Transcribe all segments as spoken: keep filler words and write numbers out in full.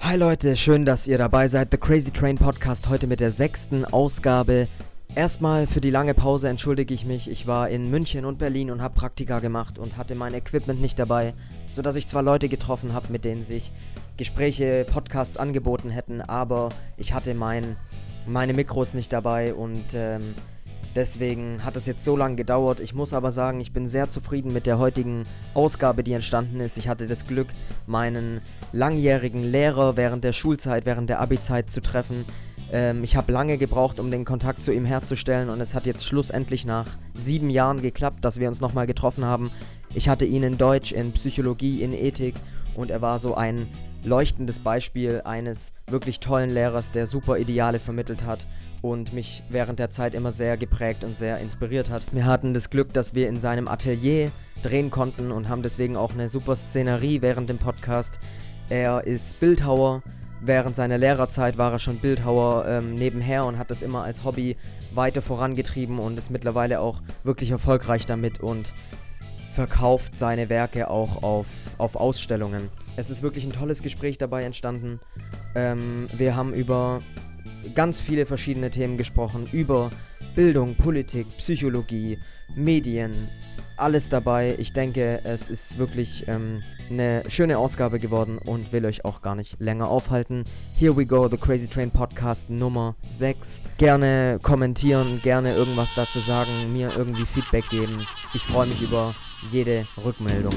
Hi Leute, schön, dass ihr dabei seid. The Crazy Train Podcast heute mit der sechsten Ausgabe. Erstmal für die lange Pause entschuldige ich mich. Ich war in München und Berlin und habe Praktika gemacht und hatte mein Equipment nicht dabei, sodass ich zwar Leute getroffen habe, mit denen sich Gespräche, Podcasts angeboten hätten, aber ich hatte mein, meine Mikros nicht dabei und ähm, deswegen hat es jetzt so lange gedauert. Ich muss aber sagen, ich bin sehr zufrieden mit der heutigen Ausgabe, die entstanden ist. Ich hatte das Glück, meinen langjährigen Lehrer während der Schulzeit, während der Abi-Zeit zu treffen. Ähm, ich habe lange gebraucht, um den Kontakt zu ihm herzustellen und es hat jetzt schlussendlich nach sieben Jahren geklappt, dass wir uns nochmal getroffen haben. Ich hatte ihn in Deutsch, in Psychologie, in Ethik und er war so ein leuchtendes Beispiel eines wirklich tollen Lehrers, der super Ideale vermittelt hat und mich während der Zeit immer sehr geprägt und sehr inspiriert hat. Wir hatten das Glück, dass wir in seinem Atelier drehen konnten und haben deswegen auch eine super Szenerie während dem Podcast. Er ist Bildhauer. Während seiner Lehrerzeit war er schon Bildhauer ähm, nebenher und hat das immer als Hobby weiter vorangetrieben und ist mittlerweile auch wirklich erfolgreich damit und verkauft seine Werke auch auf, auf Ausstellungen. Es ist wirklich ein tolles Gespräch dabei entstanden. Ähm, wir haben über ganz viele verschiedene Themen gesprochen, über Bildung, Politik, Psychologie, Medien, alles dabei. Ich denke, es ist wirklich ähm, eine schöne Ausgabe geworden und will euch auch gar nicht länger aufhalten. Here we go, The Crazy Train Podcast Nummer sechs. Gerne kommentieren, gerne irgendwas dazu sagen, mir irgendwie Feedback geben. Ich freue mich über jede Rückmeldung.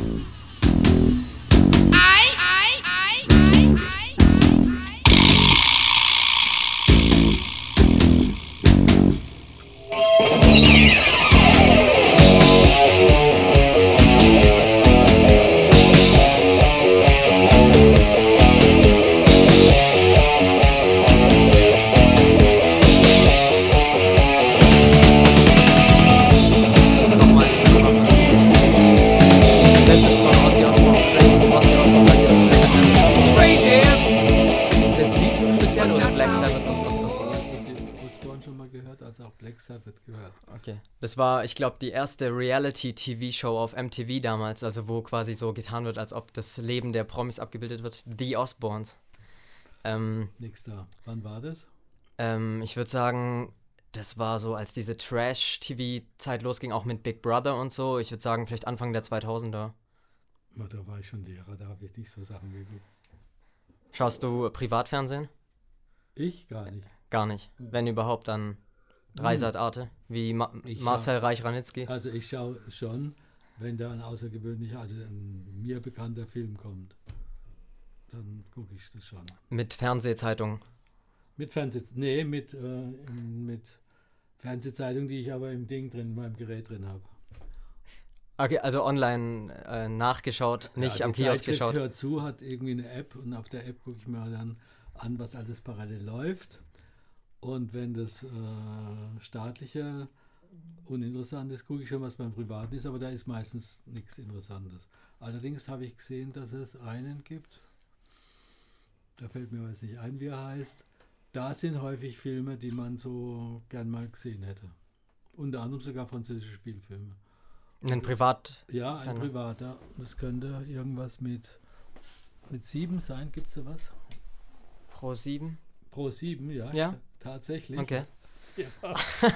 Okay, das war, ich glaube, die erste Reality-T V-Show auf M T V damals, also wo quasi so getan wird, als ob das Leben der Promis abgebildet wird. The Osbournes. Ähm, Nix da. Wann war das? Ähm, ich würde sagen, das war so, als diese Trash-T V-Zeit losging, auch mit Big Brother und so. Ich würde sagen, vielleicht Anfang der zweitausender. Ja, da war ich schon Lehrer, da habe ich nicht so Sachen geguckt. Schaust du Privatfernsehen? Ich gar nicht. Gar nicht. Wenn überhaupt, dann Dreisat Arte, wie Ma- Marcel Reich-Ranitzky. Also ich schaue schon, wenn da ein außergewöhnlicher, also ein mir bekannter Film kommt, dann gucke ich das schon. Mit Fernsehzeitungen? Mit Fernsehzeitungen, nee, mit, äh, mit Fernsehzeitungen, die ich aber im Ding drin, in meinem Gerät drin habe. Okay, also online äh, nachgeschaut, nicht ja, am Kiosk Zeitschrift geschaut. Hört zu, hat irgendwie eine App und auf der App gucke ich mir dann an, was alles parallel läuft. Und wenn das äh, staatliche uninteressant ist, gucke ich schon, was beim Privaten ist, aber da ist meistens nichts Interessantes. Allerdings habe ich gesehen, dass es einen gibt, da fällt mir weiß nicht ein, wie er heißt. Da sind häufig Filme, die man so gern mal gesehen hätte. Unter anderem sogar französische Spielfilme. Ein Privat? Ja, ein privater. Das könnte irgendwas mit, mit sieben sein. Gibt es da was? Pro sieben? Pro sieben, ja. Ja. Tatsächlich. Okay. Ja.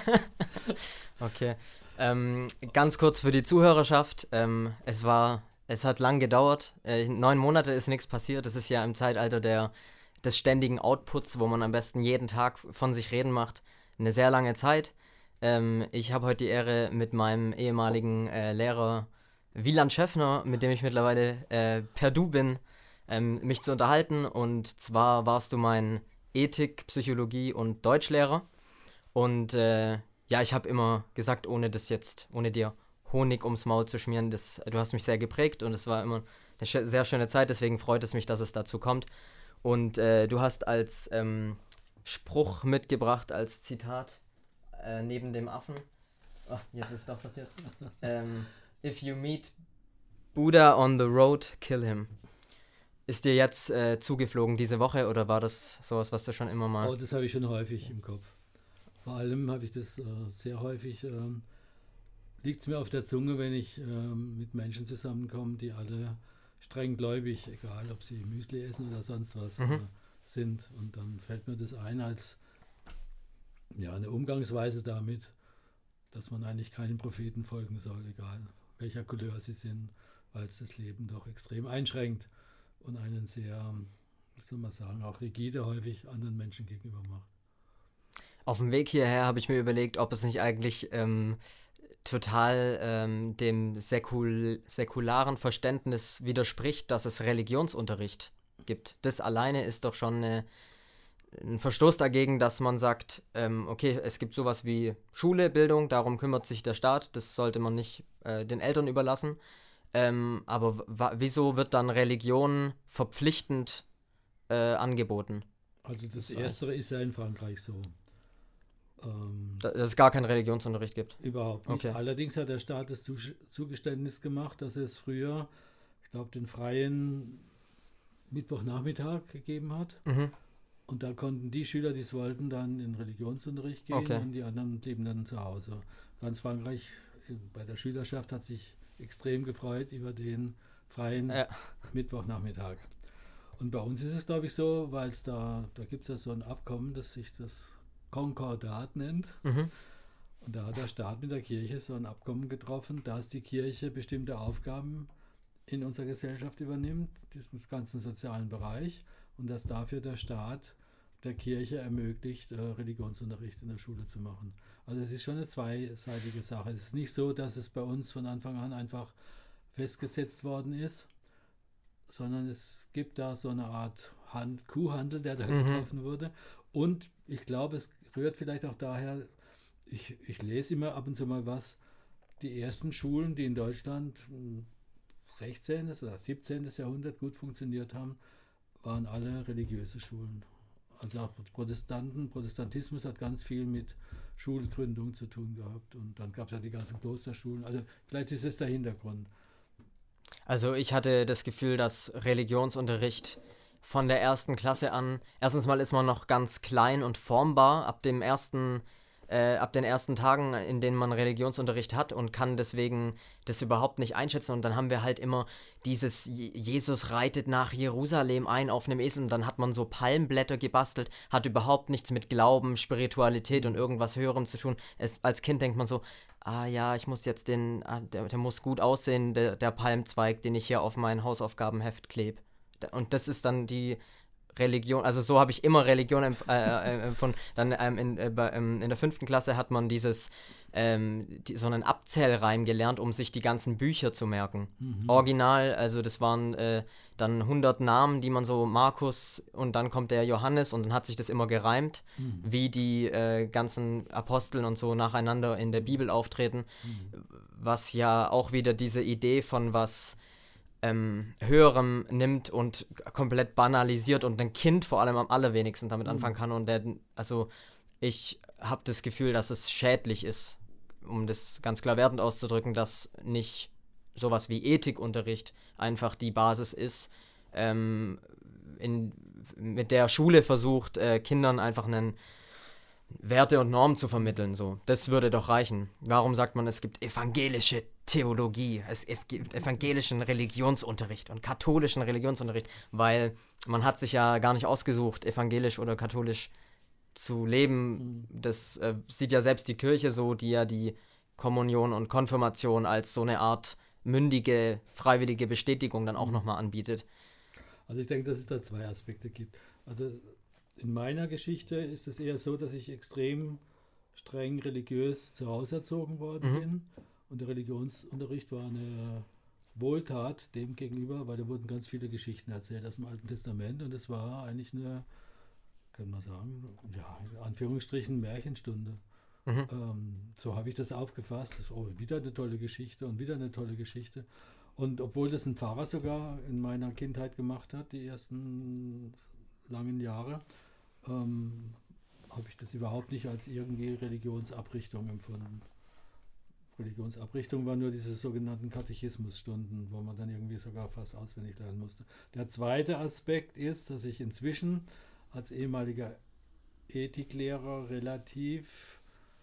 Okay. Ähm, ganz kurz für die Zuhörerschaft. Ähm, es war, es hat lang gedauert. Äh, neun Monate ist nichts passiert. Das ist ja im Zeitalter der, des ständigen Outputs, wo man am besten jeden Tag von sich reden macht, eine sehr lange Zeit. Ähm, ich habe heute die Ehre, mit meinem ehemaligen äh, Lehrer Wieland Schöffner, mit dem ich mittlerweile äh, per Du bin, ähm, mich zu unterhalten. Und zwar warst du mein Ethik, Psychologie und Deutschlehrer. Und äh, ja, ich habe immer gesagt, ohne das jetzt, ohne dir Honig ums Maul zu schmieren, das, du hast mich sehr geprägt und es war immer eine sch- sehr schöne Zeit, deswegen freut es mich, dass es dazu kommt. Und äh, du hast als ähm, Spruch mitgebracht, als Zitat äh, neben dem Affen. Ach, jetzt ist es doch passiert. ähm, If you meet Buddha on the road, kill him. Ist dir jetzt äh, zugeflogen diese Woche oder war das sowas, was du schon immer mal... Oh, das habe ich schon häufig im Kopf. Vor allem habe ich das äh, sehr häufig, ähm, liegt es mir auf der Zunge, wenn ich ähm, mit Menschen zusammenkomme, die alle streng gläubig, egal ob sie Müsli essen oder sonst was, Mhm. äh, sind. Und dann fällt mir das ein als ja, eine Umgangsweise damit, dass man eigentlich keinen Propheten folgen soll, egal welcher Couleur sie sind, weil es das Leben doch extrem einschränkt und einen sehr, wie soll man sagen, auch rigide häufig anderen Menschen gegenüber macht. Auf dem Weg hierher habe ich mir überlegt, ob es nicht eigentlich ähm, total ähm, dem säkul- säkularen Verständnis widerspricht, dass es Religionsunterricht gibt. Das alleine ist doch schon eine, ein Verstoß dagegen, dass man sagt, ähm, okay, es gibt sowas wie Schule, Bildung, darum kümmert sich der Staat, das sollte man nicht äh, den Eltern überlassen. Ähm, aber w- wieso wird dann Religion verpflichtend äh, angeboten? Also das Das ist Erstere ist ja in Frankreich so. Ähm, Da- Dass es gar keinen Religionsunterricht gibt. Überhaupt nicht. Okay. Allerdings hat der Staat das Zusch- Zugeständnis gemacht, dass es früher, ich glaube, den freien Mittwochnachmittag gegeben hat. Mhm. Und da konnten die Schüler, die es wollten, dann in Religionsunterricht gehen Okay. und die anderen blieben dann zu Hause. Ganz Frankreich äh, bei der Schülerschaft hat sich extrem gefreut über den freien Ja. Mittwochnachmittag. Und bei uns ist es, glaube ich, so, weil es da, da gibt es ja so ein Abkommen, das sich das Konkordat nennt. Mhm. Und da hat der Staat mit der Kirche so ein Abkommen getroffen, dass die Kirche bestimmte Aufgaben in unserer Gesellschaft übernimmt, diesen ganzen sozialen Bereich, und dass dafür der Staat der Kirche ermöglicht, äh, Religionsunterricht in der Schule zu machen. Also es ist schon eine zweiseitige Sache. Es ist nicht so, dass es bei uns von Anfang an einfach festgesetzt worden ist, sondern es gibt da so eine Art Hand, Kuhhandel, der da Mhm. getroffen wurde. Und ich glaube, es rührt vielleicht auch daher, ich, ich lese immer ab und zu mal was, die ersten Schulen, die in Deutschland im sechzehnten oder siebzehnten Jahrhundert gut funktioniert haben, waren alle religiöse Schulen. Also auch Protestanten, Protestantismus hat ganz viel mit Schulgründung zu tun gehabt. Und dann gab es ja die ganzen Klosterschulen. Also vielleicht ist es der Hintergrund. Also ich hatte das Gefühl, dass Religionsunterricht von der ersten Klasse an, erstens mal ist man noch ganz klein und formbar ab dem ersten, äh, ab den ersten Tagen, in denen man Religionsunterricht hat und kann deswegen das überhaupt nicht einschätzen. Und dann haben wir halt immer dieses Je- Jesus reitet nach Jerusalem ein auf einem Esel und dann hat man so Palmblätter gebastelt, hat überhaupt nichts mit Glauben, Spiritualität und irgendwas Höherem zu tun. Es, als Kind denkt man so, ah ja, ich muss jetzt den, ah, der, der muss gut aussehen, der, der Palmzweig, den ich hier auf mein Hausaufgabenheft klebe. Und das ist dann die Religion, also so habe ich immer Religion empf- äh, äh, empfunden. Dann ähm, in, äh, bei, ähm, in der fünften Klasse hat man dieses, ähm, die, so einen Abzählreim gelernt, um sich die ganzen Bücher zu merken. Mhm. Original, also das waren äh, dann hundert Namen, die man so, Markus und dann kommt der Johannes und dann hat sich das immer gereimt, Mhm. wie die äh, ganzen Aposteln und so nacheinander in der Bibel auftreten, Mhm. was ja auch wieder diese Idee von was ähm, Höherem nimmt und k- komplett banalisiert und ein Kind vor allem am allerwenigsten damit Mhm. anfangen kann. Und der, also ich habe das Gefühl, dass es schädlich ist, um das ganz klar wertend auszudrücken, dass nicht sowas wie Ethikunterricht einfach die Basis ist, ähm, in, mit der Schule versucht, äh, Kindern einfach einen Werte und Normen zu vermitteln. So. Das würde doch reichen. Warum sagt man, es gibt evangelische Theologie, es ev- gibt evangelischen Religionsunterricht und katholischen Religionsunterricht? Weil man hat sich ja gar nicht ausgesucht, evangelisch oder katholisch zu leben. Mhm. Das äh, sieht ja selbst die Kirche so, die ja die Kommunion und Konfirmation als so eine Art mündige, freiwillige Bestätigung dann auch Mhm. nochmal anbietet. Also ich denke, dass es da zwei Aspekte gibt. Also in meiner Geschichte ist es eher so, dass ich extrem streng religiös zu Hause erzogen worden Mhm. bin. Und der Religionsunterricht war eine Wohltat dem gegenüber, weil da wurden ganz viele Geschichten erzählt aus dem Alten Testament. Und es war eigentlich eine, kann man sagen, ja, in Anführungsstrichen Märchenstunde. Mhm. Ähm, so habe ich das aufgefasst. Das, oh, wieder eine tolle Geschichte und wieder eine tolle Geschichte. Und obwohl das ein Pfarrer sogar in meiner Kindheit gemacht hat, die ersten langen Jahre, ähm, habe ich das überhaupt nicht als irgendwie Religionsabrichtung empfunden. Religionsabrichtung waren nur diese sogenannten Katechismusstunden, wo man dann irgendwie sogar fast auswendig lernen musste. Der zweite Aspekt ist, dass ich inzwischen als ehemaliger Ethiklehrer relativ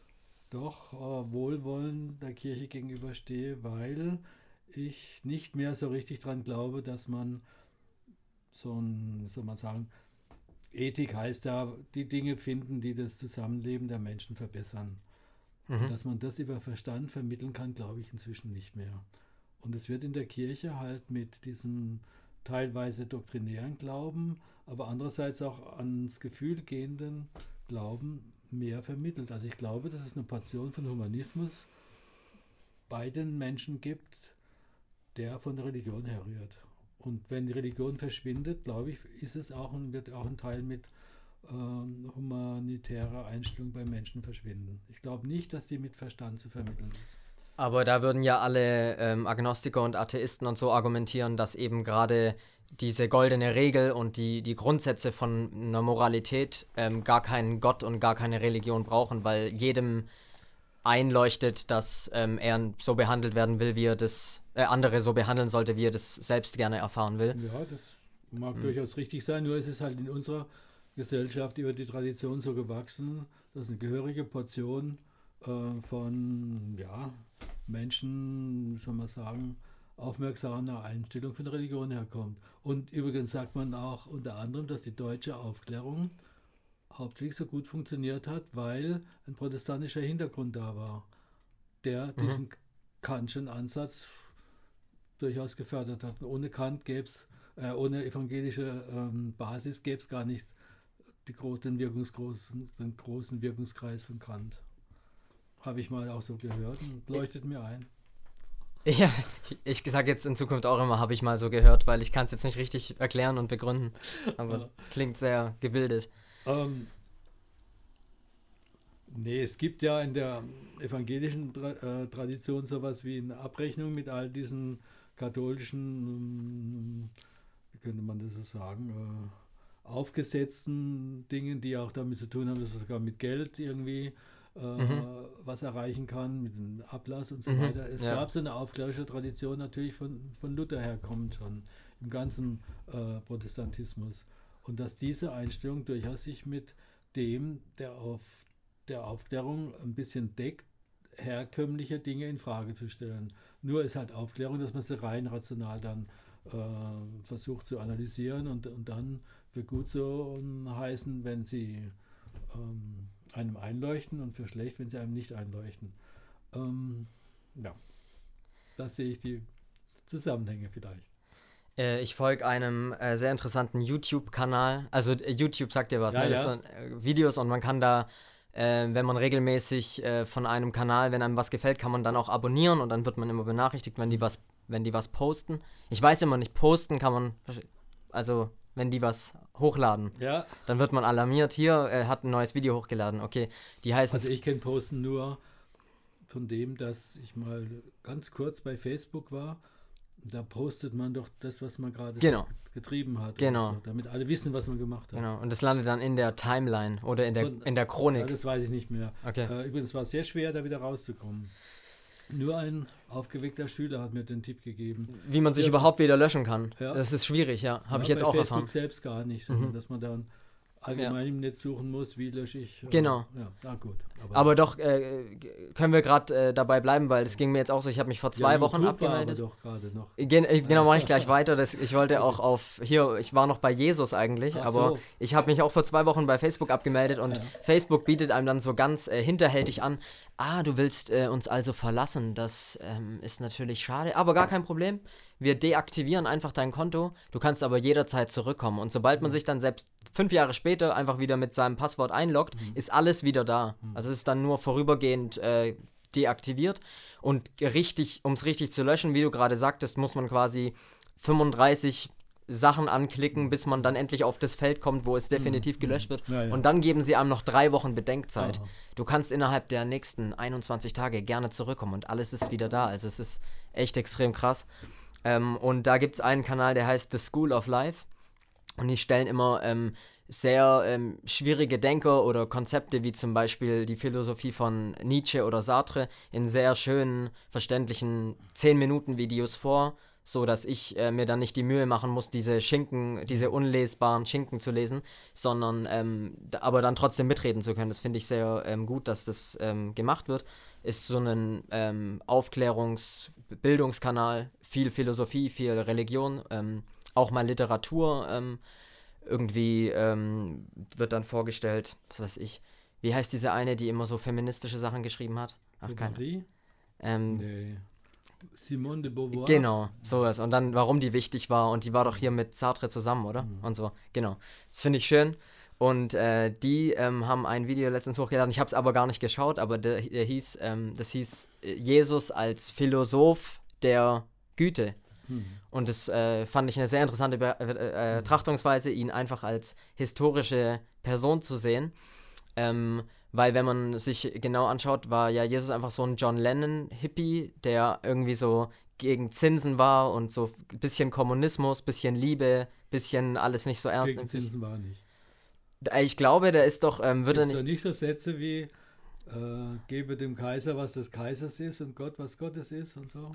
doch äh, wohlwollend der Kirche gegenüberstehe, weil ich nicht mehr so richtig dran glaube, dass man so ein, soll man sagen, Ethik heißt ja, die Dinge finden, die das Zusammenleben der Menschen verbessern. Mhm. Und dass man das über Verstand vermitteln kann, glaube ich inzwischen nicht mehr. Und es wird in der Kirche halt mit diesem teilweise doktrinären Glauben, aber andererseits auch ans Gefühl gehenden Glauben mehr vermittelt. Also ich glaube, dass es eine Portion von Humanismus bei den Menschen gibt, der von der Religion herrührt. Und wenn die Religion verschwindet, glaube ich, ist es auch ein, wird auch ein Teil mit ähm, humanitärer Einstellung bei Menschen verschwinden. Ich glaube nicht, dass die mit Verstand zu vermitteln ist. Aber da würden ja alle ähm, Agnostiker und Atheisten und so argumentieren, dass eben gerade diese goldene Regel und die, die Grundsätze von einer Moralität ähm, gar keinen Gott und gar keine Religion brauchen, weil jedem einleuchtet, dass ähm, er so behandelt werden will, wie er das, äh, andere so behandeln sollte, wie er das selbst gerne erfahren will. Ja, das mag Mhm. durchaus richtig sein, nur ist es halt in unserer Gesellschaft über die Tradition so gewachsen, dass eine gehörige Portion äh, von ja, Menschen, soll man sagen, aufmerksamer Einstellung von der Religion herkommt. Und übrigens sagt man auch unter anderem, dass die deutsche Aufklärung hauptsächlich so gut funktioniert hat, weil ein protestantischer Hintergrund da war, der Mhm. diesen Kantschen Ansatz durchaus gefördert hat. Und ohne Kant gäbe es, äh, ohne evangelische ähm, Basis gäbe es gar nicht die gro- den, Wirkungsgroßen, den großen Wirkungskreis von Kant. Habe ich mal auch so gehört und leuchtet mir ein. Ja, ich sage jetzt in Zukunft auch immer, habe ich mal so gehört, weil ich kann es jetzt nicht richtig erklären und begründen, aber Ja. es klingt sehr gebildet. Ähm, nee, es gibt ja in der evangelischen Tra äh, Tradition sowas wie eine Abrechnung mit all diesen katholischen, ähm, wie könnte man das so sagen, äh, aufgesetzten Dingen, die auch damit zu tun haben, dass man sogar mit Geld irgendwie äh, Mhm. was erreichen kann, mit dem Ablass und so Mhm, weiter. Es ja. gab so eine aufklärerische Tradition natürlich von, von Luther herkommend schon, im ganzen äh, Protestantismus. Und dass diese Einstellung durchaus sich mit dem der, auf, der Aufklärung ein bisschen deckt, herkömmliche Dinge in Frage zu stellen. Nur ist halt Aufklärung, dass man sie rein rational dann äh, versucht zu analysieren und, und dann für gut so um, heißen, wenn sie ähm, einem einleuchten und für schlecht, wenn sie einem nicht einleuchten. Ähm, ja, das sehe ich die Zusammenhänge vielleicht. Äh, ich folge einem äh, sehr interessanten YouTube-Kanal. Also äh, YouTube sagt dir was, Ja, ne? Das ja. sind äh, Videos und man kann da, äh, wenn man regelmäßig äh, von einem Kanal, wenn einem was gefällt, kann man dann auch abonnieren und dann wird man immer benachrichtigt, wenn die was, wenn die was posten. Ich weiß immer nicht, posten kann man, also wenn die was hochladen, Ja, dann wird man alarmiert. Hier, er hat ein neues Video hochgeladen. Okay, die heißen also ich kenne Posten nur von dem, dass ich mal ganz kurz bei Facebook war. Da postet man doch das, was man gerade Genau. so getrieben hat. Genau. oder So, damit alle wissen, was man gemacht hat. Genau, und das landet dann in der Timeline oder in der, Von- in der Ja, Chronik. das weiß ich nicht mehr. Okay. Äh, übrigens war es sehr schwer, da wieder rauszukommen. Nur ein aufgeweckter Schüler hat mir den Tipp gegeben. Wie man sich Ja. überhaupt wieder löschen kann. Ja. Das ist schwierig, ja. Habe Ja, ich jetzt bei auch Facebook erfahren. selbst gar nicht, sondern Mhm. dass man dann allgemein im Netz suchen muss, wie lösche ich. Äh, Genau. Ja, na gut. Aber doch, äh, g- können wir gerade äh, dabei bleiben, weil es ging mir jetzt auch so, ich habe mich vor zwei ja, Wochen YouTube war abgemeldet. aber doch gerade noch. Gen äh, genau, mache ich gleich weiter. Das, ich wollte auch auf, hier, ich war noch bei Jesus eigentlich, Ach aber so. ich habe mich auch vor zwei Wochen bei Facebook abgemeldet und Ja. Facebook bietet einem dann so ganz äh, hinterhältig an, ah, du willst äh, uns also verlassen, das ähm, ist natürlich schade, aber gar kein Problem. Wir deaktivieren einfach dein Konto, du kannst aber jederzeit zurückkommen und sobald man sich dann selbst fünf Jahre später einfach wieder mit seinem Passwort einloggt, ist alles wieder da. Also es ist dann nur vorübergehend äh, deaktiviert und richtig, um es richtig zu löschen, wie du gerade sagtest, muss man quasi fünfunddreißig Sachen anklicken, bis man dann endlich auf das Feld kommt, wo es definitiv gelöscht wird. Ja, ja. Und dann geben sie einem noch drei Wochen Bedenkzeit. Aha. Du kannst innerhalb der nächsten einundzwanzig Tage gerne zurückkommen und alles ist wieder da. Also es ist echt extrem krass. Ähm, und da gibt es einen Kanal, der heißt The School of Life. Und die stellen immer ähm, sehr ähm, schwierige Denker oder Konzepte, wie zum Beispiel die Philosophie von Nietzsche oder Sartre, in sehr schönen, verständlichen zehn Minuten Videos vor, so dass ich äh, mir dann nicht die Mühe machen muss, diese Schinken, diese unlesbaren Schinken zu lesen, sondern ähm, d- aber dann trotzdem mitreden zu können. Das finde ich sehr ähm, gut, dass das ähm, gemacht wird. Ist so ein ähm, Aufklärungs-Bildungskanal, viel Philosophie, viel Religion, ähm, auch mal Literatur ähm, irgendwie ähm, wird dann vorgestellt, was weiß ich, wie heißt diese eine, die immer so feministische Sachen geschrieben hat? Ach, keine Bovary? ähm, Nee. Simone de Beauvoir? Genau, sowas. Und dann, warum die wichtig war. Und die war doch hier mit Sartre zusammen, oder? Mhm. Und so, genau. Das finde ich schön. Und äh, die ähm, haben ein Video letztens hochgeladen. Ich habe es aber gar nicht geschaut, aber der, der hieß, ähm, das hieß äh, Jesus als Philosoph der Güte. Mhm. Und das äh, fand ich eine sehr interessante Be äh, äh, Betrachtungsweise, ihn einfach als historische Person zu sehen. Ähm, weil wenn man sich genau anschaut, war ja Jesus einfach so ein John Lennon-Hippie, der irgendwie so gegen Zinsen war und so ein bisschen Kommunismus, bisschen Liebe, bisschen alles nicht so ernst. Gegen Zinsen war er nicht. Ich glaube, der ist doch, ähm, wird er Gibt's nicht... da nicht so Sätze wie, äh, gebe dem Kaiser, was des Kaisers ist und Gott, was Gottes ist und so?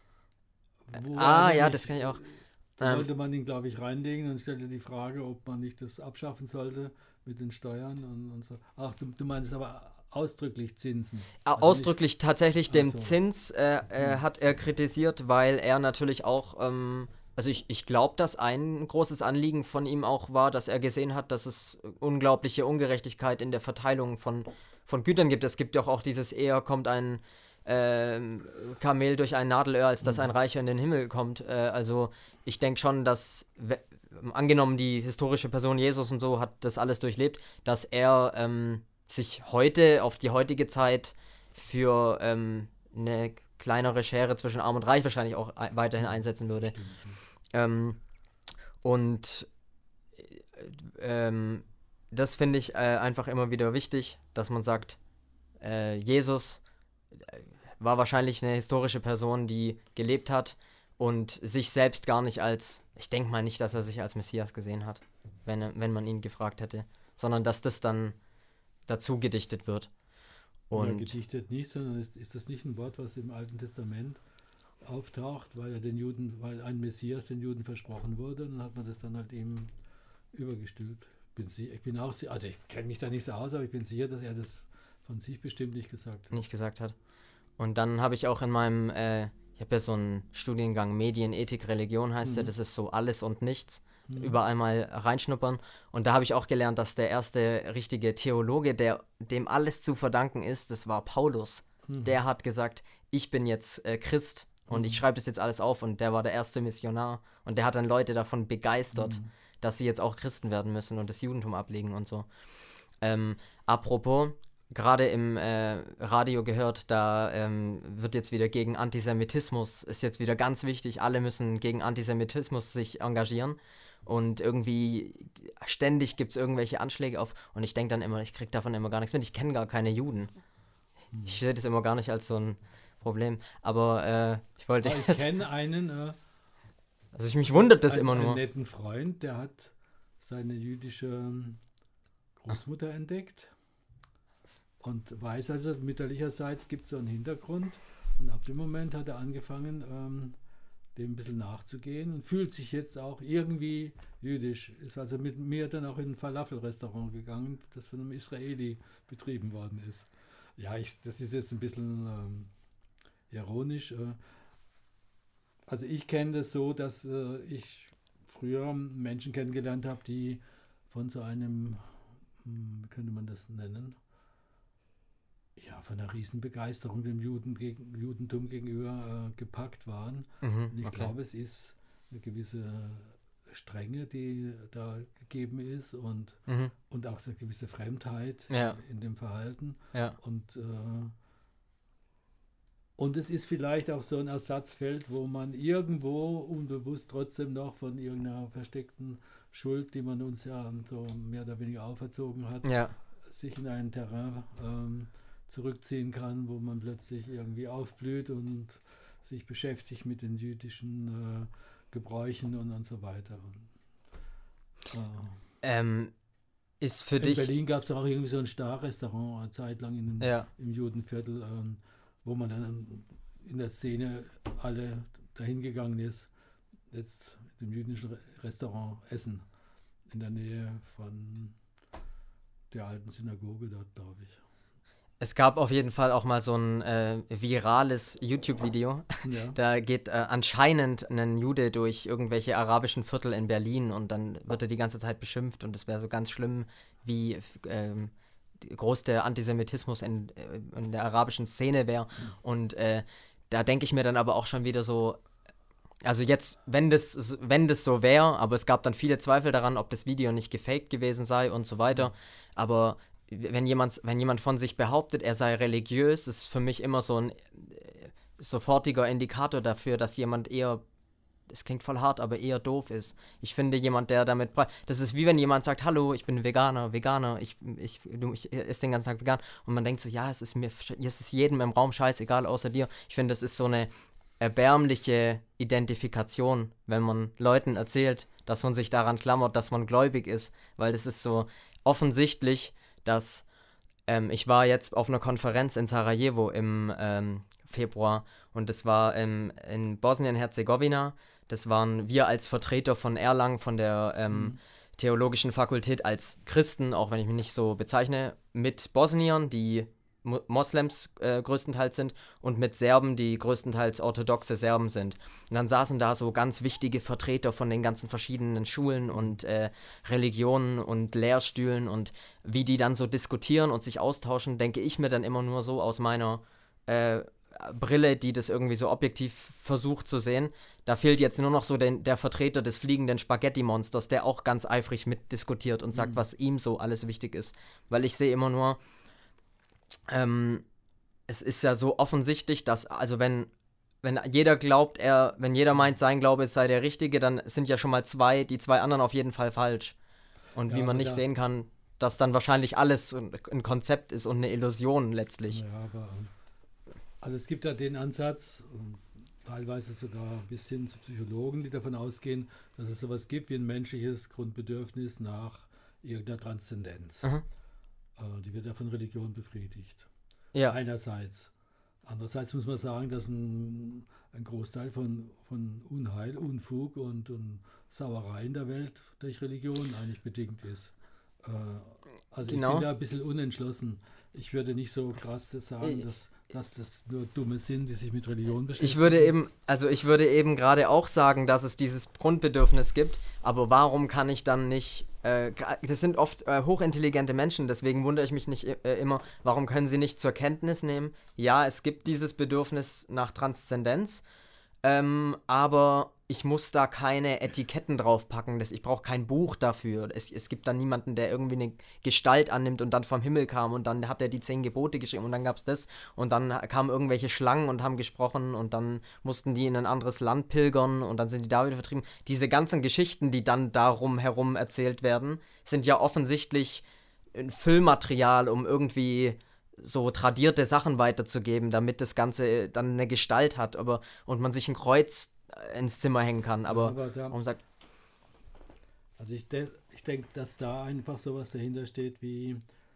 Wo Ah, er ja, nämlich- das kann ich auch. Da Ähm, wollte man ihn, glaube ich, reinlegen und stellte die Frage, ob man nicht das abschaffen sollte mit den Steuern und, und so. Ach, du, du meinst aber ausdrücklich Zinsen. Au- Also Ausdrücklich tatsächlich den Ach so. Zins äh, äh, hat er kritisiert, weil er natürlich auch, ähm, also ich, ich glaube, dass ein großes Anliegen von ihm auch war, dass er gesehen hat, dass es unglaubliche Ungerechtigkeit in der Verteilung von, von Gütern gibt. Es gibt ja auch, auch dieses eher kommt ein ähm, Kamel durch ein Nadelöhr, als dass ein Reicher in den Himmel kommt. Äh, also ich denke schon, dass, we- angenommen die historische Person Jesus und so hat das alles durchlebt, dass er ähm, sich heute, auf die heutige Zeit, für ähm, eine kleinere Schere zwischen Arm und Reich wahrscheinlich auch ei- weiterhin einsetzen würde. Stimmt. Ähm, und äh, ähm, das finde ich äh, einfach immer wieder wichtig, dass man sagt, äh, Jesus äh, war wahrscheinlich eine historische Person, die gelebt hat und sich selbst gar nicht als, ich denke mal nicht, dass er sich als Messias gesehen hat, wenn, er, wenn man ihn gefragt hätte, sondern dass das dann dazu gedichtet wird. Oder Und gedichtet nicht, sondern ist, ist das nicht ein Wort, was im Alten Testament auftaucht, weil er den Juden, weil ein Messias den Juden versprochen wurde, und dann hat man das dann halt eben übergestülpt. Bin sie, ich bin auch, si- also ich kenne mich da nicht so aus, aber ich bin sicher, dass er das von sich bestimmt nicht gesagt hat. nicht gesagt hat. Und dann habe ich auch in meinem, äh, ich habe ja so einen Studiengang Medienethik, Religion heißt der, Mhm. das ist so alles und nichts, Mhm. überall mal reinschnuppern. Und da habe ich auch gelernt, dass der erste richtige Theologe, der dem alles zu verdanken ist, das war Paulus. Mhm. Der hat gesagt, ich bin jetzt äh, Christ und Mhm. ich schreibe das jetzt alles auf, und der war der erste Missionar und der hat dann Leute davon begeistert, Mhm. dass sie jetzt auch Christen werden müssen und das Judentum ablegen und so. Ähm, apropos, gerade im äh, Radio gehört, da ähm, wird jetzt wieder gegen Antisemitismus, ist jetzt wieder ganz wichtig, alle müssen gegen Antisemitismus sich engagieren. Und irgendwie ständig gibt es irgendwelche Anschläge auf, und ich denke dann immer, ich kriege davon immer gar nichts mit, ich kenne gar keine Juden. Mhm. Ich sehe das immer gar nicht als so ein Problem, aber äh, ich wollte Aber ich jetzt, kenne einen, äh, also ich mich wundert das einen, immer einen nur. netten Freund, der hat seine jüdische ähm, Großmutter entdeckt und weiß also, mütterlicherseits gibt es so einen Hintergrund, und ab dem Moment hat er angefangen, ähm, dem ein bisschen nachzugehen und fühlt sich jetzt auch irgendwie jüdisch. Ist also mit mir dann auch in ein Falafel-Restaurant gegangen, das von einem Israeli betrieben worden ist. Ja, ich, das ist jetzt ein bisschen ähm, ironisch. Äh. Also ich kenne das so, dass äh, ich früher Menschen kennengelernt habe, die von so einem, hm, wie könnte man das nennen, ja, von einer Riesenbegeisterung dem Juden gegen, Judentum gegenüber äh, gepackt waren. Mhm, Und ich okay. glaube, es ist eine gewisse Strenge, die da gegeben ist, und, Mhm, und auch eine gewisse Fremdheit Ja. in dem Verhalten. ja. Und, äh, und es ist vielleicht auch so ein Ersatzfeld, wo man irgendwo unbewusst trotzdem noch von irgendeiner versteckten Schuld, die man uns ja so mehr oder weniger auferzogen hat, Ja. sich in ein Terrain ähm, zurückziehen kann, wo man plötzlich irgendwie aufblüht und sich beschäftigt mit den jüdischen äh, Gebräuchen und, und so weiter. Und, äh, Ähm, ist für in dich. Berlin gab es auch irgendwie so ein Star-Restaurant eine Zeit lang in dem, Ja. im Judenviertel, ähm, wo man dann in der Szene alle dahin gegangen ist, jetzt im jüdischen Re- Restaurant essen, in der Nähe von der alten Synagoge dort, glaube ich. Es gab auf jeden Fall auch mal so ein äh, virales YouTube-Video. Ja. Da geht äh, anscheinend ein Jude durch irgendwelche arabischen Viertel in Berlin und dann wird er die ganze Zeit beschimpft und es wäre so ganz schlimm, wie ähm, groß der Antisemitismus in, in der arabischen Szene wäre. Mhm. Und äh, da denke ich mir dann aber auch schon wieder so, also jetzt, wenn das, wenn das so wäre, aber es gab dann viele Zweifel daran, ob das Video nicht gefaked gewesen sei und so weiter. Aber wenn jemand, wenn jemand von sich behauptet, er sei religiös, ist für mich immer so ein äh, sofortiger Indikator dafür, dass jemand eher, das klingt voll hart, aber eher doof ist. Ich finde, jemand, der damit, das ist wie wenn jemand sagt, hallo, ich bin Veganer, Veganer, ich, ich, du, ich esse den ganzen Tag vegan und man denkt so, ja, es ist mir, es ist jedem im Raum scheißegal, außer dir. Ich finde, das ist so eine erbärmliche Identifikation, wenn man Leuten erzählt, dass man sich daran klammert, dass man gläubig ist, weil das ist so offensichtlich, dass ähm, ich war jetzt auf einer Konferenz in Sarajevo im ähm, Februar und das war ähm, in Bosnien-Herzegowina. Das waren wir als Vertreter von Erlangen, von der ähm, mhm. Theologischen Fakultät als Christen, auch wenn ich mich nicht so bezeichne, mit Bosniern, die Mo- Moslems äh, größtenteils sind und mit Serben, die größtenteils orthodoxe Serben sind. Und dann saßen da so ganz wichtige Vertreter von den ganzen verschiedenen Schulen und äh, Religionen und Lehrstühlen und wie die dann so diskutieren und sich austauschen, denke ich mir dann immer nur so aus meiner äh, Brille, die das irgendwie so objektiv versucht zu sehen. Da fehlt jetzt nur noch so den, der Vertreter des fliegenden Spaghetti-Monsters, der auch ganz eifrig mitdiskutiert und sagt, mhm. was ihm so alles wichtig ist. Weil ich sehe immer nur, Ähm, es ist ja so offensichtlich, dass, also wenn, wenn jeder glaubt, er, wenn jeder meint, sein Glaube sei der richtige, dann sind ja schon mal zwei, die zwei anderen auf jeden Fall falsch. Und ja, wie man nicht sehen kann, dass dann wahrscheinlich alles ein Konzept ist und eine Illusion letztlich. Ja, aber also es gibt ja den Ansatz, teilweise sogar bis hin zu Psychologen, die davon ausgehen, dass es sowas gibt wie ein menschliches Grundbedürfnis nach irgendeiner Transzendenz. Mhm. Die wird ja von Religion befriedigt. Ja. Einerseits. Andererseits muss man sagen, dass ein, ein Großteil von, von Unheil, Unfug und, und Sauerei in der Welt durch Religion eigentlich bedingt ist. Äh, also genau. Ich bin da ein bisschen unentschlossen. Ich würde nicht so krass das sagen, dass, dass das nur Dumme sind, die sich mit Religion beschäftigen. Ich würde eben, also ich würde eben gerade auch sagen, dass es dieses Grundbedürfnis gibt, aber warum kann ich dann nicht, äh, das sind oft äh, hochintelligente Menschen, deswegen wundere ich mich nicht äh, immer, warum können sie nicht zur Kenntnis nehmen, ja, es gibt dieses Bedürfnis nach Transzendenz, ähm, aber ich muss da keine Etiketten draufpacken, das, ich brauche kein Buch dafür. Es, es gibt dann niemanden, der irgendwie eine Gestalt annimmt und dann vom Himmel kam und dann hat er die zehn Gebote geschrieben und dann gab es das und dann kamen irgendwelche Schlangen und haben gesprochen und dann mussten die in ein anderes Land pilgern und dann sind die da wieder vertrieben. Diese ganzen Geschichten, die dann darum herum erzählt werden, sind ja offensichtlich ein Füllmaterial, um irgendwie so tradierte Sachen weiterzugeben, damit das Ganze dann eine Gestalt hat, aber und man sich ein Kreuz ins Zimmer hängen kann, aber, ja, aber da, warum sagt... Also ich, de- ich denke, dass da einfach sowas dahinter steht wie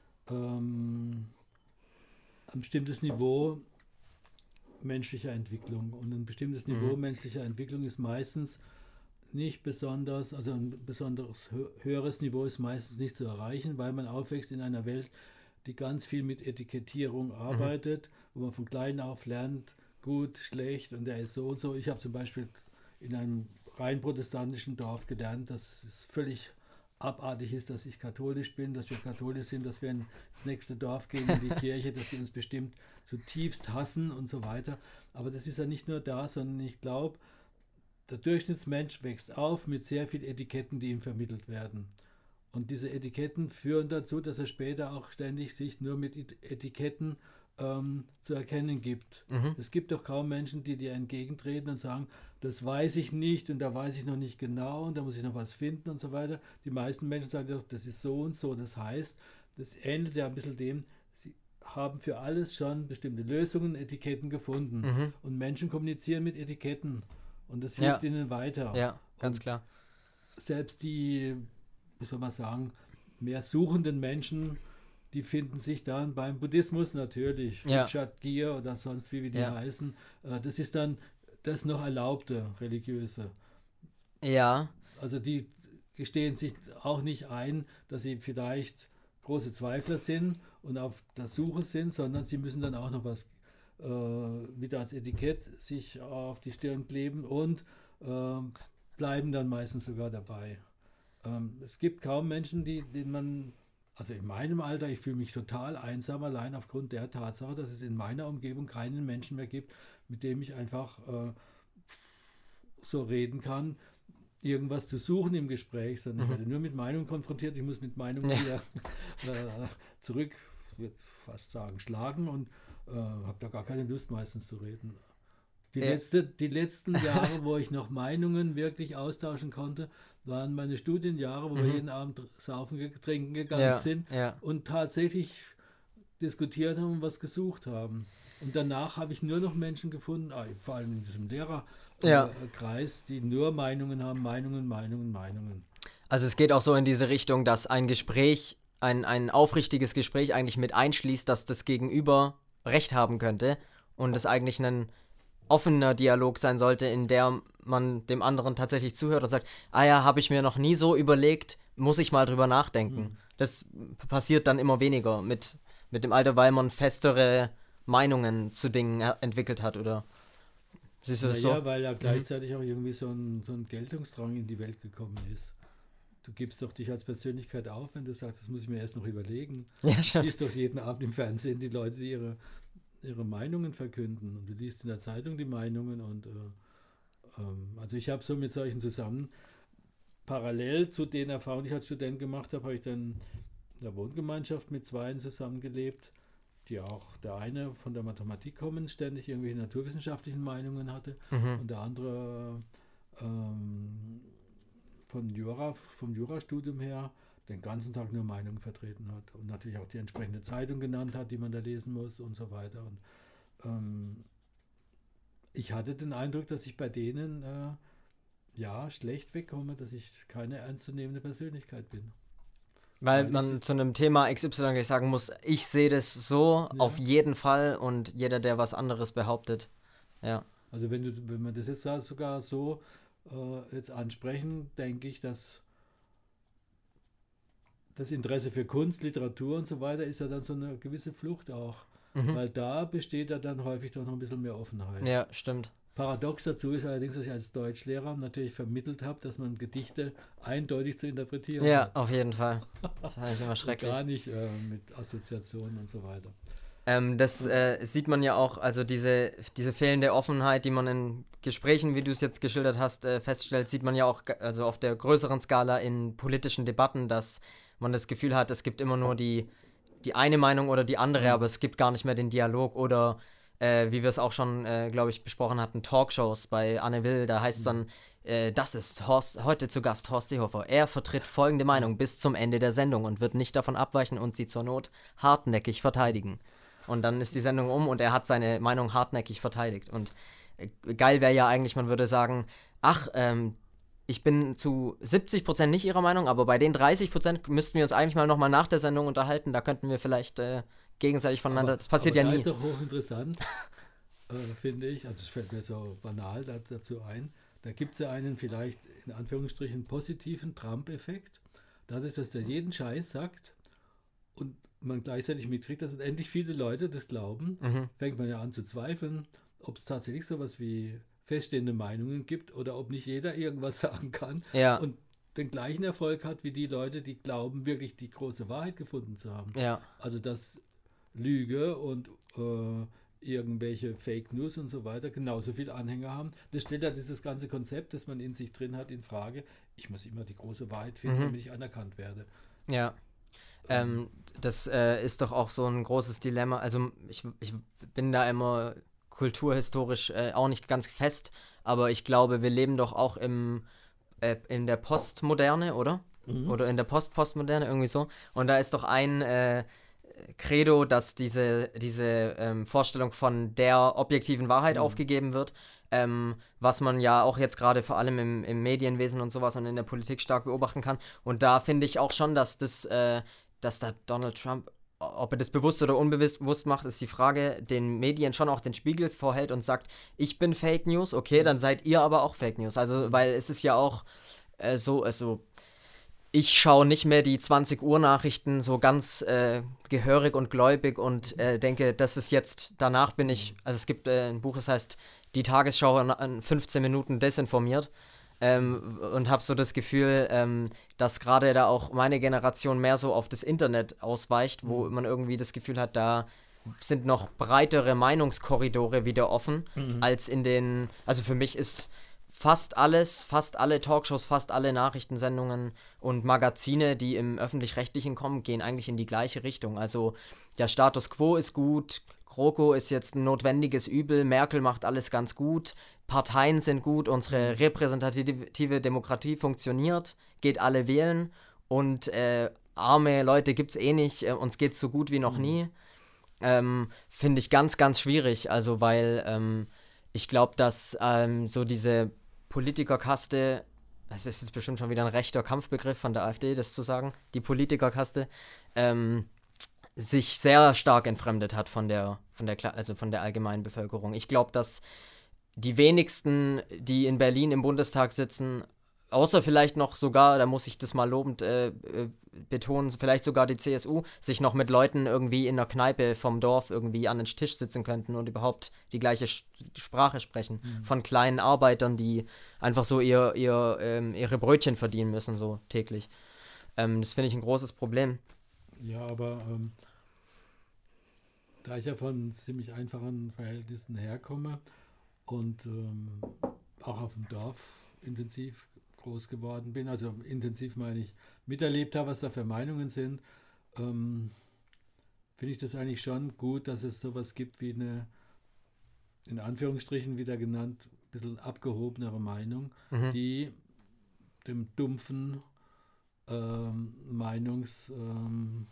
ähm, ein bestimmtes Niveau menschlicher Entwicklung und ein bestimmtes Niveau mhm. menschlicher Entwicklung ist meistens nicht besonders, also ein besonders hö- höheres Niveau ist meistens nicht zu erreichen, weil man aufwächst in einer Welt, die ganz viel mit Etikettierung arbeitet, mhm. wo man von klein auf lernt, gut, schlecht und der ist so und so. Ich habe zum Beispiel in einem rein protestantischen Dorf gelernt, dass es völlig abartig ist, dass ich katholisch bin, dass wir katholisch sind, dass wir ins nächste Dorf gehen, in die Kirche, dass sie uns bestimmt zutiefst hassen und so weiter. Aber das ist ja nicht nur da, sondern ich glaube, der Durchschnittsmensch wächst auf mit sehr vielen Etiketten, die ihm vermittelt werden. Und diese Etiketten führen dazu, dass er später auch ständig sich nur mit Etiketten ähm, zu erkennen gibt. Mhm. Es gibt doch kaum Menschen, die dir entgegentreten und sagen, das weiß ich nicht und da weiß ich noch nicht genau und da muss ich noch was finden und so weiter. Die meisten Menschen sagen doch, das ist so und so. Das heißt, das ähnelt ja ein bisschen dem, sie haben für alles schon bestimmte Lösungen, Etiketten gefunden. Mhm. Und Menschen kommunizieren mit Etiketten und das hilft ja. ihnen weiter. Ja, ganz und klar. Selbst die, wie soll man sagen, mehr suchenden Menschen, die finden sich dann beim Buddhismus natürlich, ja. Richard Gere oder sonst wie, wie die ja. heißen. Das ist dann das noch erlaubte Religiöse. Ja. Also die gestehen sich auch nicht ein, dass sie vielleicht große Zweifler sind und auf der Suche sind, sondern sie müssen dann auch noch was äh, wieder als Etikett sich auf die Stirn kleben und äh, bleiben dann meistens sogar dabei. Ähm, es gibt kaum Menschen, die, denen man, also in meinem Alter, ich fühle mich total einsam, allein aufgrund der Tatsache, dass es in meiner Umgebung keinen Menschen mehr gibt, mit dem ich einfach äh, so reden kann, irgendwas zu suchen im Gespräch, sondern mhm. ich werde nur mit Meinungen konfrontiert, ich muss mit Meinungen ja. wieder äh, zurück, ich würde fast sagen, schlagen und äh, habe da gar keine Lust meistens zu reden. Die, ja. letzte, die letzten Jahre, wo ich noch Meinungen wirklich austauschen konnte, waren meine Studienjahre, wo mhm. wir jeden Abend saufen, trinken gegangen ja. sind ja. und tatsächlich diskutiert haben und was gesucht haben. Und danach habe ich nur noch Menschen gefunden, vor allem in diesem Lehrerkreis, ja. die nur Meinungen haben, Meinungen, Meinungen, Meinungen. Also es geht auch so in diese Richtung, dass ein Gespräch, ein, ein aufrichtiges Gespräch eigentlich mit einschließt, dass das Gegenüber Recht haben könnte und es eigentlich ein offener Dialog sein sollte, in der man dem anderen tatsächlich zuhört und sagt, ah ja, habe ich mir noch nie so überlegt, muss ich mal drüber nachdenken. Mhm. Das passiert dann immer weniger mit, mit dem Alter, weil man festere Meinungen zu Dingen entwickelt hat, oder? Siehst du das naja, so? Ja, weil ja gleichzeitig mhm. auch irgendwie so ein, so ein Geltungsdrang in die Welt gekommen ist. Du gibst doch dich als Persönlichkeit auf, wenn du sagst, das muss ich mir erst noch überlegen. Ja, du siehst doch jeden Abend im Fernsehen die Leute, die ihre, ihre Meinungen verkünden. Und du liest in der Zeitung die Meinungen. Und äh, ähm, also ich habe so mit solchen zusammen, parallel zu den Erfahrungen, die ich als Student gemacht habe, habe ich dann in der Wohngemeinschaft mit zweien zusammengelebt, die auch, der eine von der Mathematik kommen, ständig irgendwelche naturwissenschaftlichen Meinungen hatte mhm. und der andere ähm, von Jura, vom Jurastudium her den ganzen Tag nur Meinungen vertreten hat und natürlich auch die entsprechende Zeitung genannt hat, die man da lesen muss und so weiter. Und ähm, ich hatte den Eindruck, dass ich bei denen äh, ja schlecht wegkomme, dass ich keine ernstzunehmende Persönlichkeit bin. Weil man zu einem Thema X Y sagen muss, ich sehe das so ja. auf jeden Fall und jeder, der was anderes behauptet, ja. Also wenn du, wenn man das jetzt sogar so äh, jetzt ansprechen, denke ich, dass das Interesse für Kunst, Literatur und so weiter ist ja dann so eine gewisse Flucht auch. Mhm. Weil da besteht ja dann häufig doch noch ein bisschen mehr Offenheit. Ja, stimmt. Paradox dazu ist allerdings, dass ich als Deutschlehrer natürlich vermittelt habe, dass man Gedichte eindeutig zu interpretieren ja, hat. Ja, auf jeden Fall. Das fand ich immer schrecklich. Und gar nicht äh, mit Assoziationen und so weiter. Ähm, das äh, sieht man ja auch, also diese, diese fehlende Offenheit, die man in Gesprächen, wie du es jetzt geschildert hast, äh, feststellt, sieht man ja auch also auf der größeren Skala in politischen Debatten, dass man das Gefühl hat, es gibt immer nur die, die eine Meinung oder die andere, mhm. aber es gibt gar nicht mehr den Dialog oder Äh, wie wir es auch schon, äh, glaube ich, besprochen hatten, Talkshows bei Anne Will, da heißt es dann, äh, das ist Horst, heute zu Gast Horst Seehofer. Er vertritt folgende Meinung bis zum Ende der Sendung und wird nicht davon abweichen und sie zur Not hartnäckig verteidigen. Und dann ist die Sendung um und er hat seine Meinung hartnäckig verteidigt. Und äh, geil wäre ja eigentlich, man würde sagen, ach, ähm, ich bin zu siebzig Prozent nicht ihrer Meinung, aber bei den dreißig Prozent müssten wir uns eigentlich mal nochmal nach der Sendung unterhalten, da könnten wir vielleicht äh, gegenseitig voneinander, aber, das passiert ja nie. Das ist doch hochinteressant, äh, finde ich, also es fällt mir so banal dazu ein, da gibt es ja einen vielleicht in Anführungsstrichen positiven Trump-Effekt, dadurch, dass der jeden Scheiß sagt und man gleichzeitig mitkriegt, dass endlich viele Leute das glauben, mhm. fängt man ja an zu zweifeln, ob es tatsächlich sowas wie feststehende Meinungen gibt oder ob nicht jeder irgendwas sagen kann ja. und den gleichen Erfolg hat wie die Leute, die glauben, wirklich die große Wahrheit gefunden zu haben. Ja. Also dass Lüge und äh, irgendwelche Fake News und so weiter genauso viel Anhänger haben. Das stellt ja dieses ganze Konzept, das man in sich drin hat, in Frage. Ich muss immer die große Wahrheit finden, mhm. damit ich anerkannt werde. Ja, ähm, ähm, das äh, ist doch auch so ein großes Dilemma. Also ich, ich bin da immer kulturhistorisch äh, auch nicht ganz fest, aber ich glaube, wir leben doch auch im, äh, in der Postmoderne, oder? Mhm. Oder in der Post-Postmoderne, irgendwie so. Und da ist doch ein äh, Credo, dass diese, diese ähm, Vorstellung von der objektiven Wahrheit mhm. aufgegeben wird, ähm, was man ja auch jetzt gerade vor allem im, im Medienwesen und sowas und in der Politik stark beobachten kann. Und da finde ich auch schon, dass das, äh, dass da Donald Trump, ob er das bewusst oder unbewusst macht, ist die Frage, den Medien schon auch den Spiegel vorhält und sagt, ich bin Fake News, okay, dann seid ihr aber auch Fake News. Also, weil es ist ja auch äh, so, also ich schaue nicht mehr die zwanzig Uhr Nachrichten so ganz äh, gehörig und gläubig und äh, denke, das ist jetzt, danach bin ich, also es gibt äh, ein Buch, das heißt Die Tagesschau in, in fünfzehn Minuten desinformiert. Ähm, und habe so das Gefühl, ähm, dass gerade da auch meine Generation mehr so auf das Internet ausweicht, wo man irgendwie das Gefühl hat, da sind noch breitere Meinungskorridore wieder offen, mhm. als in den, also für mich ist fast alles, fast alle Talkshows, fast alle Nachrichtensendungen und Magazine, die im Öffentlich-Rechtlichen kommen, gehen eigentlich in die gleiche Richtung. Also der Status Quo ist gut, GroKo ist jetzt ein notwendiges Übel, Merkel macht alles ganz gut, Parteien sind gut, unsere repräsentative Demokratie funktioniert, geht alle wählen und äh, arme Leute gibt's eh nicht, äh, uns geht's so gut wie noch mhm. nie. Ähm, finde ich ganz, ganz schwierig, also weil ähm, ich glaube, dass ähm, so diese Politikerkaste, das ist jetzt bestimmt schon wieder ein rechter Kampfbegriff von der AfD, das zu sagen, die Politikerkaste, ähm, sich sehr stark entfremdet hat von der, von der, also von der allgemeinen Bevölkerung. Ich glaube, dass die wenigsten, die in Berlin im Bundestag sitzen, außer vielleicht noch sogar, da muss ich das mal lobend äh, äh, betonen, vielleicht sogar die C S U, sich noch mit Leuten irgendwie in der Kneipe vom Dorf irgendwie an den Tisch sitzen könnten und überhaupt die gleiche Sch- Sprache sprechen. Mhm. Von kleinen Arbeitern, die einfach so ihr, ihr, ähm, ihre Brötchen verdienen müssen, so täglich. Ähm, das finde ich ein großes Problem. Ja, aber ähm, da ich ja von ziemlich einfachen Verhältnissen herkomme und ähm, auch auf dem Dorf intensiv groß geworden bin, also intensiv meine ich, miterlebt habe, was da für Meinungen sind, ähm, finde ich das eigentlich schon gut, dass es sowas gibt wie eine, in Anführungsstrichen wieder genannt, ein bisschen abgehobenere Meinung, mhm. die dem dumpfen ähm, Meinungsmisthaufen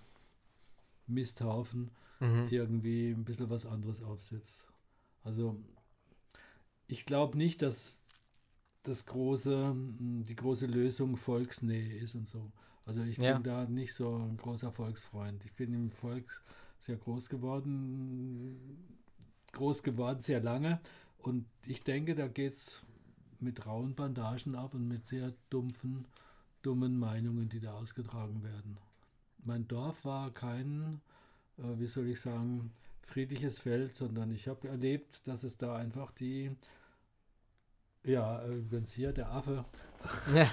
ähm, mhm. irgendwie ein bisschen was anderes aufsetzt. Also ich glaube nicht, dass das große, die große Lösung Volksnähe ist und so. Also ich ja. bin da nicht so ein großer Volksfreund. Ich bin im Volk sehr groß geworden, groß geworden, sehr lange. Und ich denke, da geht es mit rauen Bandagen ab und mit sehr dumpfen, dummen Meinungen, die da ausgetragen werden. Mein Dorf war kein, äh, wie soll ich sagen, friedliches Feld, sondern ich habe erlebt, dass es da einfach die Ja, übrigens hier der Affe. Ja.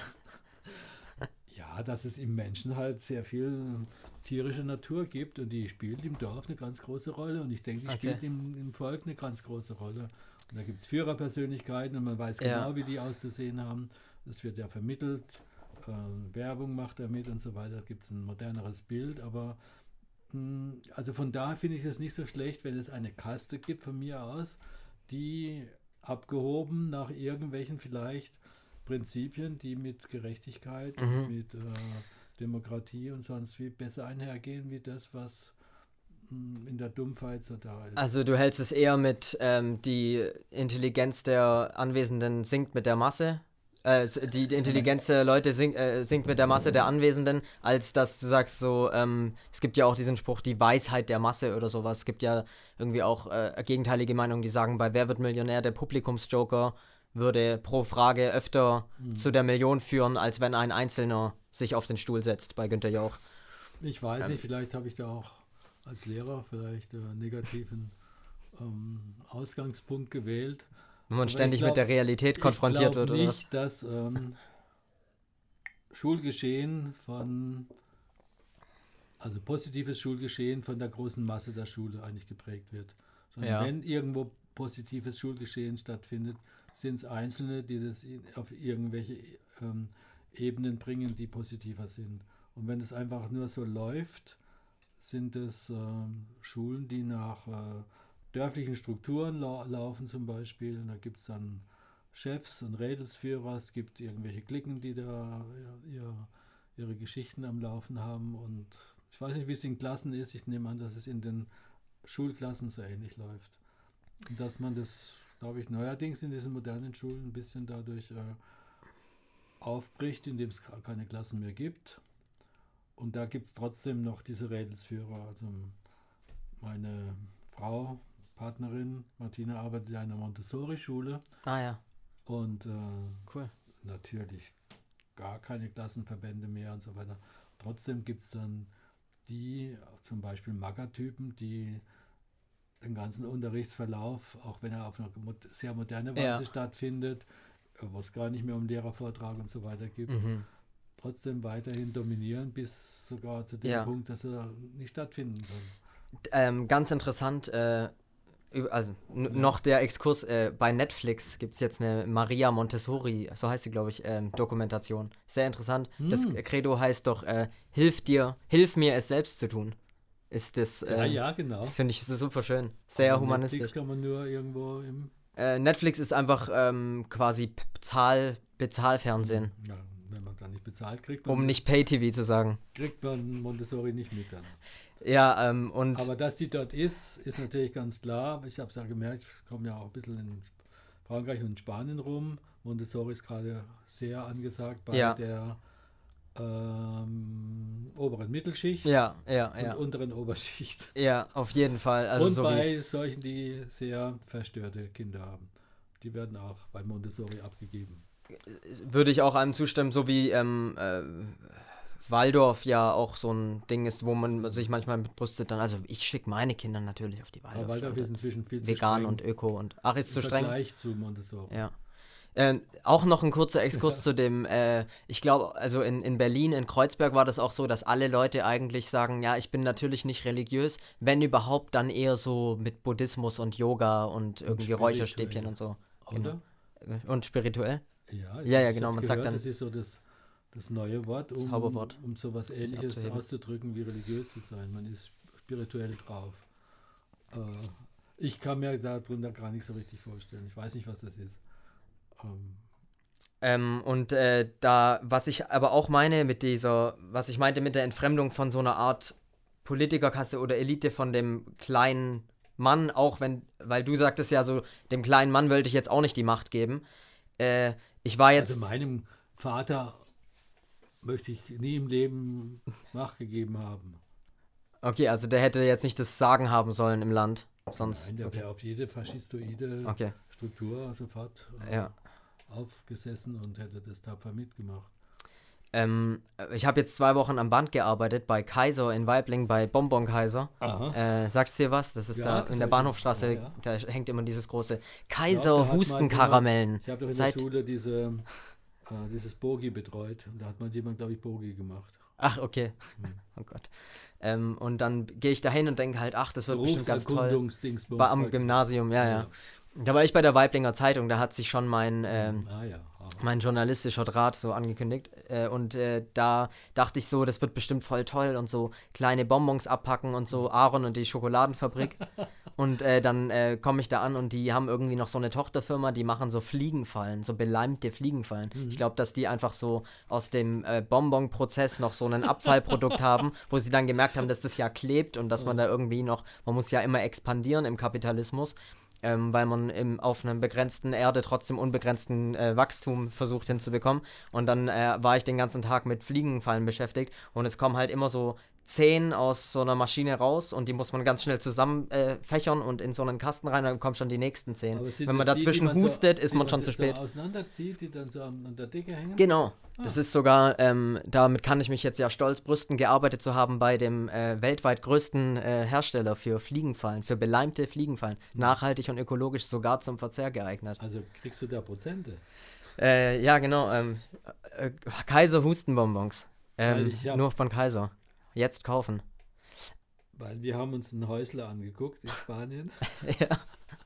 Ja, dass es im Menschen halt sehr viel tierische Natur gibt und die spielt im Dorf eine ganz große Rolle und ich denke, die okay. spielt im, im Volk eine ganz große Rolle. Und da gibt es Führerpersönlichkeiten und man weiß genau, ja. wie die auszusehen haben. Das wird ja vermittelt, äh, Werbung macht damit und so weiter. Da gibt es ein moderneres Bild, aber mh, also von daher finde ich es nicht so schlecht, wenn es eine Kaste gibt von mir aus, die abgehoben nach irgendwelchen vielleicht Prinzipien, die mit Gerechtigkeit, mhm. mit äh, Demokratie und sonst wie besser einhergehen, wie das, was mh, in der Dumpfheit so da ist. Also du hältst es eher mit, ähm, die Intelligenz der Anwesenden sinkt mit der Masse? Äh, die, die Intelligenz der Leute sink, äh, sinkt mit der Masse der Anwesenden, als dass du sagst so, ähm, es gibt ja auch diesen Spruch, die Weisheit der Masse oder sowas. Es gibt ja irgendwie auch äh, gegenteilige Meinungen, die sagen, bei Wer wird Millionär, der Publikumsjoker würde pro Frage öfter mhm. zu der Million führen, als wenn ein Einzelner sich auf den Stuhl setzt, bei Günther Jauch. Ich weiß ähm. nicht, vielleicht habe ich da auch als Lehrer vielleicht einen negativen ähm, Ausgangspunkt gewählt. Wenn man Aber ständig glaub, mit der Realität konfrontiert wird, oder was? Ich glaube nicht, dass ähm, Schulgeschehen von, also positives Schulgeschehen von der großen Masse der Schule eigentlich geprägt wird. Sondern ja. wenn irgendwo positives Schulgeschehen stattfindet, sind es Einzelne, die das auf irgendwelche ähm, Ebenen bringen, die positiver sind. Und wenn es einfach nur so läuft, sind es ähm, Schulen, die nach äh, dörflichen Strukturen lau- laufen zum Beispiel. Und da gibt es dann Chefs und Rädelsführer, es gibt irgendwelche Klicken, die da ja, ihr, ihre Geschichten am Laufen haben. Und ich weiß nicht, wie es in Klassen ist. Ich nehme an, dass es in den Schulklassen so ähnlich läuft. Und dass man das, glaube ich, neuerdings in diesen modernen Schulen ein bisschen dadurch äh, aufbricht, indem es keine Klassen mehr gibt. Und da gibt es trotzdem noch diese Rädelsführer. Also meine Frau, Partnerin Martina, arbeitet in einer Montessori-Schule. Ah ja. Und äh, cool. natürlich gar keine Klassenverbände mehr und so weiter. Trotzdem gibt es dann die, zum Beispiel Magertypen, die den ganzen Unterrichtsverlauf, auch wenn er auf eine sehr moderne Weise Ja. stattfindet, wo es gar nicht mehr um Lehrervortrag und so weiter gibt, Mhm. trotzdem weiterhin dominieren, bis sogar zu dem Ja. Punkt, dass er nicht stattfinden kann. Ähm, ganz interessant, äh, üb- also n- Ja. noch der Exkurs, äh, bei Netflix gibt es jetzt eine Maria Montessori, so heißt sie, glaube ich, ähm, Dokumentation. Sehr interessant. Das Hm. Credo heißt doch, äh, hilf dir, hilf mir es selbst zu tun. Ist das, Ja, ähm, ja, genau. finde ich so super schön. Sehr Aber humanistisch. Netflix kann man nur irgendwo im Äh, Netflix ist einfach ähm, quasi P- Bezahl, Bezahlfernsehen, Ja, wenn man da nicht bezahlt, kriegt man, um nicht Pay-T V zu sagen. kriegt man Montessori nicht mit dann. Ja, ähm, und Aber dass die dort ist, ist natürlich ganz klar. Ich habe es ja gemerkt, ich komme ja auch ein bisschen in Frankreich und Spanien rum. Montessori ist gerade sehr angesagt bei Ja. der ähm, oberen Mittelschicht ja, ja, und ja. unteren Oberschicht. Ja, auf jeden Fall. Also und so wie, bei solchen, die sehr verstörte Kinder haben. Die werden auch bei Montessori abgegeben. würde ich auch einem zustimmen, so wie ähm, äh, Waldorf ja auch so ein Ding ist, wo man sich manchmal mit brüstet dann, also ich schicke meine Kinder natürlich auf die Aber Waldorf ist Waldorf. inzwischen viel zu Vegan streng und Öko und, ach, ist im zu streng? Vergleich zu Montessori. Ja. Ähm, auch noch ein kurzer Exkurs Ja. zu dem, äh, ich glaube, also in, in Berlin, in Kreuzberg war das auch so, dass alle Leute eigentlich sagen, ja, ich bin natürlich nicht religiös, wenn überhaupt, dann eher so mit Buddhismus und Yoga und irgendwie spirituell. Räucherstäbchen und so. Oder? Genau. Und spirituell? Ja, Ja, ja, ich genau, hab man gehört, sagt dann- das ist so das, das neue Wort, um, Zauberwort. um sowas sich Ähnliches abzuheben. auszudrücken, wie religiös zu sein. Man ist spirituell drauf. Äh, ich kann mir darunter gar nicht so richtig vorstellen. Ich weiß nicht, was das ist. Ähm, Ähm, und äh, da, was ich aber auch meine mit dieser, was ich meinte mit der Entfremdung von so einer Art Politikerkaste oder Elite von dem kleinen Mann, auch wenn, weil du sagtest ja so, dem kleinen Mann wollte ich jetzt auch nicht die Macht geben. Äh, ich war jetzt, also meinem Vater möchte ich nie im Leben nachgegeben haben. okay, also der hätte jetzt nicht das Sagen haben sollen im Land, sonst, Nein, der okay, wäre auf jede faschistoide okay, Struktur sofort äh, ja. aufgesessen und hätte das tapfer mitgemacht. Ähm, ich habe jetzt zwei Wochen am Band gearbeitet bei Kaiser in Weibling, bei Bonbon Kaiser. Aha. Äh, sagst du dir was? Das ist Ja, da das in der hab ich Bahnhofstraße, schon- ja. da hängt immer dieses große Ja, da hat Kaiser mal Hustenkaramellen. Ich habe doch in Seit- der Schule diese, äh, dieses Bogi betreut und da hat mal jemand, glaube ich, Bogi gemacht. Ach, okay. Hm. Oh Gott. Ähm, und dann gehe ich da hin und denke halt, ach, das wird bestimmt ganz toll. Berufserkundungsdingsbums. Bei, am Gymnasium, ja, ja. Da war ich bei der Weiblinger Zeitung, da hat sich schon mein, ähm, Ah ja. Ah. mein journalistischer Draht so angekündigt. Äh, und äh, da dachte ich so, das wird bestimmt voll toll und so kleine Bonbons abpacken und so Aaron und die Schokoladenfabrik. Und äh, dann äh, komme ich da an und die haben irgendwie noch so eine Tochterfirma, die machen so Fliegenfallen, so beleimte Fliegenfallen. Mhm. Ich glaube, dass die einfach so aus dem äh, Bonbon-Prozess noch so ein Abfallprodukt haben, wo sie dann gemerkt haben, dass das ja klebt und dass man da irgendwie noch, man muss ja immer expandieren im Kapitalismus. Ähm, weil man im, auf einer begrenzten Erde trotzdem unbegrenzten äh, Wachstum versucht hinzubekommen. Und dann äh, war ich den ganzen Tag mit Fliegenfallen beschäftigt und es kommen halt immer so zehn aus so einer Maschine raus und die muss man ganz schnell zusammen äh, fächern und in so einen Kasten rein, dann kommen schon die nächsten zehn. Aber sind Wenn man das die, dazwischen die man hustet, so, ist die man schon das zu spät. So auseinanderzieht, die dann so an, an der Decke hängen? Genau. Ah. Das ist sogar, ähm, damit kann ich mich jetzt ja stolz brüsten, gearbeitet zu haben bei dem äh, weltweit größten äh, Hersteller für Fliegenfallen, für beleimte Fliegenfallen. Mhm. Nachhaltig und ökologisch sogar zum Verzehr geeignet. Also kriegst du da Prozente? Äh, ja, genau. Ähm, äh, Kaiser Hustenbonbons. Weil Ähm, ich hab- nur von Kaiser. Jetzt kaufen. Weil wir haben uns einen Häusler angeguckt in Spanien Ja.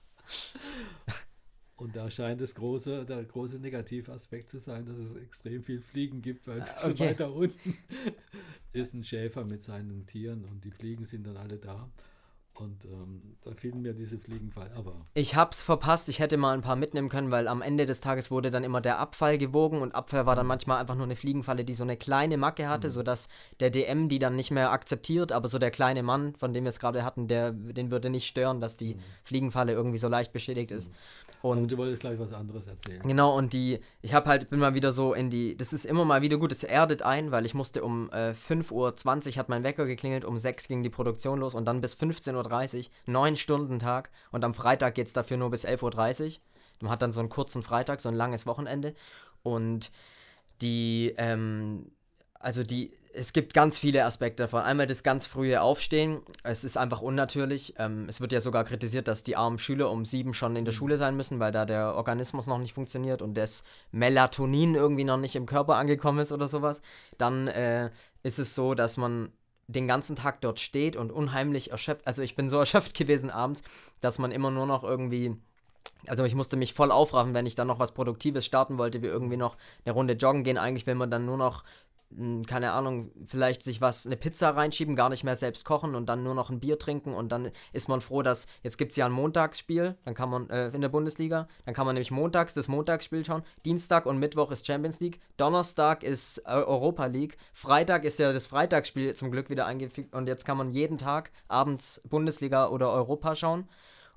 und da scheint das große, der große Negativaspekt zu sein, dass es extrem viel Fliegen gibt, weil ein Ah, bisschen okay. weiter unten ist ein Schäfer mit seinen Tieren und die Fliegen sind dann alle da. Und ähm, da fielen mir diese Fliegenfallen, aber Ich hab's verpasst, ich hätte mal ein paar mitnehmen können, weil am Ende des Tages wurde dann immer der Abfall gewogen und Abfall war dann manchmal einfach nur eine Fliegenfalle, die so eine kleine Macke hatte, Mhm. sodass der D M die dann nicht mehr akzeptiert, aber so der kleine Mann, von dem wir es gerade hatten, der, den würde nicht stören, dass die Mhm. Fliegenfalle irgendwie so leicht beschädigt ist. und Und du wolltest gleich was anderes erzählen. genau, und die, ich habe halt, bin mal wieder so in die, das ist immer mal wieder gut, es erdet ein, weil ich musste um äh, fünf Uhr zwanzig hat mein Wecker geklingelt, um sechs ging die Produktion los und dann bis fünfzehn Uhr dreißig, neun Stunden Tag und am Freitag geht es dafür nur bis elf Uhr dreißig. Man hat dann so einen kurzen Freitag, so ein langes Wochenende und die, ähm, also die, es gibt ganz viele Aspekte davon. Einmal das ganz frühe Aufstehen, es ist einfach unnatürlich. Ähm, es wird ja sogar kritisiert, dass die armen Schüler um sieben schon in der Schule sein müssen, weil da der Organismus noch nicht funktioniert und das Melatonin irgendwie noch nicht im Körper angekommen ist oder sowas. Dann äh, ist es so, dass man den ganzen Tag dort steht und unheimlich erschöpft, also ich bin so erschöpft gewesen abends, dass man immer nur noch irgendwie, also ich musste mich voll aufraffen, wenn ich dann noch was Produktives starten wollte, wie irgendwie noch eine Runde joggen gehen. Eigentlich will man dann nur noch, mh, keine Ahnung, vielleicht sich was, eine Pizza reinschieben, gar nicht mehr selbst kochen und dann nur noch ein Bier trinken und dann ist man froh, dass, jetzt gibt es ja ein Montagsspiel, dann kann man, äh, in der Bundesliga, dann kann man nämlich montags das Montagsspiel schauen, Dienstag und Mittwoch ist Champions League, Donnerstag ist äh, Europa League, Freitag ist ja das Freitagsspiel zum Glück wieder eingefügt und jetzt kann man jeden Tag abends Bundesliga oder Europa schauen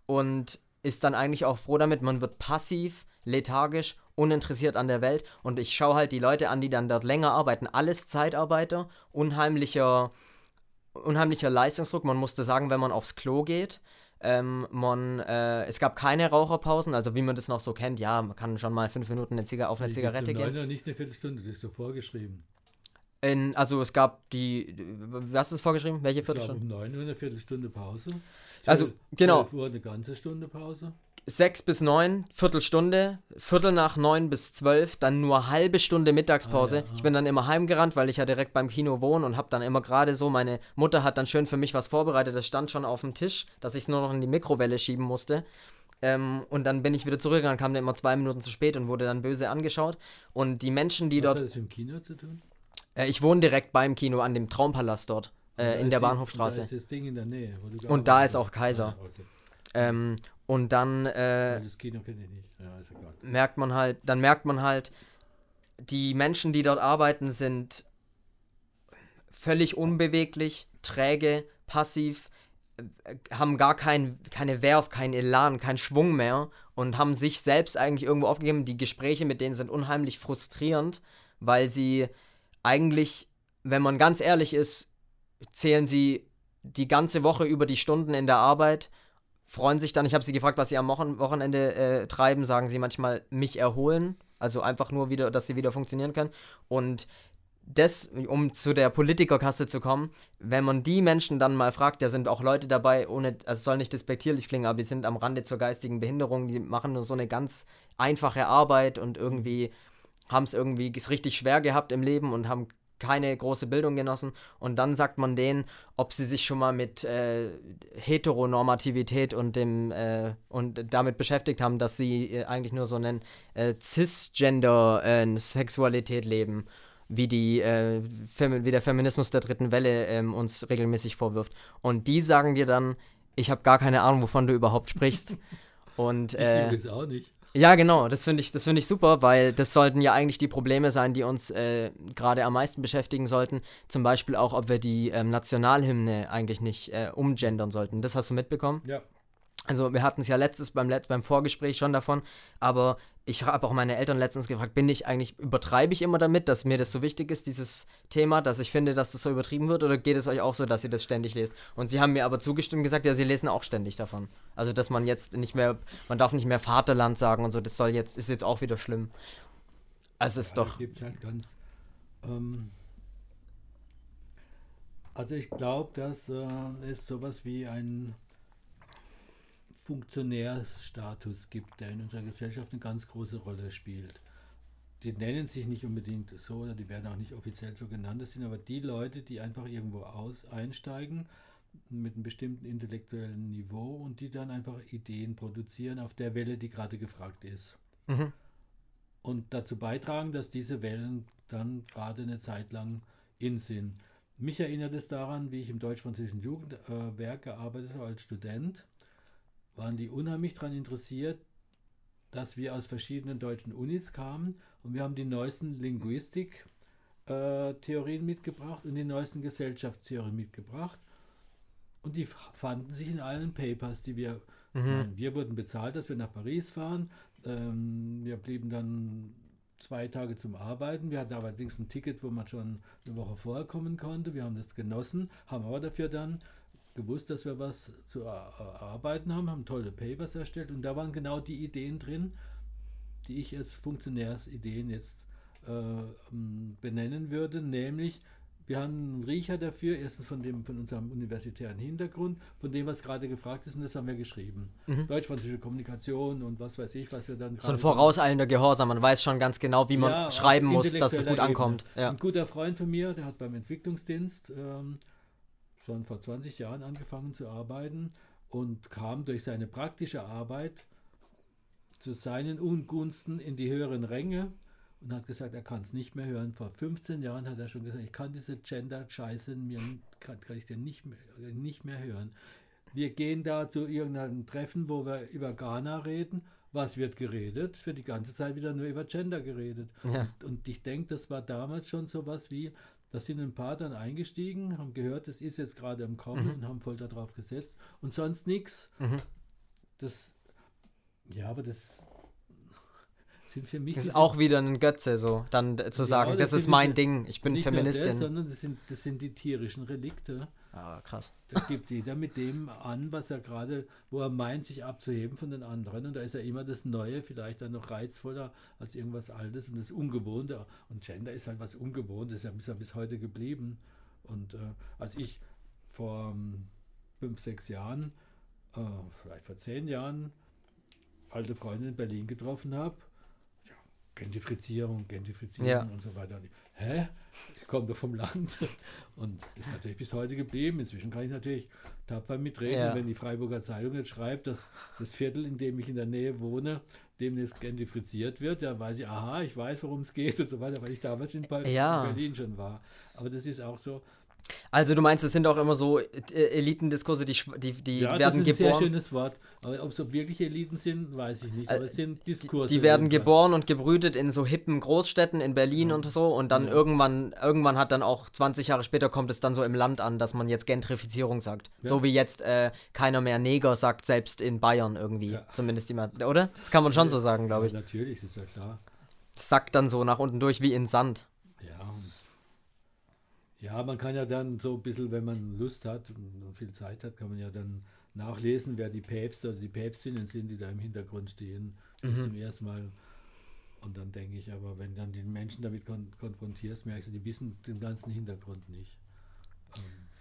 und ist dann eigentlich auch froh damit, man wird passiv, lethargisch, uninteressiert an der Welt und ich schaue halt die Leute an, die dann dort länger arbeiten, alles Zeitarbeiter, unheimlicher, unheimlicher Leistungsdruck, man musste sagen, wenn man aufs Klo geht, ähm, man, äh, es gab keine Raucherpausen, also wie man das noch so kennt, ja, man kann schon mal fünf Minuten eine Ziga- auf eine Die Zigarette gibt's um gehen. neun Uhr nicht eine Viertelstunde, das ist so vorgeschrieben. In, also es gab die, was ist vorgeschrieben? Welche Ich glaube Viertelstunde? um neun Uhr eine Viertelstunde Pause. Also, genau. zwölf Uhr eine ganze Stunde Pause. Sechs bis neun, Viertelstunde, Viertel nach neun bis zwölf, dann nur halbe Stunde Mittagspause. Ah, ja, ah. Ich bin dann immer heimgerannt, weil ich ja direkt beim Kino wohne und habe dann immer gerade so, meine Mutter hat dann schön für mich was vorbereitet, das stand schon auf dem Tisch, dass ich es nur noch in die Mikrowelle schieben musste. Ähm, und dann bin ich wieder zurückgegangen, kam dann immer zwei Minuten zu spät und wurde dann böse angeschaut. Und die Menschen, die Was dort, hat das mit dem Kino zu tun? äh, ich wohne direkt beim Kino an dem Traumpalast dort, Da äh, in ist der die- Bahnhofstraße. Da ist das Ding in der Nähe. Wo du Und da gearbeitet ist auch hast. Kaiser. Ah, okay. Ähm, und dann, äh, Weil das Kino kenne ich nicht. Ja, ist egal. merkt man halt, dann merkt man halt, die Menschen, die dort arbeiten, sind völlig unbeweglich, träge, passiv, äh, haben gar kein, keine Werf, keinen Elan, keinen Schwung mehr und haben sich selbst eigentlich irgendwo aufgegeben. Die Gespräche mit denen sind unheimlich frustrierend, weil sie eigentlich, wenn man ganz ehrlich ist, zählen sie die ganze Woche über die Stunden in der Arbeit, freuen sich dann, ich habe sie gefragt, was sie am Wochen- Wochenende äh, treiben, sagen sie manchmal, mich erholen, also einfach nur wieder, dass sie wieder funktionieren können und das, um zu der Politikerkaste zu kommen, wenn man die Menschen dann mal fragt, da sind auch Leute dabei, ohne, also es soll nicht despektierlich klingen, aber die sind am Rande zur geistigen Behinderung, die machen nur so eine ganz einfache Arbeit und irgendwie haben es irgendwie richtig schwer gehabt im Leben und haben keine große Bildung genossen und dann sagt man denen, ob sie sich schon mal mit äh, Heteronormativität und dem äh, und damit beschäftigt haben, dass sie äh, eigentlich nur so einen äh, Cisgender-Sexualität leben, wie die äh, Femi- wie der Feminismus der dritten Welle ähm, uns regelmäßig vorwirft. Und die sagen dir dann, ich habe gar keine Ahnung, wovon du überhaupt sprichst. Und Ich äh, übrigens auch nicht. ja, genau, das finde ich, das finde ich super, weil das sollten ja eigentlich die Probleme sein, die uns äh, gerade am meisten beschäftigen sollten. Zum Beispiel auch, ob wir die ähm, Nationalhymne eigentlich nicht äh, umgendern sollten. Das hast du mitbekommen? Ja. Also wir hatten es ja letztes beim, Let beim Vorgespräch schon davon, aber ich habe auch meine Eltern letztens gefragt, bin ich eigentlich, übertreibe ich immer damit, dass mir das so wichtig ist, dieses Thema, dass ich finde, dass das so übertrieben wird, oder geht es euch auch so, dass ihr das ständig lest? Und sie haben mir aber zugestimmt und gesagt, ja, sie lesen auch ständig davon. Also dass man jetzt nicht mehr, man darf nicht mehr Vaterland sagen und so, das soll jetzt, ist jetzt auch wieder schlimm. Also es ist Ja, doch, gibt es halt ganz. Ähm, also ich glaube, dass äh, es sowas wie ein Funktionärsstatus gibt, der in unserer Gesellschaft eine ganz große Rolle spielt. Die nennen sich nicht unbedingt so oder die werden auch nicht offiziell so genannt, das sind aber die Leute, die einfach irgendwo aus einsteigen mit einem bestimmten intellektuellen Niveau und die dann einfach Ideen produzieren auf der Welle, die gerade gefragt ist. mhm. Und dazu beitragen, dass diese Wellen dann gerade eine Zeit lang in sind. Mich erinnert es daran, wie ich im deutsch-französischen Jugendwerk äh, gearbeitet habe als Student, waren die unheimlich daran interessiert, dass wir aus verschiedenen deutschen Unis kamen und wir haben die neuesten Linguistik-Theorien äh, mitgebracht und die neuesten Gesellschaftstheorien mitgebracht und die fanden sich in allen Papers, die wir, Mhm. ich meine, wir wurden bezahlt, dass wir nach Paris fahren, ähm, wir blieben dann zwei Tage zum Arbeiten, wir hatten allerdings ein Ticket, wo man schon eine Woche vorher kommen konnte, wir haben das genossen, haben aber dafür dann gewusst, dass wir was zu erarbeiten haben, haben tolle Papers erstellt und da waren genau die Ideen drin, die ich als Funktionärsideen jetzt äh, benennen würde, nämlich wir haben einen Riecher dafür, erstens von, dem, von unserem universitären Hintergrund, von dem, was gerade gefragt ist, und das haben wir geschrieben. Mhm. Deutsch-französische Kommunikation und was weiß ich, was wir dann so ein vorauseilender Gehorsam, man weiß schon ganz genau, wie man ja, schreiben muss, dass es gut ankommt. Ja. Ein guter Freund von mir, der hat beim Entwicklungsdienst ähm, schon vor zwanzig Jahren angefangen zu arbeiten und kam durch seine praktische Arbeit zu seinen Ungunsten in die höheren Ränge und hat gesagt, er kann es nicht mehr hören. Vor fünfzehn Jahren hat er schon gesagt, ich kann diese Gender-Scheiße mir kann, kann ich dir nicht mehr, nicht mehr hören. Wir gehen da zu irgendeinem Treffen, wo wir über Ghana reden. Was wird geredet? Für die ganze Zeit wieder nur über Gender geredet. Ja. Und, und ich denke, das war damals schon sowas wie, da sind ein paar dann eingestiegen, haben gehört, das ist jetzt gerade am Kommen mhm. und haben voll darauf gesetzt. Und sonst nichts. Mhm. Das, ja, aber das... sind für mich das ist auch wieder ein Götze, so dann zu sagen, ja, das, das ist mein Ding, ich bin nicht Feministin. Nur das, sondern das sind, das sind die tierischen Relikte. Ah, krass. Das gibt jeder mit dem an, was er gerade, wo er meint, sich abzuheben von den anderen. Und da ist ja immer das Neue, vielleicht dann noch reizvoller als irgendwas Altes und das Ungewohnte. Und Gender ist halt was Ungewohntes, ist ja bis heute geblieben. Und äh, als ich vor ähm, fünf, sechs Jahren, äh, vielleicht vor zehn Jahren, alte Freunde in Berlin getroffen habe, Gentrifizierung, Gentrifizierung ja. und so weiter. Hä? Ich komme doch vom Land. Und ist natürlich bis heute geblieben. Inzwischen kann ich natürlich tapfer mitreden. Ja. Wenn die Freiburger Zeitung jetzt schreibt, dass das Viertel, in dem ich in der Nähe wohne, demnächst gentrifiziert wird, da weiß ich, aha, ich weiß, worum es geht und so weiter, weil ich damals in, ja. in Berlin schon war. Aber das ist auch so. Also du meinst, es sind auch immer so Elitendiskurse, die, die, die ja, werden geboren. Das ist ein sehr schönes Wort. Aber ob es so wirklich Eliten sind, weiß ich nicht. Aber es sind Diskurse. Die, die werden geboren und gebrütet in so hippen Großstädten in Berlin ja. und so. Und dann ja. irgendwann, irgendwann hat dann auch zwanzig Jahre später kommt es dann so im Land an, dass man jetzt Gentrifizierung sagt. Ja. So wie jetzt äh, keiner mehr Neger sagt, selbst in Bayern irgendwie. Ja. Zumindest jemand, oder? Das kann man schon ja. so sagen, glaube ich. Ja, natürlich, das ist ja klar. Das sackt dann so nach unten durch wie in Sand. Ja, Ja, man kann ja dann so ein bisschen, wenn man Lust hat und viel Zeit hat, kann man ja dann nachlesen, wer die Päpste oder die Päpstinnen sind, die da im Hintergrund stehen. Das mhm. zum ersten Mal. Und dann denke ich, aber wenn dann die Menschen damit kon- konfrontierst, merkst du, die wissen den ganzen Hintergrund nicht. Ähm.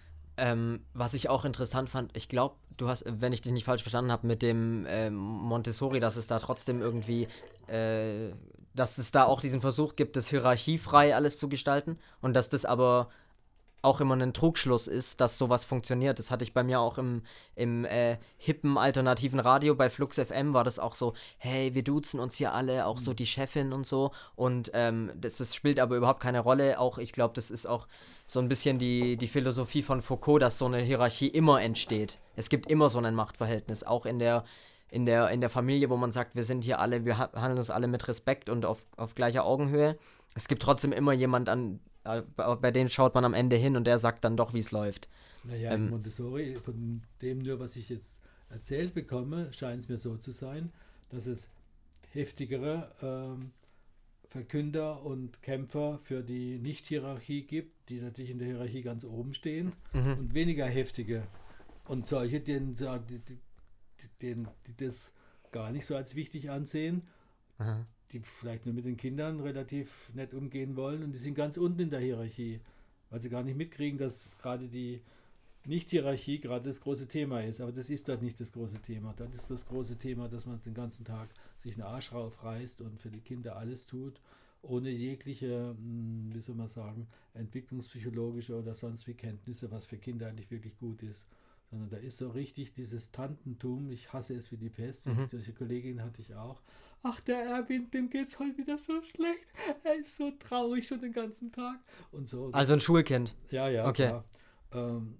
Ähm, was ich auch interessant fand, ich glaube, du hast, wenn ich dich nicht falsch verstanden habe, mit dem äh, Montessori, dass es da trotzdem irgendwie, äh, dass es da auch diesen Versuch gibt, das hierarchiefrei alles zu gestalten und dass das aber auch immer ein Trugschluss ist, dass sowas funktioniert. Das hatte ich bei mir auch im, im äh, hippen alternativen Radio bei Flux F M, war das auch so, hey, wir duzen uns hier alle, auch mhm. so die Chefin und so und ähm, das, das spielt aber überhaupt keine Rolle. Auch, ich glaube, das ist auch so ein bisschen die, die Philosophie von Foucault, dass so eine Hierarchie immer entsteht. Es gibt immer so ein Machtverhältnis, auch in der in der, in der Familie, wo man sagt, wir sind hier alle, wir ha- handeln uns alle mit Respekt und auf, auf gleicher Augenhöhe. Es gibt trotzdem immer jemand, an, äh, bei dem schaut man am Ende hin und der sagt dann doch, wie es läuft. Naja, ähm, in Montessori, von dem nur, was ich jetzt erzählt bekomme, scheint es mir so zu sein, dass es heftigere ähm, Verkünder und Kämpfer für die Nicht-Hierarchie gibt, die natürlich in der Hierarchie ganz oben stehen, mhm. und weniger heftige. Und solche, die, die, die Den, die das gar nicht so als wichtig ansehen, aha. die vielleicht nur mit den Kindern relativ nett umgehen wollen und die sind ganz unten in der Hierarchie, weil sie gar nicht mitkriegen, dass gerade die Nicht-Hierarchie gerade das große Thema ist. Aber das ist dort nicht das große Thema. Dort ist das große Thema, dass man den ganzen Tag sich einen Arsch raufreißt und für die Kinder alles tut, ohne jegliche, wie soll man sagen, entwicklungspsychologische oder sonst wie Kenntnisse, was für Kinder eigentlich wirklich gut ist. Sondern da ist so richtig dieses Tantentum, ich hasse es wie die Pest, mhm. solche Kollegin hatte ich auch. Ach, der Erwin, dem geht's heute wieder so schlecht, er ist so traurig schon den ganzen Tag und so. Also ein Schulkind? Ja, ja, okay. klar. Ähm,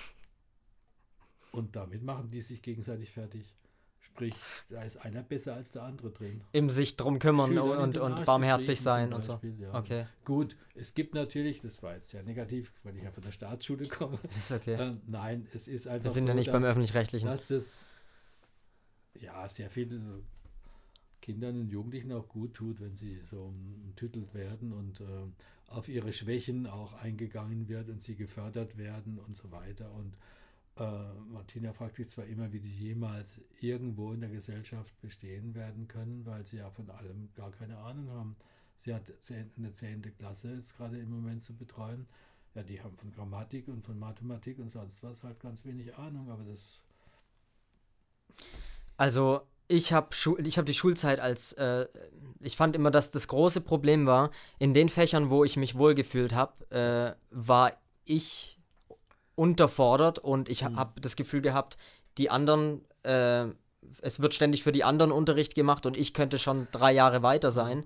und damit machen die sich gegenseitig fertig. Sprich, da ist einer besser als der andere drin. Im sich drum kümmern Schüler und, und barmherzig sein und so. Ja. Okay. Gut, es gibt natürlich, das war jetzt ja negativ, weil ich ja von der Staatsschule komme. Das ist okay. Ähm, nein, es ist einfach Wir sind so, ja nicht dass, beim Öffentlich-Rechtlichen. Dass das ja sehr vielen Kindern und Jugendlichen auch gut tut, wenn sie so umtüttelt werden und äh, auf ihre Schwächen auch eingegangen wird und sie gefördert werden und so weiter. Und Uh, Martina fragt sich zwar immer, wie die jemals irgendwo in der Gesellschaft bestehen werden können, weil sie ja von allem gar keine Ahnung haben. sie hat eine zehnte Klasse jetzt gerade im Moment zu betreuen. Ja, die haben von Grammatik und von Mathematik und sonst was halt ganz wenig Ahnung, aber das... Also ich habe Schu- ich hab die Schulzeit als, äh, ich fand immer, dass das große Problem war, in den Fächern, wo ich mich wohlgefühlt habe, äh, war ich unterfordert und ich ha- Mhm. habe das Gefühl gehabt, die anderen, äh, es wird ständig für die anderen Unterricht gemacht und ich könnte schon drei Jahre weiter sein.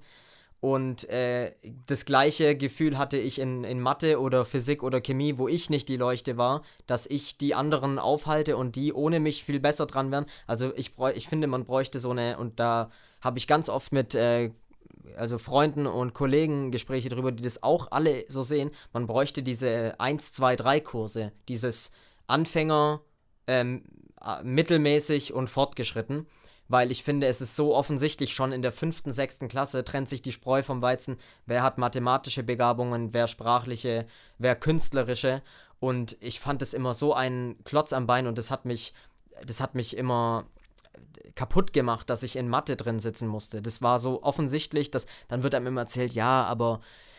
Und äh, das gleiche Gefühl hatte ich in, in Mathe oder Physik oder Chemie, wo ich nicht die Leuchte war, dass ich die anderen aufhalte und die ohne mich viel besser dran wären. Also ich, bräu- ich finde, man bräuchte so eine, und da habe ich ganz oft mit äh, also Freunden und Kollegen Gespräche drüber, die das auch alle so sehen, man bräuchte diese eins, zwei, drei Kurse, dieses Anfänger, ähm, äh, mittelmäßig und fortgeschritten. Weil ich finde, es ist so offensichtlich, schon in der fünften, sechsten Klasse trennt sich die Spreu vom Weizen. Wer hat mathematische Begabungen, wer sprachliche, wer künstlerische. Und ich fand es immer so ein Klotz am Bein und das hat mich, das hat mich immer kaputt gemacht, dass ich in Mathe drin sitzen musste. Das war so offensichtlich, dass dann wird einem immer erzählt, ja, aber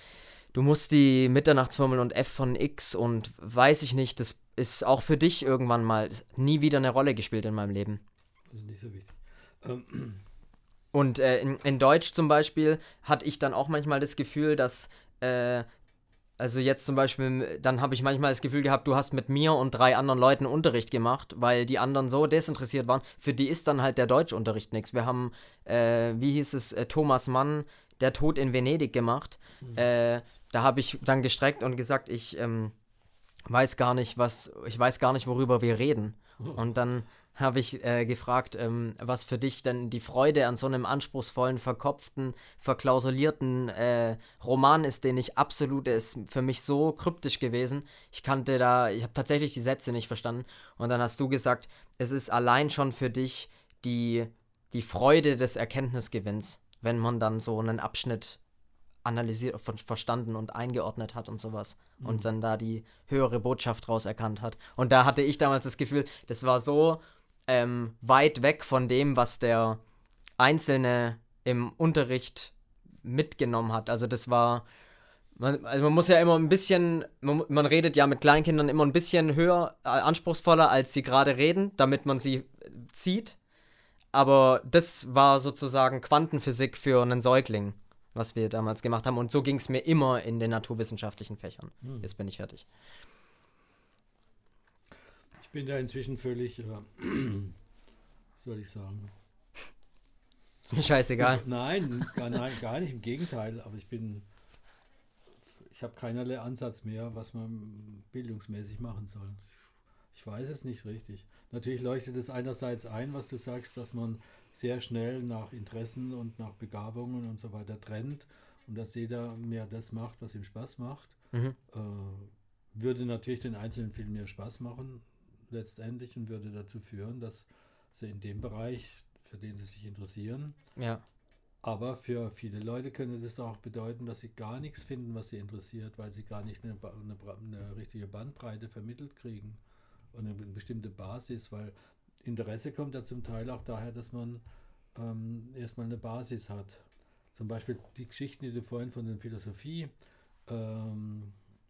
du musst die Mitternachtsformel und f von x und weiß ich nicht, das ist auch für dich irgendwann mal nie wieder eine Rolle gespielt in meinem Leben. Das ist nicht so wichtig. Ähm, Und äh, in, in Deutsch zum Beispiel hatte ich dann auch manchmal das Gefühl, dass, äh, also jetzt zum Beispiel, dann habe ich manchmal das Gefühl gehabt, du hast mit mir und drei anderen Leuten Unterricht gemacht, weil die anderen so desinteressiert waren. Für die ist dann halt der Deutschunterricht nichts. Wir haben, äh, wie hieß es, äh, Thomas Mann, Der Tod in Venedig gemacht. Mhm. Äh, da habe ich dann gestreckt und gesagt, ich ähm, weiß gar nicht, was, ich weiß gar nicht, worüber wir reden. Oh. Und dann habe ich äh, gefragt, ähm, was für dich denn die Freude an so einem anspruchsvollen, verkopften, verklausulierten äh, Roman ist, den ich absolut, der ist für mich so kryptisch gewesen. Ich kannte da, ich habe tatsächlich die Sätze nicht verstanden. Und dann hast du gesagt, es ist allein schon für dich die, die Freude des Erkenntnisgewinns, wenn man dann so einen Abschnitt analysiert, ver- verstanden und eingeordnet hat und sowas. Mhm. Und dann da die höhere Botschaft draus erkannt hat. Und da hatte ich damals das Gefühl, das war so ähm, weit weg von dem, was der Einzelne im Unterricht mitgenommen hat. Also das war, man, also man muss ja immer ein bisschen, man, man redet ja mit Kleinkindern immer ein bisschen höher, äh, anspruchsvoller, als sie gerade reden, damit man sie äh, zieht. Aber das war sozusagen Quantenphysik für einen Säugling, was wir damals gemacht haben. Und so ging es mir immer in den naturwissenschaftlichen Fächern. Hm. Jetzt bin ich fertig. Ich bin da inzwischen völlig, äh, soll ich sagen? Ist mir scheißegal. Nein, gar, nein, gar nicht, im Gegenteil. Aber ich bin, ich habe keinerlei Ansatz mehr, was man bildungsmäßig machen soll. Ich weiß es nicht richtig. Natürlich leuchtet es einerseits ein, was du sagst, dass man sehr schnell nach Interessen und nach Begabungen und so weiter trennt und dass jeder mehr das macht, was ihm Spaß macht. Mhm. Äh, würde natürlich den Einzelnen viel mehr Spaß machen, letztendlich, und würde dazu führen, dass sie in dem Bereich, für den sie sich interessieren, Ja. aber für viele Leute könnte das doch auch bedeuten, dass sie gar nichts finden, was sie interessiert, weil sie gar nicht eine, Ba- eine, Bra- eine richtige Bandbreite vermittelt kriegen und eine bestimmte Basis, weil Interesse kommt ja zum Teil auch daher, dass man ähm, erstmal eine Basis hat. Zum Beispiel die Geschichten, die du vorhin von der Philosophie ähm,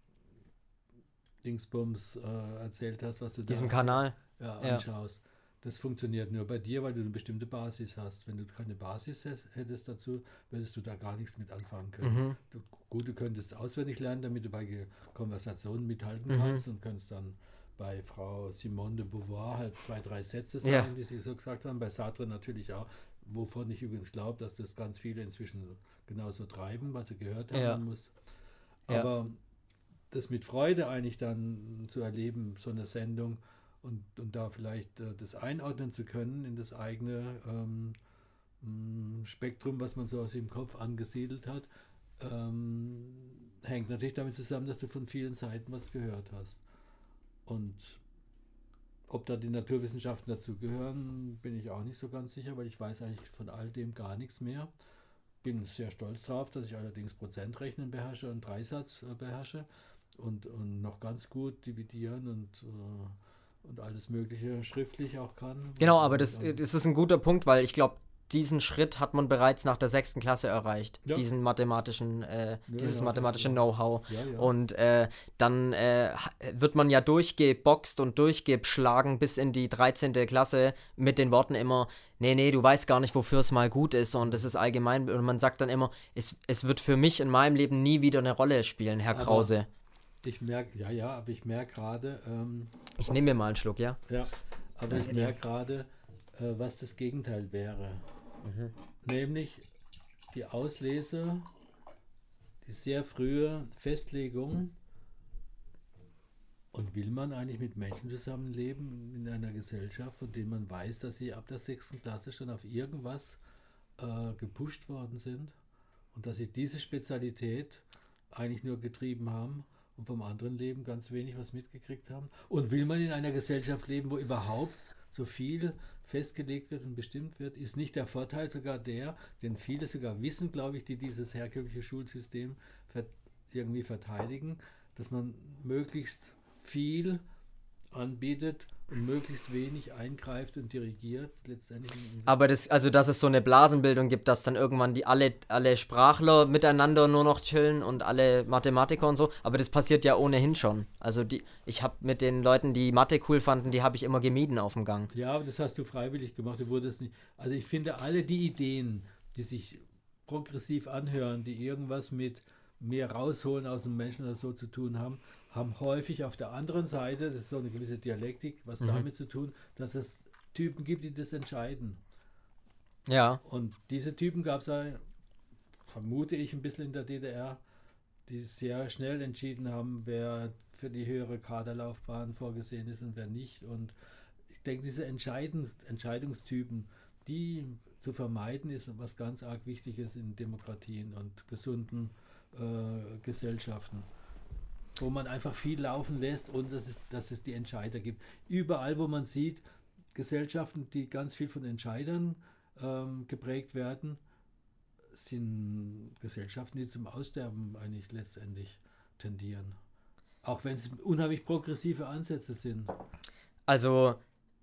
Dingsbums äh, erzählt hast, was du Diesem da Kanal. ja, Ja. anschaust. Das funktioniert nur bei dir, weil du eine bestimmte Basis hast. Wenn du keine Basis hätt- hättest dazu, würdest du da gar nichts mit anfangen können. Mhm. Du, gut, du könntest auswendig lernen, damit du bei Ge- Konversationen mithalten Mhm. kannst und könntest dann bei Frau Simone de Beauvoir halt zwei, drei Sätze sagen, Ja. die sie so gesagt haben. Bei Sartre natürlich auch, wovon ich übrigens glaube, dass das ganz viele inzwischen genauso treiben, was sie gehört haben. Ja. Man muss. Ja. Aber das mit Freude eigentlich dann zu erleben, so eine Sendung, und, und da vielleicht äh, das einordnen zu können in das eigene ähm, mh, Spektrum, was man so aus dem Kopf angesiedelt hat, ähm, hängt natürlich damit zusammen, dass du von vielen Seiten was gehört hast. Und ob da die Naturwissenschaften dazugehören, bin ich auch nicht so ganz sicher, weil ich weiß eigentlich von all dem gar nichts mehr. Bin sehr stolz drauf, dass ich allerdings Prozentrechnen beherrsche und Dreisatz äh, beherrsche und, und noch ganz gut dividieren und, äh, und alles Mögliche schriftlich auch kann. Genau, Und, aber das, ähm, das ist ein guter Punkt, weil ich glaube, diesen Schritt hat man bereits nach der sechsten Klasse erreicht, Ja. diesen mathematischen, äh, Ja, dieses ja, mathematische ja. Know-how. Ja, ja. Und äh, dann äh, ha- wird man ja durchgeboxt und durchgeschlagen bis in die dreizehnte Klasse mit den Worten immer, nee, nee, du weißt gar nicht, wofür es mal gut ist und es ist allgemein. Und man sagt dann immer, es, es wird für mich in meinem Leben nie wieder eine Rolle spielen, Herr Aber- Krause. Ich merke, ja, ja, aber ich merke gerade, ähm, Ich nehme mir mal einen Schluck, ja? ja, aber Danke ich dir. merke gerade, äh, was das Gegenteil wäre. Nämlich die Auslese, die sehr frühe Festlegung. Und will man eigentlich mit Menschen zusammenleben in einer Gesellschaft, von denen man weiß, dass sie ab der sechsten Klasse schon auf irgendwas äh, gepusht worden sind und dass sie diese Spezialität eigentlich nur getrieben haben und vom anderen Leben ganz wenig was mitgekriegt haben? Und will man in einer Gesellschaft leben, wo überhaupt so viel festgelegt wird und bestimmt wird, ist nicht der Vorteil sogar der, den viele sogar wissen, glaube ich, die dieses herkömmliche Schulsystem ver- irgendwie verteidigen, dass man möglichst viel anbietet und möglichst wenig eingreift und dirigiert letztendlich. in- Aber das, also dass es so eine Blasenbildung gibt, dass dann irgendwann die alle, alle Sprachler miteinander nur noch chillen und alle Mathematiker und so, aber das passiert ja ohnehin schon. Also die, ich habe mit den Leuten, die Mathe cool fanden, die habe ich immer gemieden auf dem Gang. Ja, aber das hast du freiwillig gemacht, du wurdest nicht. Also ich finde alle die Ideen, die sich progressiv anhören, die irgendwas mit mehr rausholen aus dem Menschen oder so zu tun haben, haben häufig auf der anderen Seite, das ist so eine gewisse Dialektik, was Mhm. damit zu tun, dass es Typen gibt, die das entscheiden. Ja. Und diese Typen gab es ja, vermute ich, ein bisschen in der D D R, die sehr schnell entschieden haben, wer für die höhere Kaderlaufbahn vorgesehen ist und wer nicht. Und ich denke, diese Entscheidungs Entscheidungstypen, die zu vermeiden, ist was ganz arg Wichtiges in Demokratien und gesunden äh, Gesellschaften, wo man einfach viel laufen lässt und dass es, dass es die Entscheider gibt. Überall, wo man sieht, Gesellschaften, die ganz viel von Entscheidern ähm, geprägt werden, sind Gesellschaften, die zum Aussterben eigentlich letztendlich tendieren. Auch wenn es unheimlich progressive Ansätze sind. Also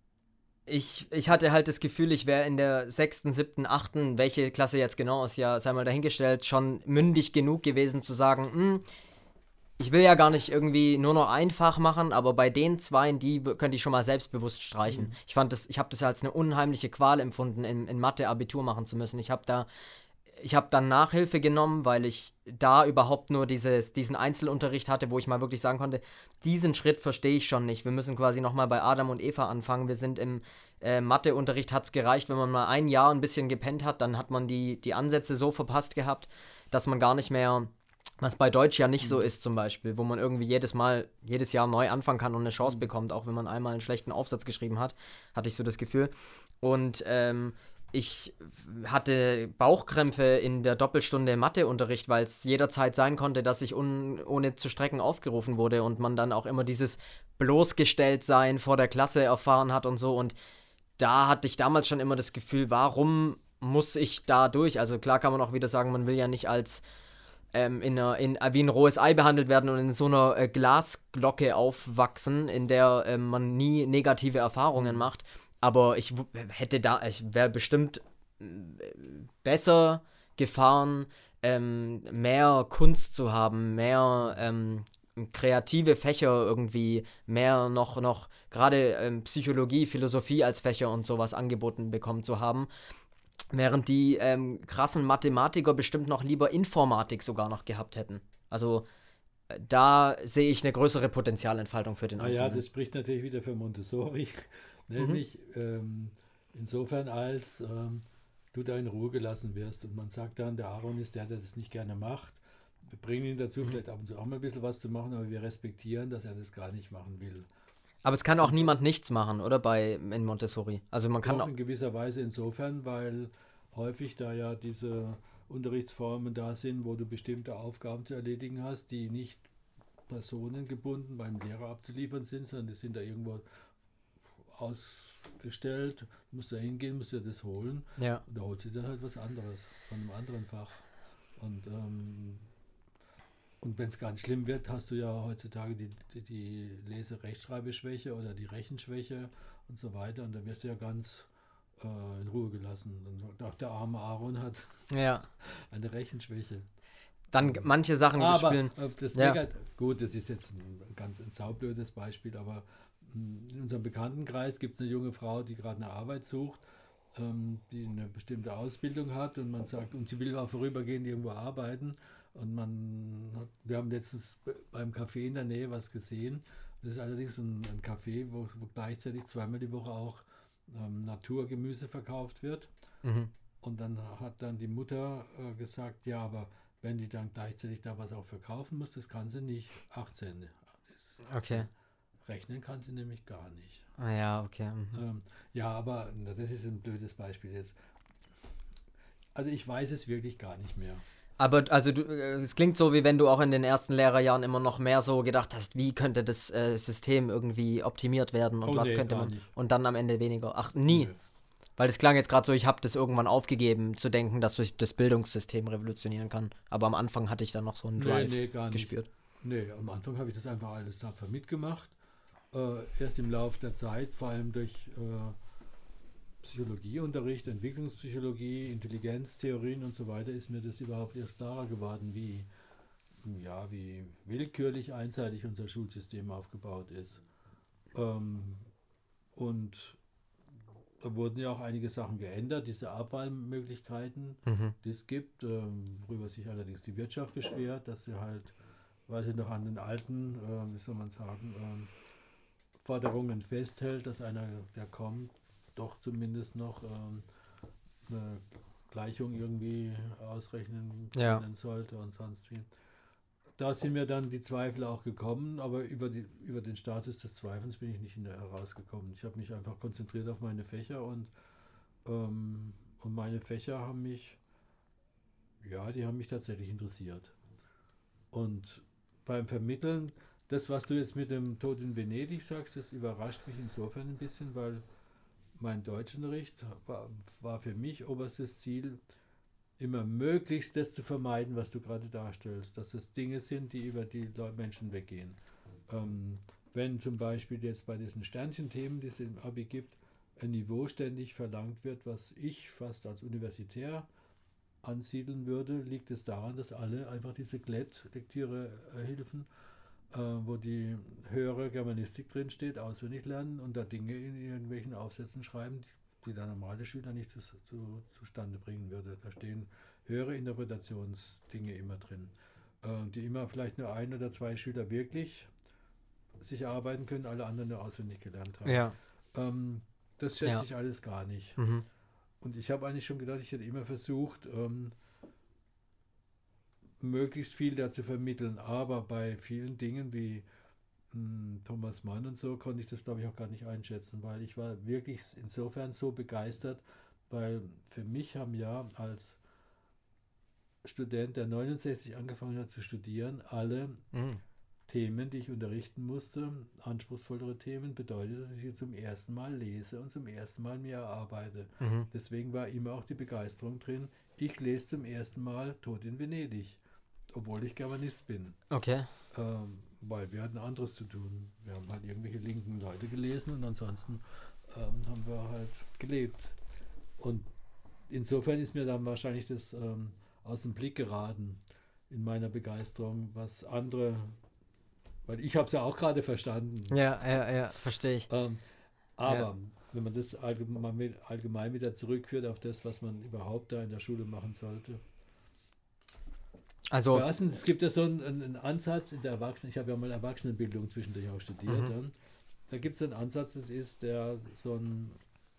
ich, ich hatte halt das Gefühl, ich wäre in der sechsten, siebten, achten, welche Klasse jetzt genau ist, ja, sei mal dahingestellt, schon mündig genug gewesen zu sagen, hm, ich will ja gar nicht irgendwie nur noch einfach machen, aber bei den zweien, die w- könnte ich schon mal selbstbewusst streichen. Mhm. Ich fand das, ich habe das ja als eine unheimliche Qual empfunden, in, in Mathe Abitur machen zu müssen. Ich habe da, ich habe dann Nachhilfe genommen, weil ich da überhaupt nur dieses, diesen Einzelunterricht hatte, wo ich mal wirklich sagen konnte, diesen Schritt verstehe ich schon nicht. Wir müssen quasi nochmal bei Adam und Eva anfangen. Wir sind im äh, Matheunterricht, hat es gereicht, wenn man mal ein Jahr ein bisschen gepennt hat, dann hat man die, die Ansätze so verpasst gehabt, dass man gar nicht mehr, was bei Deutsch ja nicht so ist zum Beispiel, wo man irgendwie jedes Mal, jedes Jahr neu anfangen kann und eine Chance bekommt, auch wenn man einmal einen schlechten Aufsatz geschrieben hat, hatte ich so das Gefühl. Und ähm, ich hatte Bauchkrämpfe in der Doppelstunde Matheunterricht, weil es jederzeit sein konnte, dass ich un- ohne zu strecken aufgerufen wurde und man dann auch immer dieses Bloßgestelltsein vor der Klasse erfahren hat und so. Und da hatte ich damals schon immer das Gefühl, warum muss ich da durch? Also klar kann man auch wieder sagen, man will ja nicht als ähm, in einer, in, wie ein rohes Ei behandelt werden und in so einer äh, Glasglocke aufwachsen, in der ähm, man nie negative Erfahrungen macht. Aber ich w- hätte da, ich wäre bestimmt äh, besser gefahren, ähm, mehr Kunst zu haben, mehr ähm, kreative Fächer irgendwie, mehr noch, noch gerade ähm, Psychologie, Philosophie als Fächer und sowas angeboten bekommen zu haben. Während die ähm, krassen Mathematiker bestimmt noch lieber Informatik sogar noch gehabt hätten. Also äh, da sehe ich eine größere Potenzialentfaltung für den Naja, Einzelnen. das spricht natürlich wieder für Montessori, nämlich ähm, insofern als ähm, du da in Ruhe gelassen wirst und man sagt dann, der Aaron ist der, der das nicht gerne macht. Wir bringen ihn dazu, vielleicht ab und zu auch mal ein bisschen was zu machen, aber wir respektieren, dass er das gar nicht machen will. Aber es kann auch niemand nichts machen, oder? Bei in Montessori. Also man kann Doch auch. in gewisser Weise insofern, weil häufig da ja diese Unterrichtsformen da sind, wo du bestimmte Aufgaben zu erledigen hast, die nicht personengebunden beim Lehrer abzuliefern sind, sondern die sind da irgendwo ausgestellt, musst du da hingehen, musst du dir das holen Ja. und da holst du dann halt was anderes von einem anderen Fach. Und, ähm, und wenn es ganz schlimm wird, hast du ja heutzutage die, die, die Lese-Rechtschreibeschwäche oder die Rechenschwäche und so weiter und da wirst du ja ganz äh, in Ruhe gelassen. Und auch der arme Aaron hat Ja. eine Rechenschwäche. Dann manche Sachen aber spielen. äh, das Ja. Mega, gut, das ist jetzt ein ganz ein saublödes Beispiel, aber mh, in unserem Bekanntenkreis gibt es eine junge Frau, die gerade eine Arbeit sucht, ähm, die eine bestimmte Ausbildung hat und man sagt, und sie will auch vorübergehend irgendwo arbeiten und man hat, wir haben letztens beim Café in der Nähe was gesehen. Das ist allerdings ein, ein Café, wo, wo gleichzeitig zweimal die Woche auch ähm, Naturgemüse verkauft wird. Mhm. Und dann hat dann die Mutter äh, gesagt, ja, aber wenn die dann gleichzeitig da was auch verkaufen muss, das kann sie nicht. achtzehn. Das, Okay. Rechnen kann sie nämlich gar nicht. Ah ja, okay. Mhm. Ähm, ja, aber na, das ist ein blödes Beispiel jetzt. Also ich weiß es wirklich gar nicht mehr. Aber also du, äh, es klingt so, wie wenn du auch in den ersten Lehrerjahren immer noch mehr so gedacht hast, wie könnte das äh, System irgendwie optimiert werden und Oh, was nee, könnte gar man nicht. und dann am Ende weniger. Ach, nie. Nö. Weil das klang jetzt gerade so, ich habe das irgendwann aufgegeben, zu denken, dass ich das Bildungssystem revolutionieren kann. Aber am Anfang hatte ich dann noch so einen Nee, Drive nee, gar nicht. gespürt. Nee, am Anfang habe ich das einfach alles tapfer mitgemacht. Äh, erst im Laufe der Zeit, vor allem durch äh, Psychologieunterricht, Entwicklungspsychologie, Intelligenztheorien und so weiter, ist mir das überhaupt erst klarer geworden, wie, ja, wie willkürlich einseitig unser Schulsystem aufgebaut ist. Ähm, und da wurden ja auch einige Sachen geändert, diese Abwahlmöglichkeiten, Mhm. die es gibt, ähm, worüber sich allerdings die Wirtschaft beschwert, dass sie halt, weil sie noch an den alten, äh, wie soll man sagen, ähm, Forderungen festhält, dass einer, der kommt, doch zumindest noch ähm, eine Gleichung irgendwie ausrechnen Ja. können sollte und sonst wie. Da sind mir dann die Zweifel auch gekommen, aber über, die, über den Status des Zweifels bin ich nicht in der, herausgekommen. Ich habe mich einfach konzentriert auf meine Fächer und, ähm, und meine Fächer haben mich, ja, die haben mich tatsächlich interessiert. Und beim Vermitteln, das, was du jetzt mit dem Tod in Venedig sagst, das überrascht mich insofern ein bisschen, weil mein Deutschunterricht war, war für mich oberstes Ziel, immer möglichst das zu vermeiden, was du gerade darstellst, dass es Dinge sind, die über die Leute, Menschen weggehen. Ähm, wenn zum Beispiel jetzt bei diesen Sternchenthemen, die es im Abi gibt, ein Niveau ständig verlangt wird, was ich fast als universitär ansiedeln würde, liegt es daran, dass alle einfach diese Glätt-Lektüre-Hilfen, äh, wo die höhere Germanistik drin steht, auswendig lernen und da Dinge in irgendwelchen Aufsätzen schreiben, die die der normale Schüler nicht zu, zu, zustande bringen würde. Da stehen höhere Interpretationsdinge immer drin, äh, die immer vielleicht nur ein oder zwei Schüler wirklich sich erarbeiten können, alle anderen nur auswendig gelernt haben. Ja. Ähm, das schätze Ja. ich alles gar nicht. Mhm. Und ich habe eigentlich schon gedacht, ich hätte immer versucht, ähm, möglichst viel da zu vermitteln, aber bei vielen Dingen wie Thomas Mann und so konnte ich das, glaube ich, auch gar nicht einschätzen, weil ich war wirklich insofern so begeistert, weil für mich haben ja als Student, der neunundsechzig angefangen hat zu studieren, alle Mhm. Themen, die ich unterrichten musste, anspruchsvollere Themen, bedeutet, dass ich sie zum ersten Mal lese und zum ersten Mal mir erarbeite. Mhm. Deswegen war immer auch die Begeisterung drin, ich lese zum ersten Mal Tod in Venedig, obwohl ich Germanist bin. Okay. Ähm, weil wir hatten anderes zu tun. Wir haben halt irgendwelche linken Leute gelesen und ansonsten ähm, haben wir halt gelebt. Und insofern ist mir dann wahrscheinlich das ähm, aus dem Blick geraten in meiner Begeisterung, was andere, weil ich habe es ja auch gerade verstanden. Ja, ja, ja, verstehe ich. Ähm, aber Ja. wenn man das allgemein, allgemein wieder zurückführt auf das, was man überhaupt da in der Schule machen sollte. Also, Erstens, es gibt ja so einen, einen Ansatz in der Erwachsenen, ich habe ja mal Erwachsenenbildung zwischendurch auch studiert, Mhm. dann, da gibt es einen Ansatz, das ist der so ein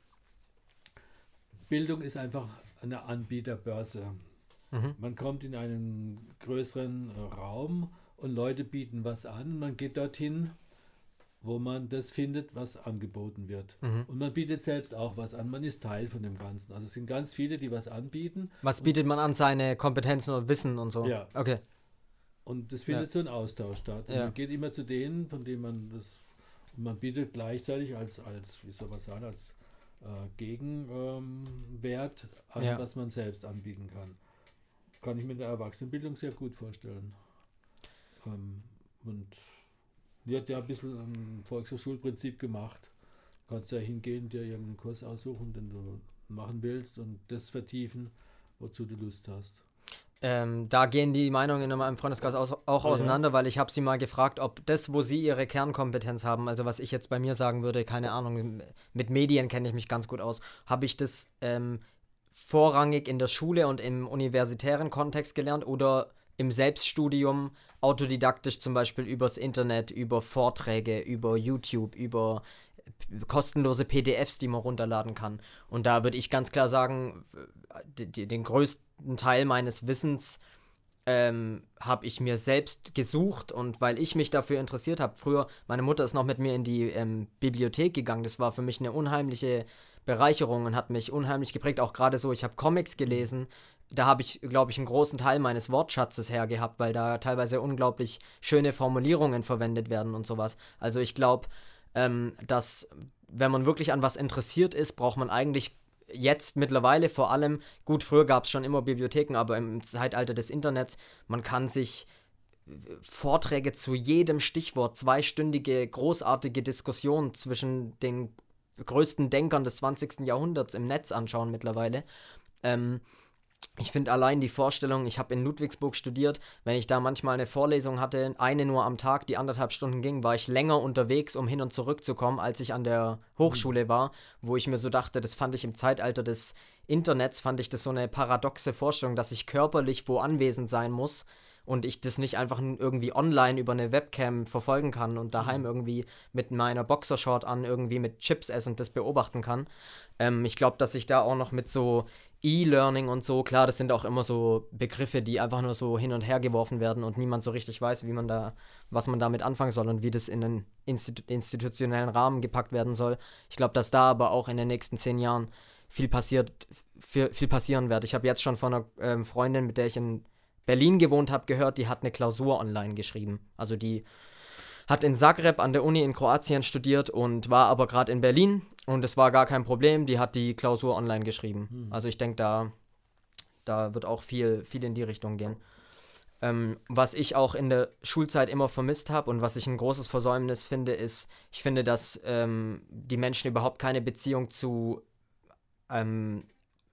Bildung ist einfach eine Anbieterbörse. mhm. Man kommt in einen größeren äh, Raum und Leute bieten was an, man geht dorthin, wo man das findet, was angeboten wird. Mhm. Und man bietet selbst auch was an, man ist Teil von dem Ganzen. Also es sind ganz viele, die was anbieten. Was bietet man an? Seine Kompetenzen und Wissen und so? Ja. Okay. Und das findet Ja. so ein Austausch statt. Und Ja. man geht immer zu denen, von denen man das, und man bietet gleichzeitig als, als wie soll man sagen, als äh, Gegenwert ähm, an, Ja. was man selbst anbieten kann. Kann ich mir in der Erwachsenenbildung sehr gut vorstellen. Ähm, und wird ja ein bisschen ein Volkshochschulprinzip gemacht. Du kannst ja hingehen, dir irgendeinen Kurs aussuchen, den du machen willst und das vertiefen, wozu du Lust hast. Ähm, da gehen die Meinungen in meinem Freundeskreis aus, auch Oh, auseinander, ja. weil ich habe sie mal gefragt, ob das, wo sie ihre Kernkompetenz haben, also was ich jetzt bei mir sagen würde, keine Ahnung, mit Medien kenne ich mich ganz gut aus, habe ich das ähm, vorrangig in der Schule und im universitären Kontext gelernt oder im Selbststudium autodidaktisch zum Beispiel übers Internet, über Vorträge, über YouTube, über kostenlose P D Fs, die man runterladen kann. Und da würde ich ganz klar sagen, d- d- den größten Teil meines Wissens ähm, habe ich mir selbst gesucht und weil ich mich dafür interessiert habe. Früher, meine Mutter ist noch mit mir in die ähm, Bibliothek gegangen. Das war für mich eine unheimliche Bereicherung und hat mich unheimlich geprägt. Auch gerade so, ich habe Comics gelesen. Da habe ich, glaube ich, einen großen Teil meines Wortschatzes her gehabt, weil da teilweise unglaublich schöne Formulierungen verwendet werden und sowas. Also ich glaube, ähm, dass wenn man wirklich an was interessiert ist, braucht man eigentlich jetzt mittlerweile vor allem, gut, früher gab es schon immer Bibliotheken, aber im Zeitalter des Internets, man kann sich Vorträge zu jedem Stichwort, zweistündige, großartige Diskussionen zwischen den größten Denkern des zwanzigsten Jahrhunderts im Netz anschauen mittlerweile. Ähm, ich finde allein die Vorstellung, ich habe in Ludwigsburg studiert, wenn ich da manchmal eine Vorlesung hatte, eine nur am Tag, die anderthalb Stunden ging, war ich länger unterwegs, um hin und zurück zu kommen, als ich an der Hochschule war, wo ich mir so dachte, das fand ich im Zeitalter des Internets, fand ich das so eine paradoxe Vorstellung, dass ich körperlich wo anwesend sein muss und ich das nicht einfach irgendwie online über eine Webcam verfolgen kann und daheim irgendwie mit meiner Boxershort an irgendwie mit Chips essen das beobachten kann. Ähm, ich glaube, dass ich da auch noch mit so E-Learning und so, klar, das sind auch immer so Begriffe, die einfach nur so hin und her geworfen werden und niemand so richtig weiß, wie man da, was man damit anfangen soll und wie das in einen Institu- institutionellen Rahmen gepackt werden soll. Ich glaube, dass da aber auch in den nächsten zehn Jahren viel passiert, viel, viel passieren wird. Ich habe jetzt schon von einer ähm, Freundin, mit der ich in Berlin gewohnt habe, gehört, die hat eine Klausur online geschrieben. Also die hat in Zagreb an der Uni in Kroatien studiert und war aber gerade in Berlin und es war gar kein Problem, die hat die Klausur online geschrieben. Hm. Also ich denke, da, da wird auch viel, viel in die Richtung gehen. Ähm, was ich auch in der Schulzeit immer vermisst habe und was ich ein großes Versäumnis finde, ist, ich finde, dass ähm, die Menschen überhaupt keine Beziehung zu, ähm,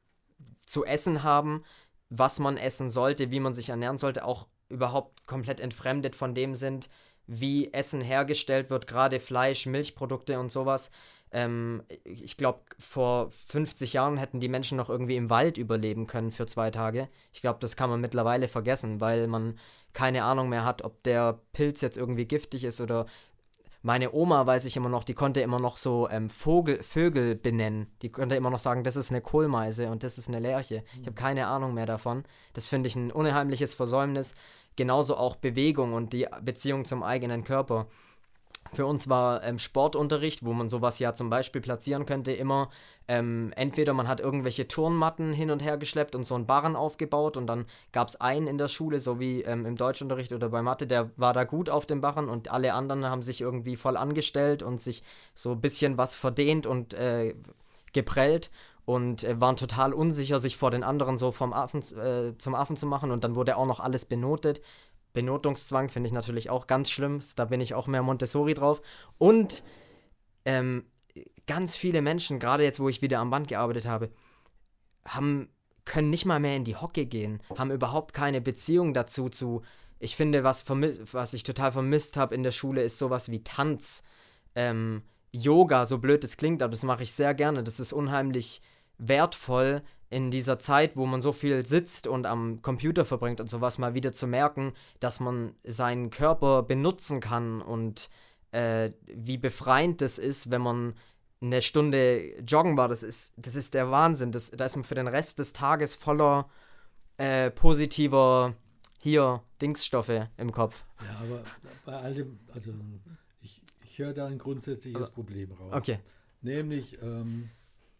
zu Essen haben, was man essen sollte, wie man sich ernähren sollte, auch überhaupt komplett entfremdet von dem sind, wie Essen hergestellt wird, gerade Fleisch, Milchprodukte und sowas. Ähm, ich glaube, vor fünfzig Jahren hätten die Menschen noch irgendwie im Wald überleben können für zwei Tage. Ich glaube, das kann man mittlerweile vergessen, weil man keine Ahnung mehr hat, ob der Pilz jetzt irgendwie giftig ist oder meine Oma, weiß ich immer noch, die konnte immer noch so ähm, Vogel, Vögel benennen. Die konnte immer noch sagen, das ist eine Kohlmeise und das ist eine Lerche. Ich habe keine Ahnung mehr davon. Das finde ich ein unheimliches Versäumnis. Genauso auch Bewegung und die Beziehung zum eigenen Körper. Für uns war ähm, Sportunterricht, wo man sowas ja zum Beispiel platzieren könnte, immer ähm, entweder man hat irgendwelche Turnmatten hin und her geschleppt und so einen Barren aufgebaut und dann gab es einen in der Schule, so wie ähm, im Deutschunterricht oder bei Mathe, der war da gut auf dem Barren und alle anderen haben sich irgendwie voll angestellt und sich so ein bisschen was verdehnt und äh, geprellt und äh, waren total unsicher, sich vor den anderen so vom Affen, äh, zum Affen zu machen und dann wurde auch noch alles benotet. Benotungszwang finde ich natürlich auch ganz schlimm. Da bin ich auch mehr Montessori drauf. Und ähm, ganz viele Menschen, gerade jetzt, wo ich wieder am Band gearbeitet habe, haben, können nicht mal mehr in die Hocke gehen, haben überhaupt keine Beziehung dazu zu. Ich finde, was, vermi- was ich total vermisst habe in der Schule, ist sowas wie Tanz, ähm, Yoga, so blöd es klingt, aber das mache ich sehr gerne. Das ist unheimlich wertvoll in dieser Zeit, wo man so viel sitzt und am Computer verbringt und sowas, mal wieder zu merken, dass man seinen Körper benutzen kann und äh, wie befreiend das ist, wenn man eine Stunde joggen war. Das ist, das ist der Wahnsinn. Das, da ist man für den Rest des Tages voller äh, positiver hier Dingsstoffe im Kopf. Ja, aber bei all dem, also ich, ich höre da ein grundsätzliches Also, Problem raus. Okay. Nämlich, ähm,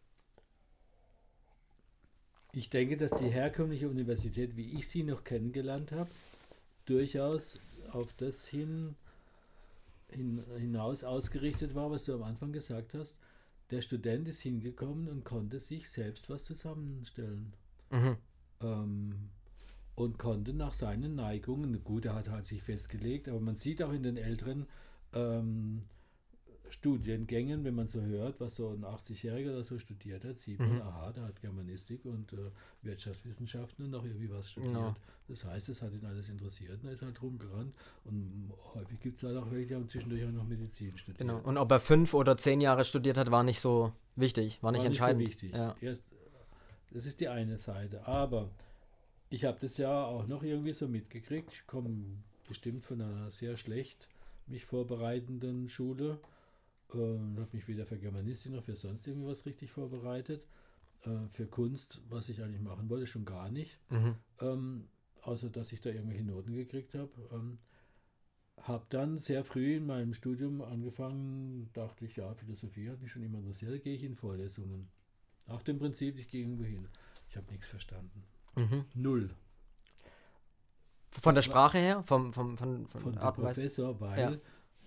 ich denke, dass die herkömmliche Universität, wie ich sie noch kennengelernt habe, durchaus auf das hin, hin, hinaus ausgerichtet war, was du am Anfang gesagt hast. Der Student ist hingekommen und konnte sich selbst was zusammenstellen. Mhm. Ähm, und konnte nach seinen Neigungen, gut, er hat halt sich festgelegt, aber man sieht auch in den älteren ähm, Studiengängen, wenn man so hört, was so ein achtzigjähriger oder so studiert hat, sieht man, Mhm. aha, der hat Germanistik und äh, Wirtschaftswissenschaften und noch irgendwie was studiert. Ja. Das heißt, es hat ihn alles interessiert und er ist halt rumgerannt. Und häufig gibt es halt auch welche, die haben zwischendurch auch noch Medizin studiert. Genau. Und ob er fünf oder zehn Jahre studiert hat, war nicht so wichtig, war nicht War entscheidend. Nicht so wichtig. Ja. Erst, das ist die eine Seite. Aber ich habe das ja auch noch irgendwie so mitgekriegt. Ich komme bestimmt von einer sehr schlecht mich vorbereitenden Schule. Ähm, habe mich weder für Germanistik noch für sonst irgendwas richtig vorbereitet. Äh, für Kunst, was ich eigentlich machen wollte, schon gar nicht. Mhm. Ähm, außer, dass ich da irgendwelche Noten gekriegt habe. Ähm, habe dann sehr früh in meinem Studium angefangen, dachte ich, ja, Philosophie hat mich schon immer interessiert, da gehe ich in Vorlesungen. Nach dem Prinzip, ich gehe irgendwo hin. Ich habe nichts verstanden. Mhm. Null. Von der Das war- Sprache her? Vom, vom, von, von, Von dem Art und Weise? Professor, weil Ja.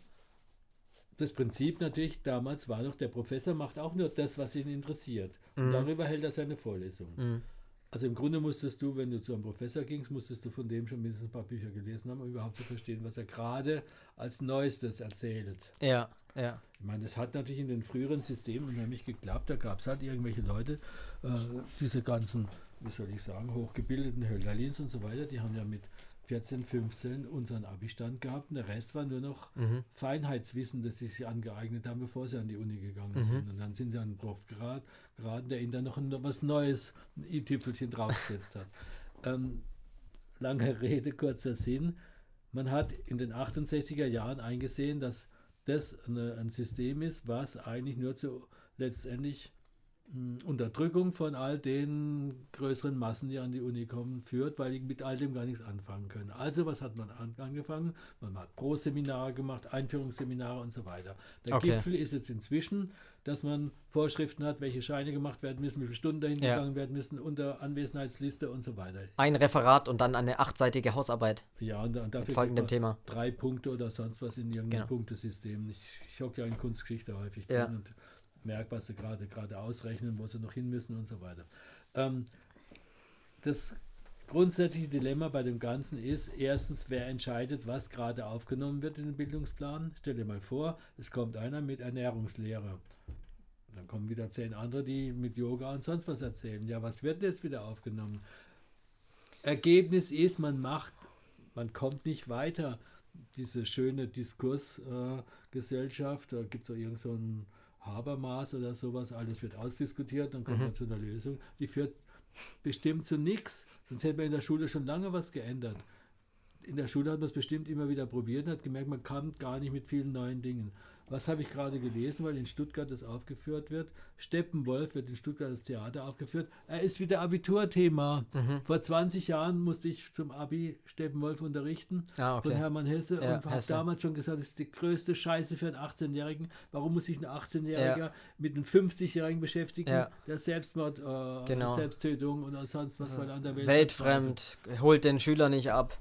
das Prinzip natürlich damals war noch, der Professor macht auch nur das, was ihn interessiert. Und Mhm. darüber hält er seine Vorlesung. Mhm. Also im Grunde musstest du, wenn du zu einem Professor gingst, musstest du von dem schon mindestens ein paar Bücher gelesen haben, um überhaupt zu verstehen, was er gerade als Neuestes erzählt. Ja, ja. Ich meine, das hat natürlich in den früheren Systemen unheimlich geklappt. Da gab es halt irgendwelche Leute, äh, diese ganzen, wie soll ich sagen, hochgebildeten Hölderlins und so weiter, die haben ja mit vierzehn, fünfzehn unseren Abi-Stand gehabt und der Rest war nur noch Mhm. Feinheitswissen, das sie sich angeeignet haben, bevor sie an die Uni gegangen Mhm. sind. Und dann sind sie an einen Prof geraten, geraten, der ihnen dann noch ein, was Neues, ein i-Tüpfelchen draufgesetzt hat. Ähm, lange Rede, kurzer Sinn. Man hat in den achtundsechziger Jahren eingesehen, dass das eine, ein System ist, was eigentlich nur zu letztendlich mh, Unterdrückung von all den größeren Massen, die an die Uni kommen, führt, weil die mit all dem gar nichts anfangen können. Also was hat man an, angefangen? Man hat Pro-Seminare gemacht, Einführungsseminare und so weiter. Der Okay. Gipfel ist jetzt inzwischen, dass man Vorschriften hat, welche Scheine gemacht werden müssen, wie viele Stunden dahin Ja. gegangen werden müssen, unter Anwesenheitsliste und so weiter. Ein Referat und dann eine achtseitige Hausarbeit Ja, und, und mit dafür folgendem kriegt man Thema. drei Punkte oder sonst was in irgendeinem Genau. Punktesystem. Ich, ich hocke ja in Kunstgeschichte häufig Ja. drin und merke, was sie gerade gerade ausrechnen, wo sie noch hin müssen und so weiter. Ähm, das grundsätzliche Dilemma bei dem Ganzen ist, erstens, wer entscheidet, was gerade aufgenommen wird in den Bildungsplan. Stell dir mal vor, es kommt einer mit Ernährungslehre. Dann kommen wieder zehn andere, die mit Yoga und sonst was erzählen. Ja, was wird jetzt wieder aufgenommen? Ergebnis ist, man macht, man kommt nicht weiter. Diese schöne Diskursgesellschaft, da gibt es auch irgend so ein Habermas oder sowas, alles wird ausdiskutiert, dann kommt Mhm. man zu einer Lösung. Die führt bestimmt zu nichts, sonst hätte man in der Schule schon lange was geändert. In der Schule hat man es bestimmt immer wieder probiert und hat gemerkt, man kann gar nicht mit vielen neuen Dingen. Was habe ich gerade gelesen, weil in Stuttgart das aufgeführt wird? Steppenwolf wird in Stuttgart das Theater aufgeführt. Er ist wieder Abiturthema. Mhm. Vor zwanzig Jahren musste ich zum Abi Steppenwolf unterrichten Ah, von okay. Hermann Hesse Ja, und habe Hesse. damals schon gesagt, das ist die größte Scheiße für einen achtzehnjährigen. Warum muss sich ein achtzehnjähriger Ja. mit einem fünfzigjährigen beschäftigen, Ja. der Selbstmord, äh, Genau. Selbsttötung und sonst was, weil er an der Welt Weltfremd, holt den Schüler nicht ab.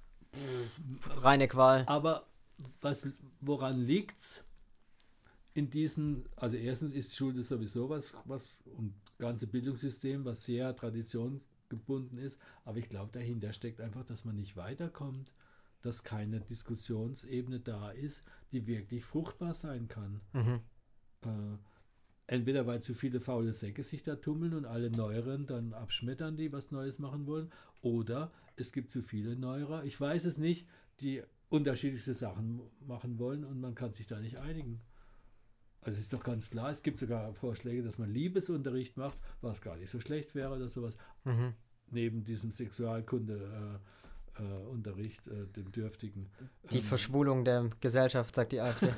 Reine Qual. Aber was, woran liegt's? In diesen, also erstens ist Schule sowieso was, was und das ganze Bildungssystem, was sehr traditionsgebunden ist, aber ich glaube, dahinter steckt einfach, dass man nicht weiterkommt, dass keine Diskussionsebene da ist, die wirklich fruchtbar sein kann. Mhm. Äh, entweder weil zu viele faule Säcke sich da tummeln und alle Neueren dann abschmettern, die was Neues machen wollen, oder es gibt zu viele Neuerer, ich weiß es nicht, die unterschiedlichste Sachen machen wollen und man kann sich da nicht einigen. Also es ist doch ganz klar, es gibt sogar Vorschläge, dass man Liebesunterricht macht, was gar nicht so schlecht wäre oder sowas, Mhm. neben diesem Sexualkunde-Unterricht, äh, äh, Unterricht, äh, dem dürftigen. Die Ähm, Verschwulung der Gesellschaft, sagt die AfD.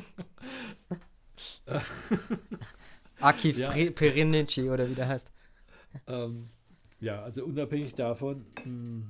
Akif Ja. Pri- Perinici oder wie der heißt. Ähm, ja, also unabhängig davon mh,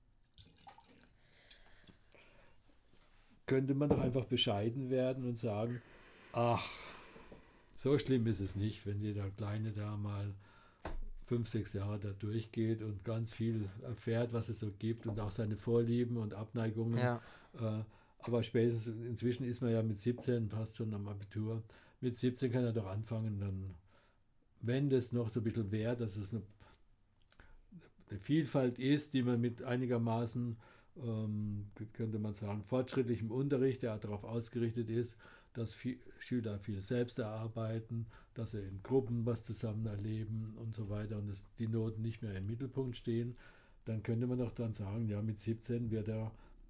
könnte man doch einfach bescheiden werden und sagen, ach, so schlimm ist es nicht, wenn jeder Kleine da mal fünf, sechs Jahre da durchgeht und ganz viel erfährt, was es so gibt und auch seine Vorlieben und Abneigungen. Ja. Äh, aber spätestens inzwischen ist man ja mit siebzehn fast schon am Abitur. Mit siebzehn kann er doch anfangen, dann, wenn das noch so ein bisschen wäre, dass es eine, eine Vielfalt ist, die man mit einigermaßen, ähm, könnte man sagen, fortschrittlichem Unterricht, der darauf ausgerichtet ist, dass viel, Schüler viel selbst erarbeiten, dass sie in Gruppen was zusammen erleben und so weiter und dass die Noten nicht mehr im Mittelpunkt stehen, dann könnte man doch dann sagen, ja, mit siebzehn wird er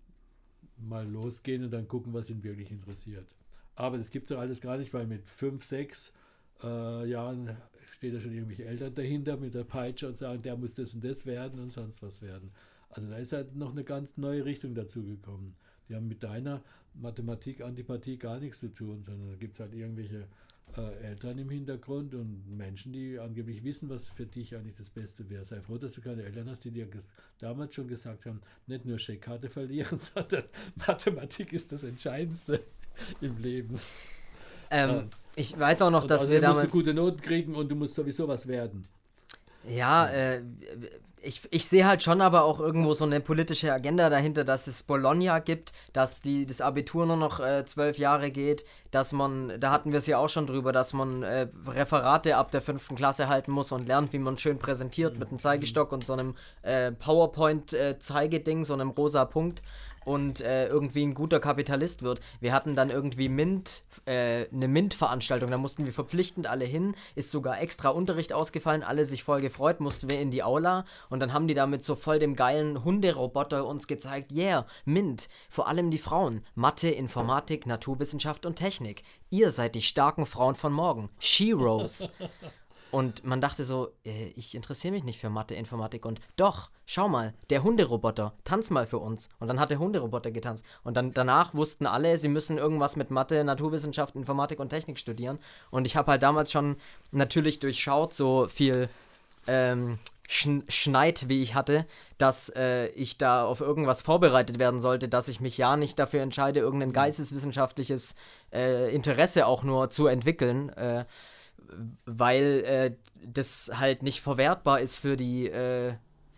mal losgehen und dann gucken, was ihn wirklich interessiert. Aber das gibt es doch alles gar nicht, weil mit fünf, sechs äh, Jahren steht da schon irgendwelche Eltern dahinter mit der Peitsche und sagen, der muss das und das werden und sonst was werden. Also da ist halt noch eine ganz neue Richtung dazu gekommen. Die haben mit deiner Mathematik-Antipathie gar nichts zu tun, sondern da gibt es halt irgendwelche äh, Eltern im Hintergrund und Menschen, die angeblich wissen, was für dich eigentlich das Beste wäre. Sei froh, dass du keine Eltern hast, die dir ges- damals schon gesagt haben, nicht nur Scheckkarte verlieren, sondern Mathematik ist das Entscheidendste im Leben. Ähm, äh, ich weiß auch noch, und dass wir damals... Du musst gute Noten kriegen und du musst sowieso was werden. Ja, äh, ich, ich sehe halt schon aber auch irgendwo so eine politische Agenda dahinter, dass es Bologna gibt, dass die, das Abitur nur noch äh, zwölf Jahre geht, dass man, da hatten wir es ja auch schon drüber, dass man äh, Referate ab der fünften Klasse halten muss und lernt, wie man schön präsentiert mit einem Zeigestock und so einem äh, PowerPoint-Zeigeding, so einem rosa Punkt. Und äh, irgendwie ein guter Kapitalist wird. Wir hatten dann irgendwie Mint, äh, eine Mint-Veranstaltung, da mussten wir verpflichtend alle hin, ist sogar extra Unterricht ausgefallen, alle sich voll gefreut, mussten wir in die Aula und dann haben die da mit so voll dem geilen Hunderoboter uns gezeigt, yeah, Mint, vor allem die Frauen, Mathe, Informatik, Naturwissenschaft und Technik. Ihr seid die starken Frauen von morgen, Sheroes. Und man dachte so, äh, ich interessiere mich nicht für Mathe, Informatik und doch, schau mal, der Hunderoboter, tanz mal für uns. Und dann hat der Hunderoboter getanzt. Und dann danach wussten alle, sie müssen irgendwas mit Mathe, Naturwissenschaft, Informatik und Technik studieren. Und ich habe halt damals schon natürlich durchschaut, so viel ähm, Sch- Schneid, wie ich hatte, dass äh, ich da auf irgendwas vorbereitet werden sollte, dass ich mich ja nicht dafür entscheide, irgendein geisteswissenschaftliches äh, Interesse auch nur zu entwickeln, äh, weil äh, das halt nicht verwertbar ist für die äh,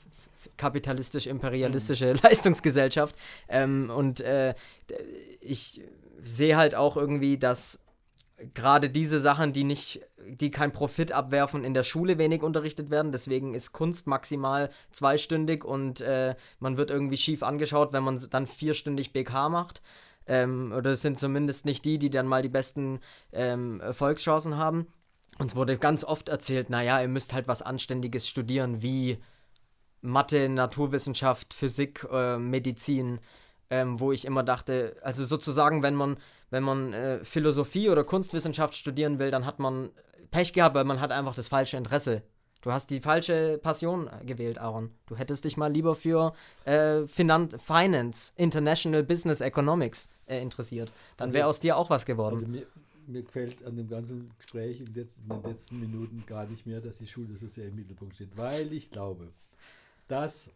kapitalistisch-imperialistische mhm. Leistungsgesellschaft. Ähm, und äh, ich sehe halt auch irgendwie, dass gerade diese Sachen, die nicht, die keinen Profit abwerfen, in der Schule wenig unterrichtet werden. Deswegen ist Kunst maximal zweistündig und äh, man wird irgendwie schief angeschaut, wenn man dann vierstündig B K macht. Ähm, oder es sind zumindest nicht die, die dann mal die besten ähm, Erfolgschancen haben. Uns wurde ganz oft erzählt, naja, ihr müsst halt was Anständiges studieren, wie Mathe, Naturwissenschaft, Physik, äh, Medizin, ähm, wo ich immer dachte, also sozusagen, wenn man, wenn man äh, Philosophie oder Kunstwissenschaft studieren will, dann hat man Pech gehabt, weil man hat einfach das falsche Interesse. Du hast die falsche Passion gewählt, Aaron. Du hättest dich mal lieber für äh, Finan- Finance, International Business Economics äh, interessiert. Dann wäre also, aus dir auch was geworden. Also mir Mir gefällt an dem ganzen Gespräch in, den letzten Minuten gar nicht mehr, dass die Schule so sehr im Mittelpunkt steht, weil ich glaube, dass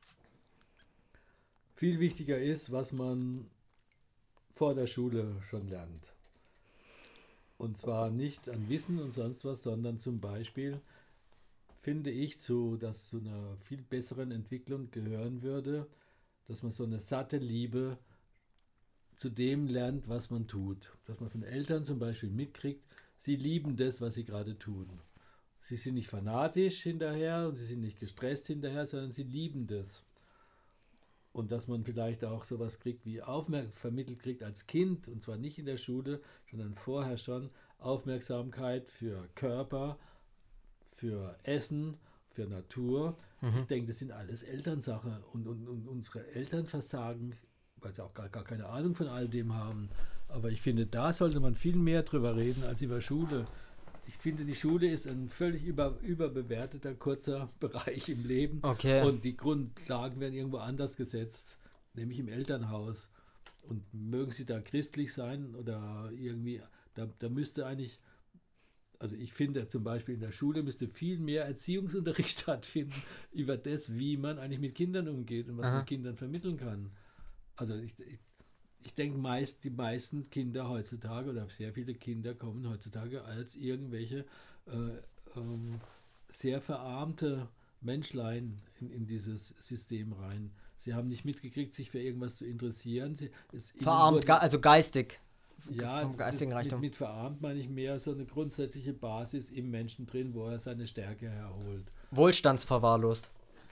viel wichtiger ist, was man vor der Schule schon lernt. Und zwar nicht an Wissen und sonst was, sondern zum Beispiel finde ich, zu, dass zu einer viel besseren Entwicklung gehören würde, dass man so eine satte Liebe zu dem lernt, was man tut. Dass man von Eltern zum Beispiel mitkriegt, sie lieben das, was sie gerade tun. Sie sind nicht fanatisch hinterher und sie sind nicht gestresst hinterher, sondern sie lieben das. Und dass man vielleicht auch sowas kriegt, wie Aufmerk- vermittelt kriegt als Kind, und zwar nicht in der Schule, sondern vorher schon, Aufmerksamkeit für Körper, für Essen, für Natur. Mhm. Ich denke, das sind alles Elternsache und, und, und unsere Eltern versagen, weil sie auch gar, gar keine Ahnung von all dem haben. Aber ich finde, da sollte man viel mehr drüber reden als über Schule. Ich finde, die Schule ist ein völlig über, überbewerteter, kurzer Bereich im Leben. Okay. Und die Grundlagen werden irgendwo anders gesetzt, nämlich im Elternhaus. Und mögen sie da christlich sein oder irgendwie, da, da müsste eigentlich, also ich finde zum Beispiel in der Schule müsste viel mehr Erziehungsunterricht stattfinden über das, wie man eigentlich mit Kindern umgeht und was Aha. man Kindern vermitteln kann. Also ich, ich, ich denke meist, die meisten Kinder heutzutage oder sehr viele Kinder kommen heutzutage als irgendwelche äh, ähm, sehr verarmte Menschlein in, in dieses System rein. Sie haben nicht mitgekriegt, sich für irgendwas zu interessieren. Sie, es, verarmt, ge- also geistig. Ja, vom geistigen mit, Reichtum. Mit verarmt meine ich mehr so eine grundsätzliche Basis im Menschen drin, wo er seine Stärke herholt. Wohlstandsverwahrlost.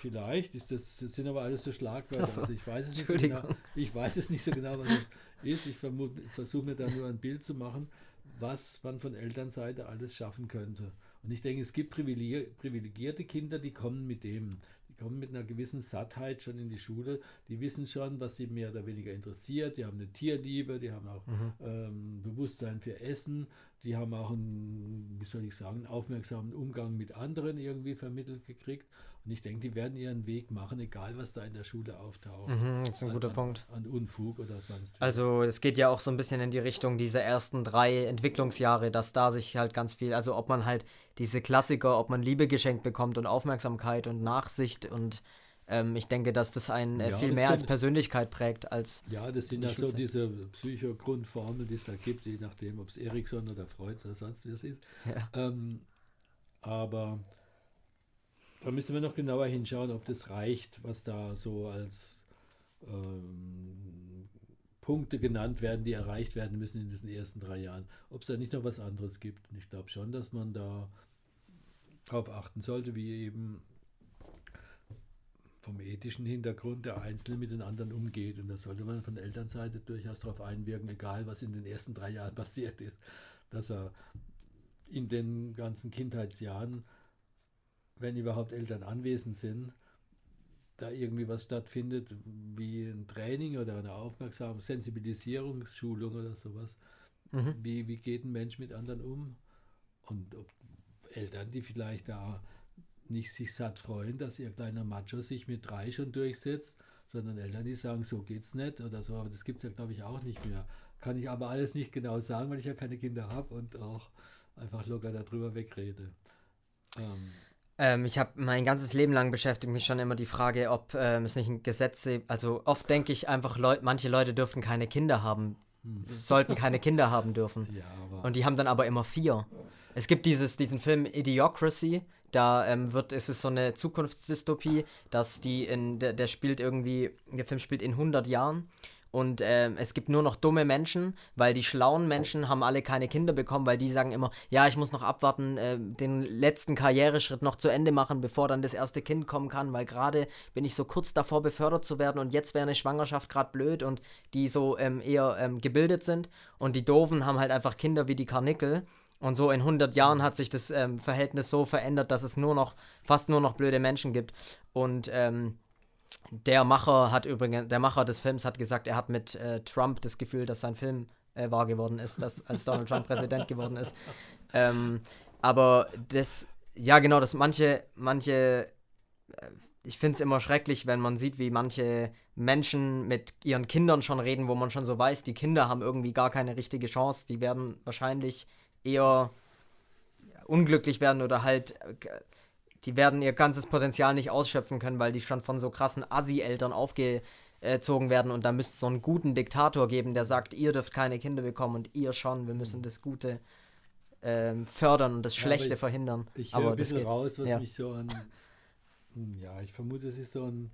Vielleicht ist das, das sind aber alles so Schlagwörter. So. Also ich weiß es nicht so genau. Ich weiß es nicht so genau, was es ist. Ich versuche mir da nur ein Bild zu machen, was man von Elternseite alles schaffen könnte. Und ich denke, es gibt privilegierte Kinder, die kommen mit dem. Die kommen mit einer gewissen Sattheit schon in die Schule. Die wissen schon, was sie mehr oder weniger interessiert. Die haben eine Tierliebe, die haben auch mhm. ähm, Bewusstsein für Essen. Die haben auch einen, wie soll ich sagen, einen aufmerksamen Umgang mit anderen irgendwie vermittelt gekriegt. Und ich denke, die werden ihren Weg machen, egal was da in der Schule auftaucht. Mhm, das ist ein an, guter an, Punkt. An Unfug oder sonst was. Also es geht ja auch so ein bisschen in die Richtung dieser ersten drei Entwicklungsjahre, dass da sich halt ganz viel, also ob man halt diese Klassiker, ob man Liebe geschenkt bekommt und Aufmerksamkeit und Nachsicht und ähm, ich denke, dass das einen äh, ja, viel das mehr kann, als Persönlichkeit prägt als ja, das sind die ja so Schulzeit. diese Psychogrundformeln, die es da gibt, je nachdem, ob es Erikson oder Freud oder sonst was ist. Ja. Ähm, aber da müssen wir noch genauer hinschauen, ob das reicht, was da so als ähm, Punkte genannt werden, die erreicht werden müssen in diesen ersten drei Jahren. Ob es da nicht noch was anderes gibt. Und ich glaube schon, dass man da darauf achten sollte, wie eben vom ethischen Hintergrund der Einzelne mit den anderen umgeht. Und da sollte man von der Elternseite durchaus darauf einwirken, egal was in den ersten drei Jahren passiert ist, dass er in den ganzen Kindheitsjahren, wenn überhaupt Eltern anwesend sind, da irgendwie was stattfindet, wie ein Training oder eine aufmerksame Sensibilisierungsschulung oder sowas. Mhm. Wie, wie geht ein Mensch mit anderen um? Und ob Eltern, die vielleicht da nicht sich satt freuen, dass ihr kleiner Macho sich mit drei schon durchsetzt, sondern Eltern, die sagen, so geht's nicht oder so, aber das gibt es ja, glaube ich, auch nicht mehr. Kann ich aber alles nicht genau sagen, weil ich ja keine Kinder habe und auch einfach locker darüber wegrede. Ähm, Ähm, ich habe mein ganzes Leben lang beschäftigt mich schon immer die Frage, ob ähm, es nicht ein Gesetz, also oft denke ich einfach, Leu- manche Leute dürften keine Kinder haben, hm. sollten keine Kinder haben dürfen. Ja, aber und die haben dann aber immer vier. Es gibt dieses, diesen Film Idiocracy, da ähm, wird, es ist so eine Zukunftsdystopie, dass die in, der, der spielt irgendwie, der Film spielt in hundert Jahren. Und ähm, es gibt nur noch dumme Menschen, weil die schlauen Menschen haben alle keine Kinder bekommen, weil die sagen immer, ja, ich muss noch abwarten, äh, den letzten Karriereschritt noch zu Ende machen, bevor dann das erste Kind kommen kann, weil gerade bin ich so kurz davor, befördert zu werden und jetzt wäre eine Schwangerschaft gerade blöd und die so ähm, eher ähm, gebildet sind und die Doofen haben halt einfach Kinder wie die Karnickel. Und so in hundert Jahren hat sich das ähm, Verhältnis so verändert, dass es nur noch, fast nur noch blöde Menschen gibt. Und ähm, Der Macher hat übrigens, der Macher des Films hat gesagt, er hat mit äh, Trump das Gefühl, dass sein Film äh, wahr geworden ist, dass als Donald Trump Präsident geworden ist. Ähm, aber das, ja genau, dass manche, manche, äh, ich finde es immer schrecklich, wenn man sieht, wie manche Menschen mit ihren Kindern schon reden, wo man schon so weiß, die Kinder haben irgendwie gar keine richtige Chance, die werden wahrscheinlich eher unglücklich werden oder halt äh, die werden ihr ganzes Potenzial nicht ausschöpfen können, weil die schon von so krassen Assi-Eltern aufgezogen werden und da müsste es so einen guten Diktator geben, der sagt, ihr dürft keine Kinder bekommen und ihr schon, wir müssen das Gute ähm, fördern und das ja, Schlechte ich, verhindern. Ich aber höre ein bisschen geht, raus, was ja. mich so an, ja, ich vermute, es ist so ein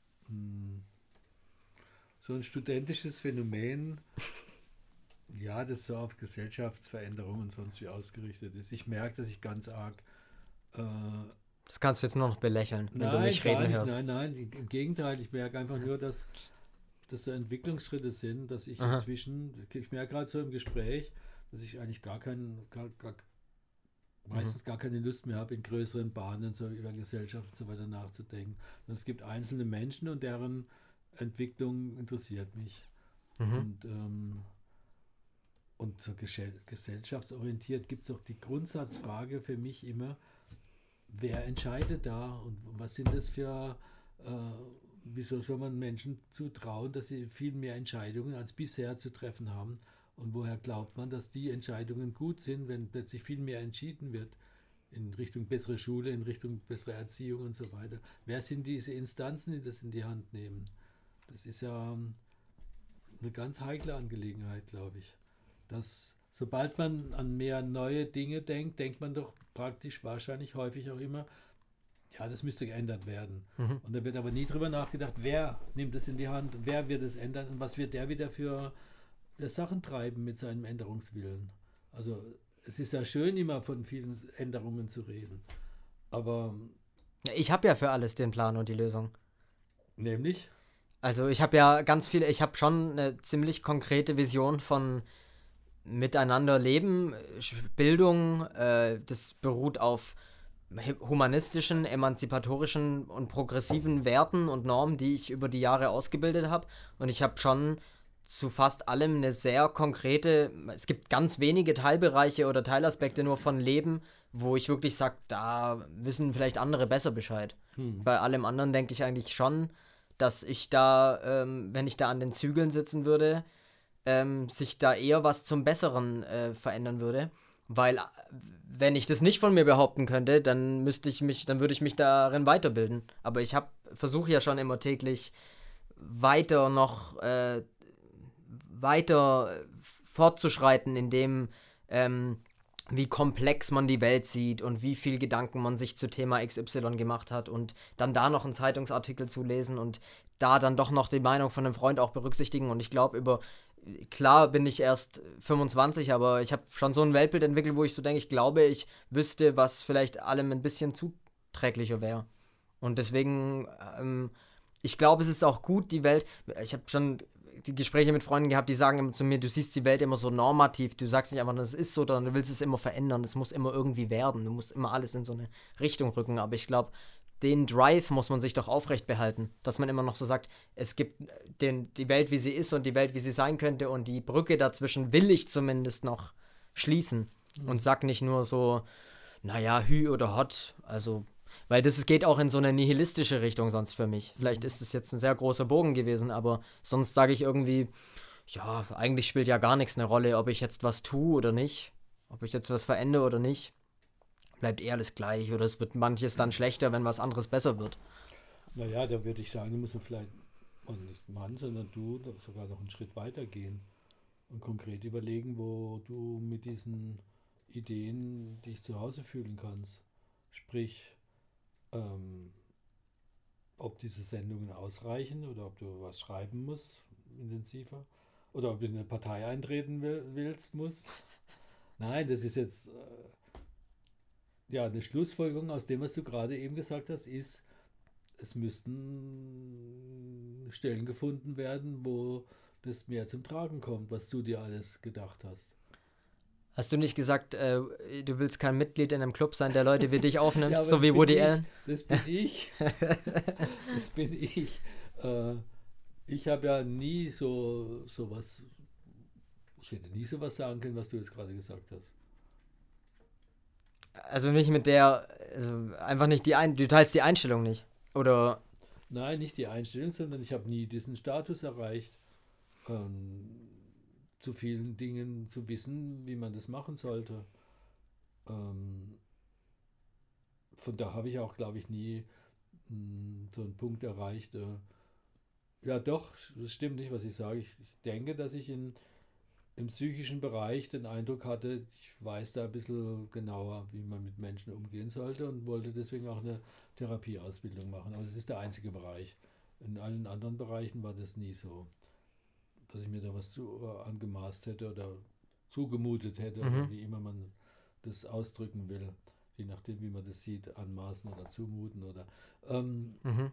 so ein studentisches Phänomen, ja, das so auf Gesellschaftsveränderungen und sonst wie ausgerichtet ist. Ich merke, dass ich ganz arg äh, das kannst du jetzt nur noch belächeln, wenn nein, du mich reden nicht, hörst. Nein, nein, im Gegenteil, ich merke einfach nur, dass das so Entwicklungsschritte sind, dass ich Aha. inzwischen, ich merke gerade so im Gespräch, dass ich eigentlich gar keinen, gar, gar, meistens mhm. gar keine Lust mehr habe, in größeren Bahnen so über Gesellschaft und so weiter nachzudenken. Und es gibt einzelne Menschen und deren Entwicklung interessiert mich. Mhm. Und, ähm, und so gesellschaftsorientiert gibt es auch die Grundsatzfrage für mich immer, wer entscheidet da und was sind das für, äh, wieso soll man Menschen zutrauen, dass sie viel mehr Entscheidungen als bisher zu treffen haben und woher glaubt man, dass die Entscheidungen gut sind, wenn plötzlich viel mehr entschieden wird in Richtung bessere Schule, in Richtung bessere Erziehung und so weiter. Wer sind diese Instanzen, die das in die Hand nehmen? Das ist ja eine ganz heikle Angelegenheit, glaube ich. Dass sobald man an mehr neue Dinge denkt, denkt man doch praktisch wahrscheinlich häufig auch immer, ja, das müsste geändert werden. Mhm. Und da wird aber nie drüber nachgedacht, wer nimmt das in die Hand, wer wird es ändern und was wird der wieder für, für Sachen treiben mit seinem Änderungswillen. Also es ist ja schön, immer von vielen Änderungen zu reden. Aber Ich habe ja für alles den Plan und die Lösung. Nämlich? Also ich habe ja ganz viele, ich habe schon eine ziemlich konkrete Vision von miteinander leben, Bildung, äh, das beruht auf humanistischen, emanzipatorischen und progressiven Werten und Normen, die ich über die Jahre ausgebildet habe. Und ich habe schon zu fast allem eine sehr konkrete, es gibt ganz wenige Teilbereiche oder Teilaspekte nur von Leben, wo ich wirklich sage, da wissen vielleicht andere besser Bescheid. Hm. Bei allem anderen denke ich eigentlich schon, dass ich da, ähm, wenn ich da an den Zügeln sitzen würde, ähm, sich da eher was zum Besseren äh, verändern würde. Weil, wenn ich das nicht von mir behaupten könnte, dann müsste ich mich, dann würde ich mich darin weiterbilden. Aber ich habe, versuche ja schon immer täglich weiter noch äh, weiter fortzuschreiten, in dem, ähm, wie komplex man die Welt sieht und wie viel Gedanken man sich zu Thema X Y gemacht hat und dann da noch einen Zeitungsartikel zu lesen und da dann doch noch die Meinung von einem Freund auch berücksichtigen. Und ich glaube, über klar bin ich erst fünfundzwanzig, aber ich habe schon so ein Weltbild entwickelt, wo ich so denke, ich glaube, ich wüsste, was vielleicht allem ein bisschen zuträglicher wäre. Und deswegen, ähm, ich glaube, es ist auch gut, die Welt, ich habe schon die Gespräche mit Freunden gehabt, die sagen immer zu mir, du siehst die Welt immer so normativ, du sagst nicht einfach, das ist so, sondern du willst es immer verändern, es muss immer irgendwie werden, du musst immer alles in so eine Richtung rücken, aber ich glaube, den Drive muss man sich doch aufrecht behalten, dass man immer noch so sagt, es gibt den, die Welt, wie sie ist und die Welt, wie sie sein könnte und die Brücke dazwischen will ich zumindest noch schließen mhm. und sag nicht nur so, naja, hü oder hot, also, weil das geht auch in so eine nihilistische Richtung sonst für mich. Vielleicht ist es jetzt ein sehr großer Bogen gewesen, aber sonst sage ich irgendwie, ja, eigentlich spielt ja gar nichts eine Rolle, ob ich jetzt was tue oder nicht, ob ich jetzt was verändere oder nicht. Bleibt eh alles gleich oder es wird manches dann schlechter, wenn was anderes besser wird. Naja, da würde ich sagen, du musst vielleicht, und nicht Mann, sondern du sogar noch einen Schritt weiter gehen und konkret überlegen, wo du mit diesen Ideen dich zu Hause fühlen kannst. Sprich, ähm, ob diese Sendungen ausreichen oder ob du was schreiben musst, intensiver, oder ob du in eine Partei eintreten will, willst, musst. Nein, das ist jetzt... Äh, Ja, eine Schlussfolgerung aus dem, was du gerade eben gesagt hast, ist, es müssten Stellen gefunden werden, wo das mehr zum Tragen kommt, was du dir alles gedacht hast. Hast du nicht gesagt, äh, du willst kein Mitglied in einem Club sein, der Leute wie dich aufnimmt, ja, so wie Woody ich, Allen? Das bin ich. Das bin ich. Äh, ich habe ja nie so sowas, ich hätte nie sowas sagen können, was du jetzt gerade gesagt hast. Also nicht mit der, also einfach nicht die Ein, du teilst die Einstellung nicht, oder? Nein, nicht die Einstellung, sondern ich habe nie diesen Status erreicht, ähm, zu vielen Dingen zu wissen, wie man das machen sollte. Ähm, von da habe ich auch, glaube ich, nie mh, so einen Punkt erreicht. Äh, ja doch, das stimmt nicht, was ich sage. Ich, ich denke, dass ich in im psychischen Bereich den Eindruck hatte, ich weiß da ein bisschen genauer, wie man mit Menschen umgehen sollte und wollte deswegen auch eine Therapieausbildung machen. Aber das ist der einzige Bereich. In allen anderen Bereichen war das nie so, dass ich mir da was zu, äh, angemaßt hätte oder zugemutet hätte, mhm. oder wie immer man das ausdrücken will, je nachdem, wie man das sieht, anmaßen oder zumuten oder ähm, mhm.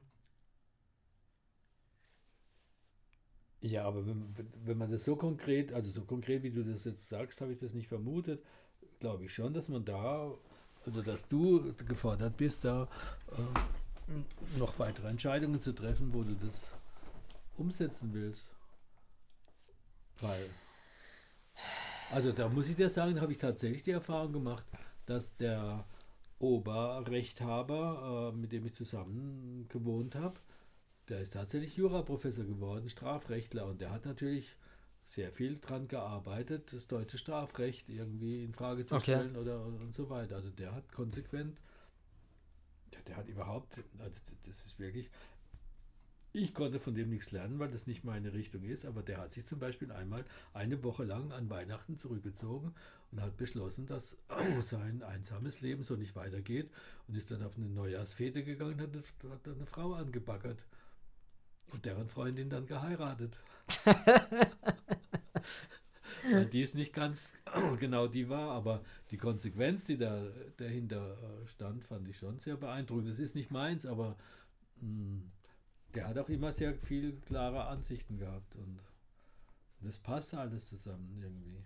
Ja, aber wenn, wenn man das so konkret, also so konkret wie du das jetzt sagst, habe ich das nicht vermutet, glaube ich schon, dass man da, also dass du gefordert bist, da äh, noch weitere Entscheidungen zu treffen, wo du das umsetzen willst. Weil, also da muss ich dir sagen, da habe ich tatsächlich die Erfahrung gemacht, dass der Oberrechthaber, äh, mit dem ich zusammen gewohnt habe, der ist tatsächlich Juraprofessor geworden, Strafrechtler, und der hat natürlich sehr viel dran gearbeitet, das deutsche Strafrecht irgendwie in Frage zu okay. stellen oder und so weiter. Also der hat konsequent, der, der hat überhaupt, also das ist wirklich, ich konnte von dem nichts lernen, weil das nicht meine Richtung ist, aber der hat sich zum Beispiel einmal eine Woche lang an Weihnachten zurückgezogen und hat beschlossen, dass sein einsames Leben so nicht weitergeht und ist dann auf eine Neujahrsfete gegangen und hat, hat dann eine Frau angebaggert. Und deren Freundin dann geheiratet. weil dies nicht ganz genau die war, aber die Konsequenz, die da dahinter stand, fand ich schon sehr beeindruckend. Das ist nicht meins, aber mh, der hat auch immer sehr viel klare Ansichten gehabt und das passt alles zusammen irgendwie.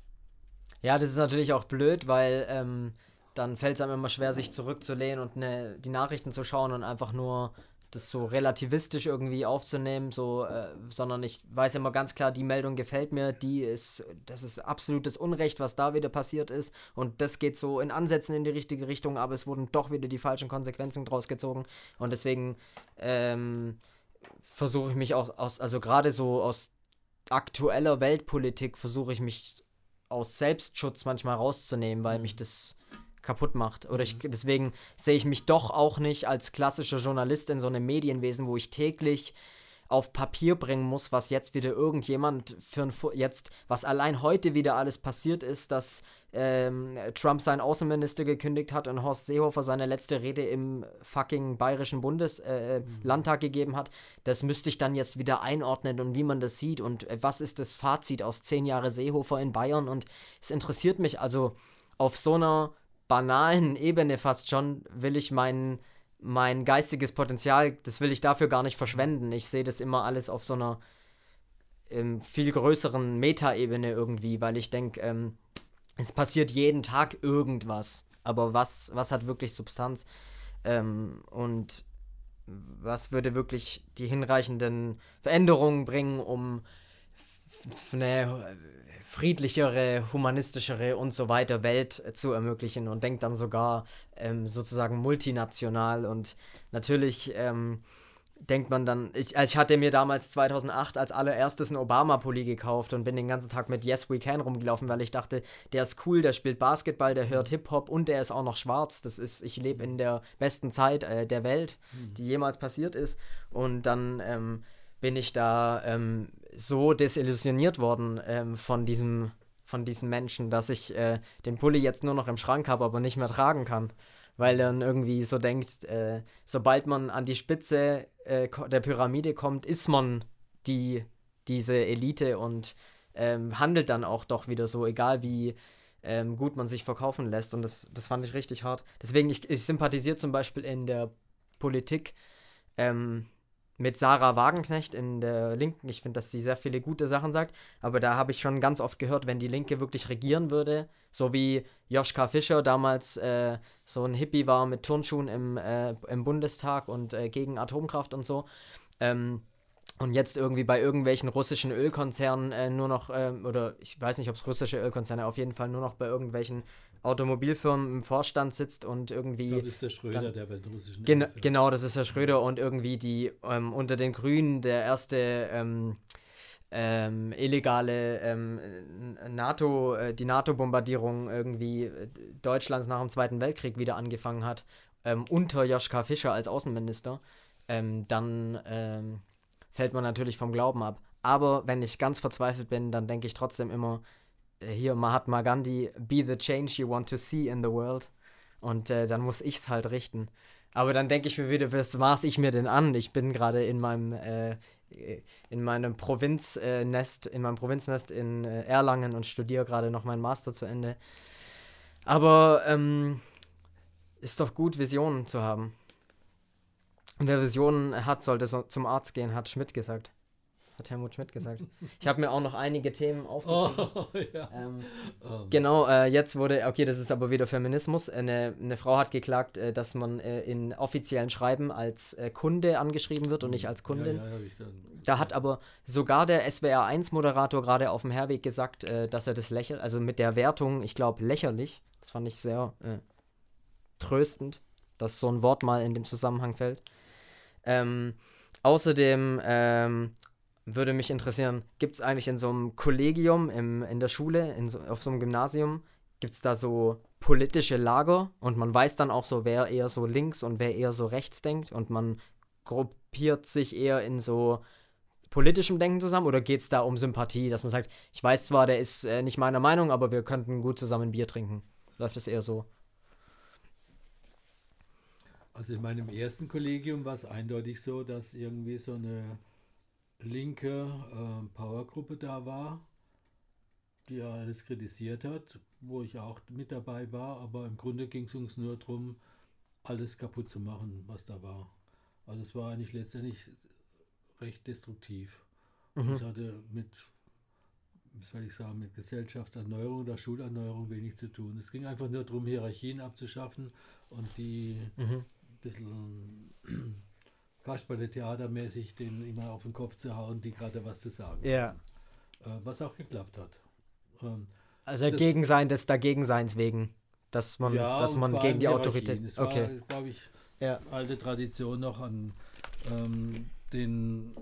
Ja, das ist natürlich auch blöd, weil ähm, dann fällt es einem immer schwer, sich zurückzulehnen und ne, die Nachrichten zu schauen und einfach nur das so relativistisch irgendwie aufzunehmen, so, äh, sondern ich weiß immer ganz klar, die Meldung gefällt mir, die ist, das ist absolutes Unrecht, was da wieder passiert ist und das geht so in Ansätzen in die richtige Richtung, aber es wurden doch wieder die falschen Konsequenzen draus gezogen und deswegen ähm, versuche ich mich auch aus, also gerade so aus aktueller Weltpolitik versuche ich mich aus Selbstschutz manchmal rauszunehmen, weil mich das kaputt macht. Oder ich, deswegen sehe ich mich doch auch nicht als klassischer Journalist in so einem Medienwesen, wo ich täglich auf Papier bringen muss, was jetzt wieder irgendjemand für ein, jetzt, was allein heute wieder alles passiert ist, dass ähm, Trump seinen Außenminister gekündigt hat und Horst Seehofer seine letzte Rede im fucking bayerischen Bundeslandtag äh, mhm. Landtag gegeben hat. Das müsste ich dann jetzt wieder einordnen und wie man das sieht und äh, was ist das Fazit aus zehn Jahre Seehofer in Bayern und es interessiert mich also auf so einer banalen Ebene fast schon, will ich meinen mein geistiges Potenzial, das will ich dafür gar nicht verschwenden. Ich sehe das immer alles auf so einer ähm, viel größeren Meta-Ebene irgendwie, weil ich denke, ähm, es passiert jeden Tag irgendwas. Aber was, was hat wirklich Substanz? Ähm, und was würde wirklich die hinreichenden Veränderungen bringen, um f- eine friedlichere, humanistischere und so weiter Welt äh, zu ermöglichen und denkt dann sogar ähm, sozusagen multinational und natürlich ähm, denkt man dann, ich, also ich hatte mir damals zweitausendacht als allererstes einen Obama-Pulli gekauft und bin den ganzen Tag mit Yes We Can rumgelaufen, weil ich dachte, der ist cool, der spielt Basketball, der hört Hip-Hop und der ist auch noch schwarz, das ist, ich lebe in der besten Zeit äh, der Welt, die jemals passiert ist und dann ähm, bin ich da ähm, so desillusioniert worden ähm, von diesem von diesen Menschen, dass ich äh, den Pulli jetzt nur noch im Schrank habe, aber nicht mehr tragen kann. Weil dann irgendwie so denkt, äh, sobald man an die Spitze äh, der Pyramide kommt, ist man die, diese Elite und ähm, handelt dann auch doch wieder so, egal wie ähm, gut man sich verkaufen lässt. Und das, das fand ich richtig hart. Deswegen, ich, ich sympathisiere zum Beispiel in der Politik ähm, mit Sarah Wagenknecht in der Linken. Ich finde, dass sie sehr viele gute Sachen sagt, aber da habe ich schon ganz oft gehört, wenn die Linke wirklich regieren würde, so wie Joschka Fischer damals äh, so ein Hippie war mit Turnschuhen im, äh, im Bundestag und äh, gegen Atomkraft und so, ähm, und jetzt irgendwie bei irgendwelchen russischen Ölkonzernen äh, nur noch, ähm, oder ich weiß nicht, ob es russische Ölkonzerne, auf jeden Fall nur noch bei irgendwelchen Automobilfirmen im Vorstand sitzt und irgendwie... Ich glaube, das ist der Schröder, dann, der bei den russischen gen- Genau, das ist der Schröder und irgendwie die ähm, unter den Grünen der erste ähm, ähm, illegale ähm, NATO, äh, die NATO-Bombardierung irgendwie äh, Deutschlands nach dem Zweiten Weltkrieg wieder angefangen hat, ähm, unter Joschka Fischer als Außenminister, ähm, dann ähm, fällt man natürlich vom Glauben ab. Aber wenn ich ganz verzweifelt bin, dann denke ich trotzdem immer, hier Mahatma Gandhi, be the change you want to see in the world. Und äh, dann muss ich es halt richten. Aber dann denke ich mir wieder, was maß ich mir denn an? Ich bin gerade in meinem äh, in meinem Provinznest, in meinem Provinznest in äh, Erlangen und studiere gerade noch meinen Master zu Ende. Aber ähm, ist doch gut, Visionen zu haben. Und wer Visionen hat, sollte so zum Arzt gehen, hat Schmidt gesagt. Hat Helmut Schmidt gesagt. Ich habe mir auch noch einige Themen aufgeschrieben. Oh, ja. ähm, um. Genau, äh, jetzt wurde, okay, das ist aber wieder Feminismus. Eine, eine Frau hat geklagt, äh, dass man äh, in offiziellen Schreiben als äh, Kunde angeschrieben wird und nicht als Kundin. Ja, ja, hab ich dann. Da hat aber sogar der S W R eins Moderator gerade auf dem Herweg gesagt, äh, dass er das lächelt, also mit der Wertung, ich glaube, lächerlich. Das fand ich sehr äh, tröstend, dass so ein Wort mal in dem Zusammenhang fällt. Ähm, außerdem, ähm, würde mich interessieren, gibt es eigentlich in so einem Kollegium, im, in der Schule, in so, auf so einem Gymnasium, gibt es da so politische Lager und man weiß dann auch so, wer eher so links und wer eher so rechts denkt und man gruppiert sich eher in so politischem Denken zusammen oder geht es da um Sympathie, dass man sagt, ich weiß zwar, der ist äh, nicht meiner Meinung, aber wir könnten gut zusammen Bier trinken. Läuft das eher so? Also in meinem ersten Kollegium war es eindeutig so, dass irgendwie so eine linke äh, Powergruppe da war, die er alles kritisiert hat, wo ich auch mit dabei war, aber im Grunde ging es uns nur darum, alles kaputt zu machen, was da war. Also es war eigentlich letztendlich recht destruktiv. Mhm. Es hatte mit, wie soll ich sagen, mit Gesellschaftserneuerung oder Schulerneuerung wenig zu tun. Es ging einfach nur darum, Hierarchien abzuschaffen und die Mhm. ein bisschen Kasperle-Theatermäßig denen immer auf den Kopf zu hauen, die gerade was zu sagen Ja. haben. Äh, was auch geklappt hat. Ähm, Also das- Gegensein des Dagegenseins wegen. Dass man, ja, dass und man vor gegen allem die Hierarchien. Autorität. Es war, Okay. glaube ich, Ja. alte Tradition noch an ähm, den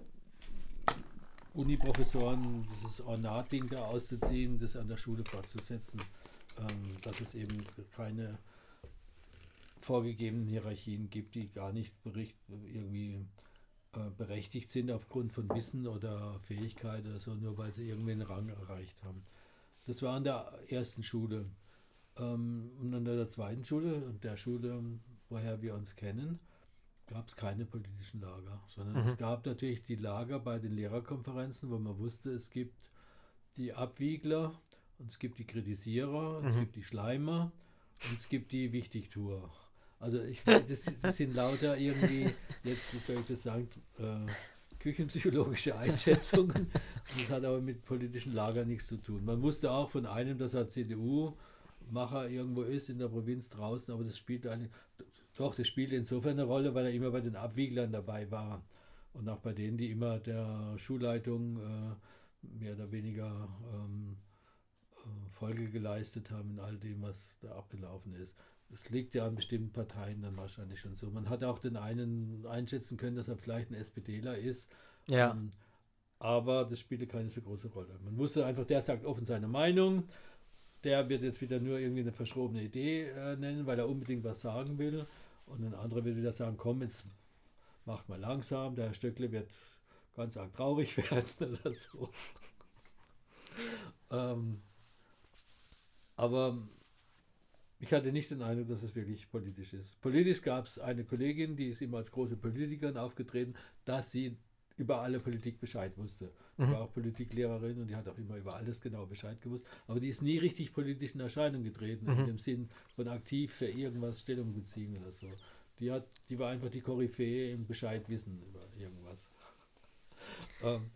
Uni-Professoren, dieses Ornat-Ding da auszuziehen, das an der Schule fortzusetzen, ähm, dass es eben keine vorgegebenen Hierarchien gibt, die gar nicht bericht, irgendwie äh, berechtigt sind aufgrund von Wissen oder Fähigkeit oder so, nur weil sie irgendwie einen Rang erreicht haben. Das war an der ersten Schule. Ähm, und an der zweiten Schule, und der Schule, woher wir uns kennen, gab es keine politischen Lager, sondern Mhm. es gab natürlich die Lager bei den Lehrerkonferenzen, wo man wusste, es gibt die Abwiegler und es gibt die Kritisierer, und es Mhm. gibt die Schleimer und es gibt die Wichtigtuer. Also ich das, das sind lauter irgendwie, jetzt wie soll ich das sagen, äh, küchenpsychologische Einschätzungen. Und das hat aber mit politischen Lagern nichts zu tun. Man wusste auch von einem, dass er C D U-Macher irgendwo ist in der Provinz draußen, aber das spielt eigentlich, doch, das spielt insofern eine Rolle, weil er immer bei den Abwieglern dabei war und auch bei denen, die immer der Schulleitung äh, mehr oder weniger ähm, äh, Folge geleistet haben in all dem, was da abgelaufen ist. Das liegt ja an bestimmten Parteien dann wahrscheinlich schon so. Man hat auch den einen einschätzen können, dass er vielleicht ein SPDler ist, Ja. ähm, aber das spielte keine so große Rolle. Man wusste einfach, der sagt offen seine Meinung, der wird jetzt wieder nur irgendwie eine verschrobene Idee äh, nennen, weil er unbedingt was sagen will. Und ein anderer wird wieder sagen, komm, jetzt macht mal langsam, der Herr Stöckle wird ganz arg traurig werden oder so. ähm, aber ich hatte nicht den Eindruck, dass es wirklich politisch ist. Politisch gab es eine Kollegin, die ist immer als große Politikerin aufgetreten, dass sie über alle Politik Bescheid wusste. Die Mhm. war auch Politiklehrerin und die hat auch immer über alles genau Bescheid gewusst. Aber die ist nie richtig politisch in Erscheinung getreten, Mhm. in dem Sinn von aktiv für irgendwas Stellung beziehen oder so. Die, hat, die war einfach die Koryphäe im Bescheid wissen über irgendwas. ähm,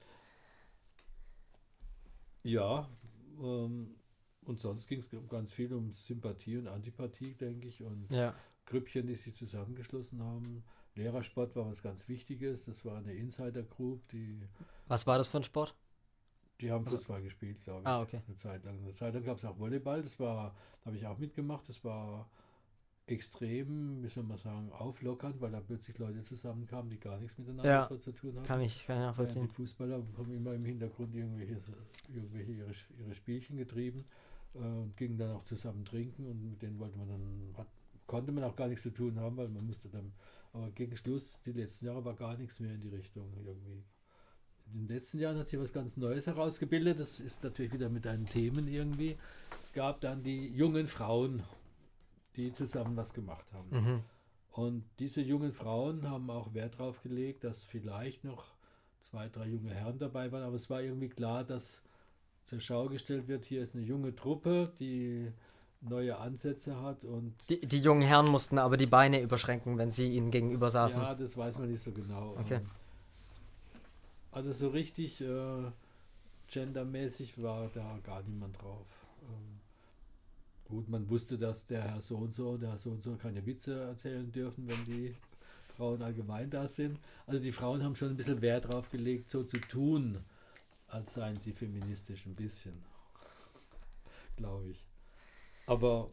ja, ähm, und sonst ging es ganz viel um Sympathie und Antipathie, denke ich, und Ja. Grüppchen, die sich zusammengeschlossen haben. Lehrersport war was ganz Wichtiges, das war eine Insider-Group, die, Was war das für ein Sport? die haben Also- Fußball gespielt, glaube ich, Ah, okay. eine Zeit lang. Eine Zeit lang gab es auch Volleyball, das war, da habe ich auch mitgemacht, das war extrem, wie soll man sagen, auflockernd, weil da plötzlich Leute zusammenkamen, die gar nichts miteinander Ja, so zu tun haben. Kann ich, kann ich Ja, nachvollziehen. die Fußballer haben immer im Hintergrund irgendwelche, irgendwelche ihre, ihre Spielchen getrieben äh, und gingen dann auch zusammen trinken und mit denen wollte man dann, hat, konnte man auch gar nichts zu tun haben, weil man musste dann, aber gegen Schluss, die letzten Jahre war gar nichts mehr in die Richtung irgendwie. In den letzten Jahren hat sich was ganz Neues herausgebildet, das ist natürlich wieder mit deinen Themen irgendwie. Es gab dann die jungen Frauen, die zusammen was gemacht haben. Mhm. Und diese jungen Frauen haben auch Wert darauf gelegt, dass vielleicht noch zwei, drei junge Herren dabei waren, aber es war irgendwie klar, dass zur Schau gestellt wird, hier ist eine junge Truppe, die neue Ansätze hat und Die, die jungen Herren mussten aber die Beine überschränken, wenn sie ihnen gegenüber saßen. ja, das weiß man nicht so genau. Okay. Ähm, Also so richtig äh, gendermäßig war da gar niemand drauf. Ähm, gut, man wusste, dass der Herr so und so, der Herr so und so keine Witze erzählen dürfen, wenn die Frauen allgemein da sind. Also die Frauen haben schon ein bisschen Wert drauf gelegt, so zu tun, als seien sie feministisch ein bisschen, glaube ich. Aber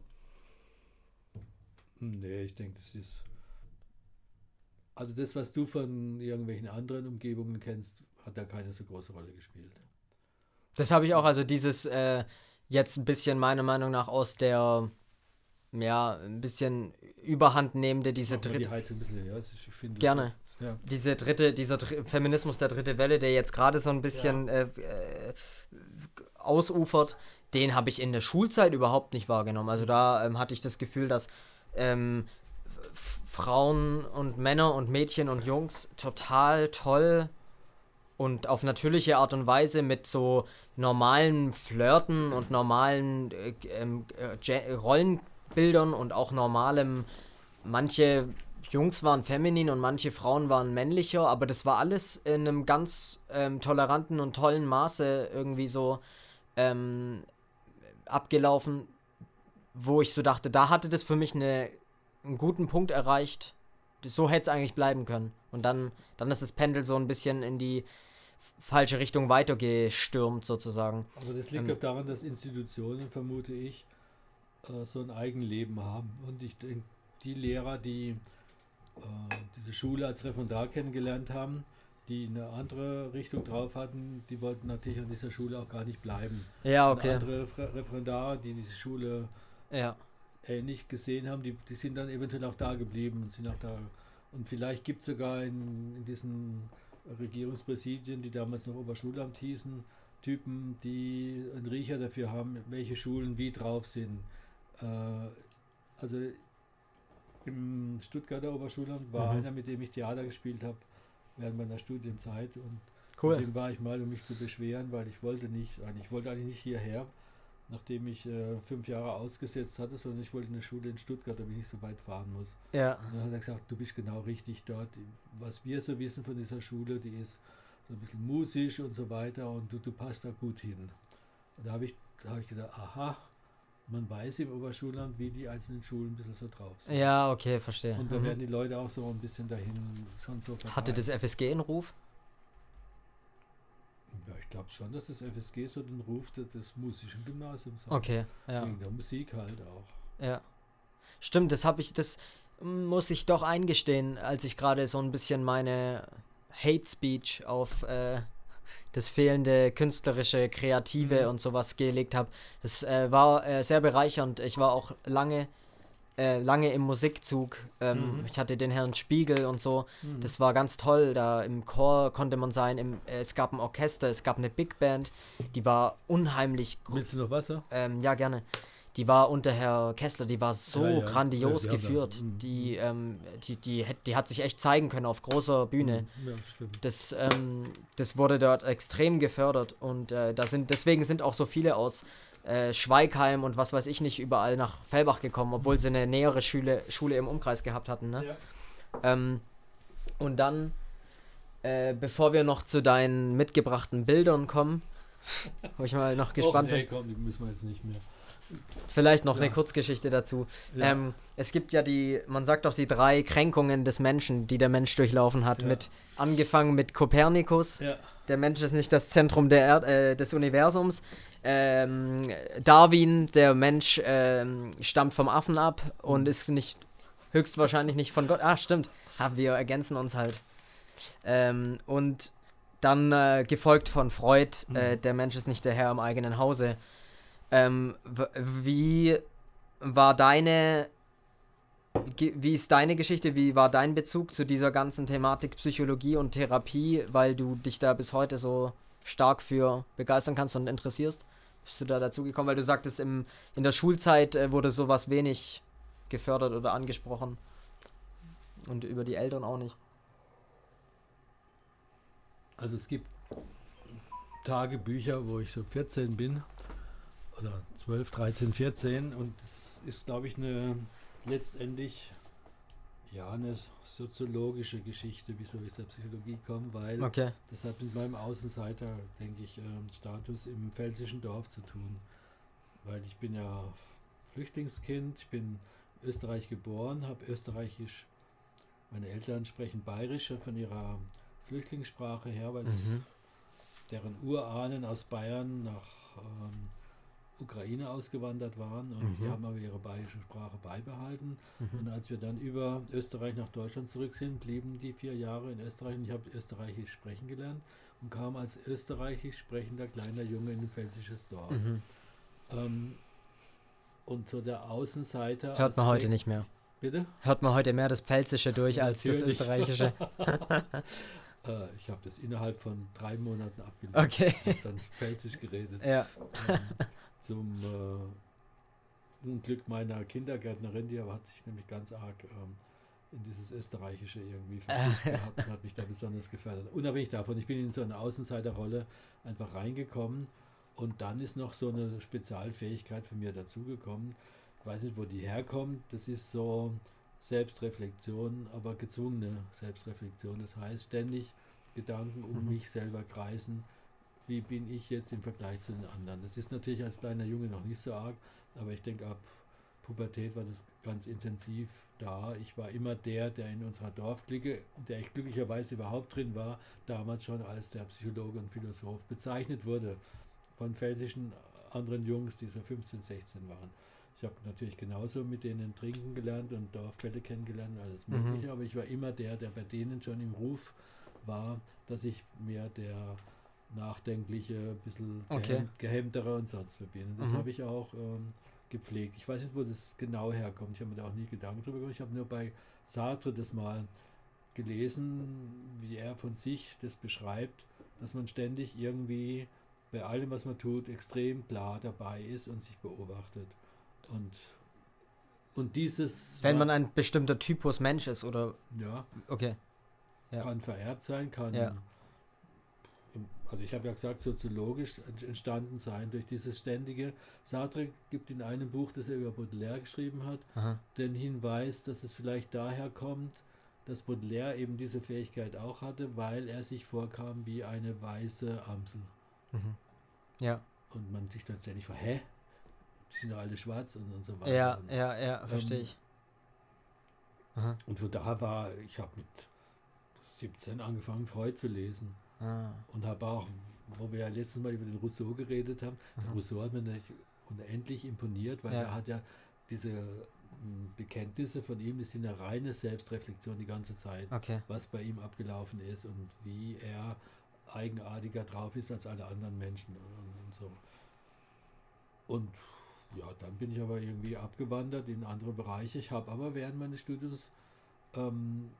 nee, ich denke, das ist also das, was du von irgendwelchen anderen Umgebungen kennst, hat da keine so große Rolle gespielt. Das habe ich auch, also dieses äh, jetzt ein bisschen meiner Meinung nach aus der, ja, ein bisschen Überhand nehmende, diese Mach mal dritte, die Heizung ein bisschen höher. Ich finde das gerne, so- Ja. diese dritte, dieser Dr- Feminismus der dritte Welle, der jetzt gerade so ein bisschen äh, äh, ausufert, den habe ich in der Schulzeit überhaupt nicht wahrgenommen. Also da ähm, hatte ich das Gefühl, dass ähm, F- Frauen und Männer und Mädchen und Jungs total toll und auf natürliche Art und Weise mit so normalen Flirten und normalen äh, ähm, äh, Rollenbildern und auch normalem, manche Jungs waren feminin und manche Frauen waren männlicher, aber das war alles in einem ganz ähm, toleranten und tollen Maße irgendwie so ähm, abgelaufen, wo ich so dachte, da hatte das für mich eine, einen guten Punkt erreicht. So hätte es eigentlich bleiben können. Und dann, dann ist das Pendel so ein bisschen in die falsche Richtung weitergestürmt sozusagen. Aber das liegt ähm, auch daran, dass Institutionen, vermute ich, äh, so ein Eigenleben haben. Und ich denke, die Lehrer, die äh, diese Schule als Referendar kennengelernt haben, die eine andere Richtung drauf hatten, die wollten natürlich an dieser Schule auch gar nicht bleiben. Ja, okay. Und andere Refer- Referendare, die diese Schule ja. ähnlich gesehen haben, die, die sind dann eventuell auch da geblieben und sind auch da. Und vielleicht gibt es sogar in, in diesen Regierungspräsidien, die damals noch Oberschulamt hießen, Typen, die einen Riecher dafür haben, welche Schulen wie drauf sind. Äh, also im Stuttgarter Oberschulamt war mhm. einer, mit dem ich Theater gespielt habe während meiner Studienzeit, und cool. mit dem war ich mal, um mich zu beschweren, weil ich wollte nicht, ich wollte eigentlich nicht hierher, nachdem ich äh, fünf Jahre ausgesetzt hatte, sondern ich wollte eine Schule in Stuttgart, damit ich nicht so weit fahren muss. Ja. Und dann hat er gesagt, du bist genau richtig dort. Was wir so wissen von dieser Schule, die ist so ein bisschen musisch und so weiter, und du, du passt da gut hin. Und da habe ich, da hab ich gedacht, aha, man weiß im Oberschulamt, wie die einzelnen Schulen ein bisschen so drauf sind. Ja, okay, verstehe. Und da mhm. werden die Leute auch so ein bisschen dahin schon so verteilt. Hatte das F S G einen Ruf? Ja, ich glaube schon, dass das F S G so den Ruf des, des musischen Gymnasiums hat. Okay, ja. Wegen der Musik halt auch. Ja. Stimmt, das habe ich, das muss ich doch eingestehen, als ich gerade so ein bisschen meine Hate Speech auf äh, das fehlende künstlerische, kreative mhm. und sowas gelegt habe. Das äh, war äh, sehr bereichernd. Ich war auch lange Äh, lange im Musikzug. Ähm, mhm. Ich hatte den Herrn Spiegel und so. Mhm. Das war ganz toll. Da im Chor konnte man sein. Im, äh, es gab ein Orchester, es gab eine Big Band. Die war unheimlich... Gr- Willst du noch Wasser? Ähm, ja, gerne. Die war unter Herr Kessler, die war so ja, ja. grandios ja, geführt. Da, die, ähm, die, die, die, die hat sich echt zeigen können auf großer Bühne. Ja, stimmt. Das, ähm, das wurde dort extrem gefördert. Und äh, da sind, deswegen sind auch so viele aus Äh, Schweigheim und was weiß ich nicht überall nach Fellbach gekommen, obwohl sie eine nähere Schule, Schule im Umkreis gehabt hatten. Ne? Ja. Ähm, und dann, äh, bevor wir noch zu deinen mitgebrachten Bildern kommen, wo ich mal noch gespannt bin. Nee, komm, die müssen wir jetzt nicht mehr. Vielleicht noch ja. eine Kurzgeschichte dazu. Ja. Ähm, es gibt ja die, man sagt doch die drei Kränkungen des Menschen, die der Mensch durchlaufen hat. Ja. Mit angefangen mit Kopernikus. Ja. Der Mensch ist nicht das Zentrum der Erd, äh, des Universums. Ähm, Darwin, der Mensch, ähm, stammt vom Affen ab und ist nicht, höchstwahrscheinlich nicht von Gott. Ah, stimmt. Ha, wir ergänzen uns halt. Ähm, und dann äh, gefolgt von Freud, mhm. äh, der Mensch ist nicht der Herr im eigenen Hause. Ähm, w- wie war deine, ge- wie ist deine Geschichte, wie war dein Bezug zu dieser ganzen Thematik Psychologie und Therapie, weil du dich da bis heute so stark für begeistern kannst und interessierst? Bist du da dazu gekommen? Weil du sagtest, im, in der Schulzeit äh, wurde sowas wenig gefördert oder angesprochen. Und über die Eltern auch nicht. Also es gibt Tagebücher, wo ich so vierzehn bin. Oder zwölf, dreizehn, vierzehn. Und es ist, glaube ich, eine letztendlich ja, eine soziologische Geschichte, wieso ich zur Psychologie komme, weil okay. das hat mit meinem Außenseiter, denke ich, Status im pfälzischen Dorf zu tun. Weil ich bin ja Flüchtlingskind, ich bin in Österreich geboren, habe Österreichisch, meine Eltern sprechen Bayerisch von ihrer Flüchtlingssprache her, weil das mhm. deren Urahnen aus Bayern nach ähm, Ukraine ausgewandert waren und mhm. die haben aber ihre bayerische Sprache beibehalten. Mhm. Und als wir dann über Österreich nach Deutschland zurück sind, blieben die vier Jahre in Österreich und ich habe Österreichisch sprechen gelernt und kam als österreichisch sprechender kleiner Junge in ein pfälzisches Dorf. Mhm. Ähm, und so der Außenseiter... Hört man heute nicht mehr. Bitte? Hört man heute mehr das Pfälzische durch ja, als das Österreichische. äh, ich habe das innerhalb von drei Monaten abgelegt. Okay. Ich habe dann Pfälzisch geredet. Ja. Ähm, zum äh, Unglück meiner Kindergärtnerin, die hat sich nämlich ganz arg ähm, in dieses Österreichische irgendwie verliebt gehabt und hat mich da besonders gefördert. Unabhängig davon, ich bin in so eine Außenseiterrolle einfach reingekommen und dann ist noch so eine Spezialfähigkeit von mir dazugekommen. Ich weiß nicht, wo die herkommt. Das ist so Selbstreflexion, aber gezwungene Selbstreflexion. Das heißt, ständig Gedanken um Mhm. mich selber kreisen. Wie bin ich jetzt im Vergleich zu den anderen? Das ist natürlich als kleiner Junge noch nicht so arg, aber ich denke, ab Pubertät war das ganz intensiv da. Ich war immer der, der in unserer Dorfklicke, der ich glücklicherweise überhaupt drin war, damals schon als der Psychologe und Philosoph bezeichnet wurde von pfälzischen anderen Jungs, die so fünfzehn, sechzehn waren. Ich habe natürlich genauso mit denen trinken gelernt und Dorfbälle kennengelernt und alles Mögliche, Mhm. aber ich war immer der, der bei denen schon im Ruf war, dass ich mehr der nachdenkliche, ein bisschen Okay. gehem gehemmtere und sonst was bin. Und das Mhm. habe ich auch ähm, gepflegt. Ich weiß nicht, wo das genau herkommt. Ich habe mir da auch nie Gedanken drüber gemacht. Ich habe nur bei Sartre das mal gelesen, wie er von sich das beschreibt, dass man ständig irgendwie bei allem, was man tut, extrem klar dabei ist und sich beobachtet. Und, und dieses Wenn war- man ein bestimmter Typus Mensch ist, oder? ja, Okay. Ja. kann vererbt sein, kann, Ja. im- also ich habe ja gesagt, soziologisch ent- entstanden sein durch dieses ständige. Sartre gibt in einem Buch, das er über Baudelaire geschrieben hat, Aha. den Hinweis, dass es vielleicht daher kommt, dass Baudelaire eben diese Fähigkeit auch hatte, weil er sich vorkam wie eine weiße Amsel. Mhm. Ja. Und man sich dann ständig fragt, hä? Die sind doch alle schwarz und, und so weiter. Ja, Und, ja, ja, verstehe ähm, ich. Aha. und von da war, ich habe mit siebzehn angefangen, Freud zu lesen. Ah. Und habe auch, wo wir ja letztes Mal über den Rousseau geredet haben, der Aha. Rousseau hat mir natürlich unendlich imponiert, weil Ja. er hat ja diese m, Bekenntnisse von ihm, das sind eine reine Selbstreflexion die ganze Zeit, Okay. was bei ihm abgelaufen ist und wie er eigenartiger drauf ist als alle anderen Menschen und, und so. Und ja, dann bin ich aber irgendwie abgewandert in andere Bereiche. Ich habe aber während meines Studiums ähm,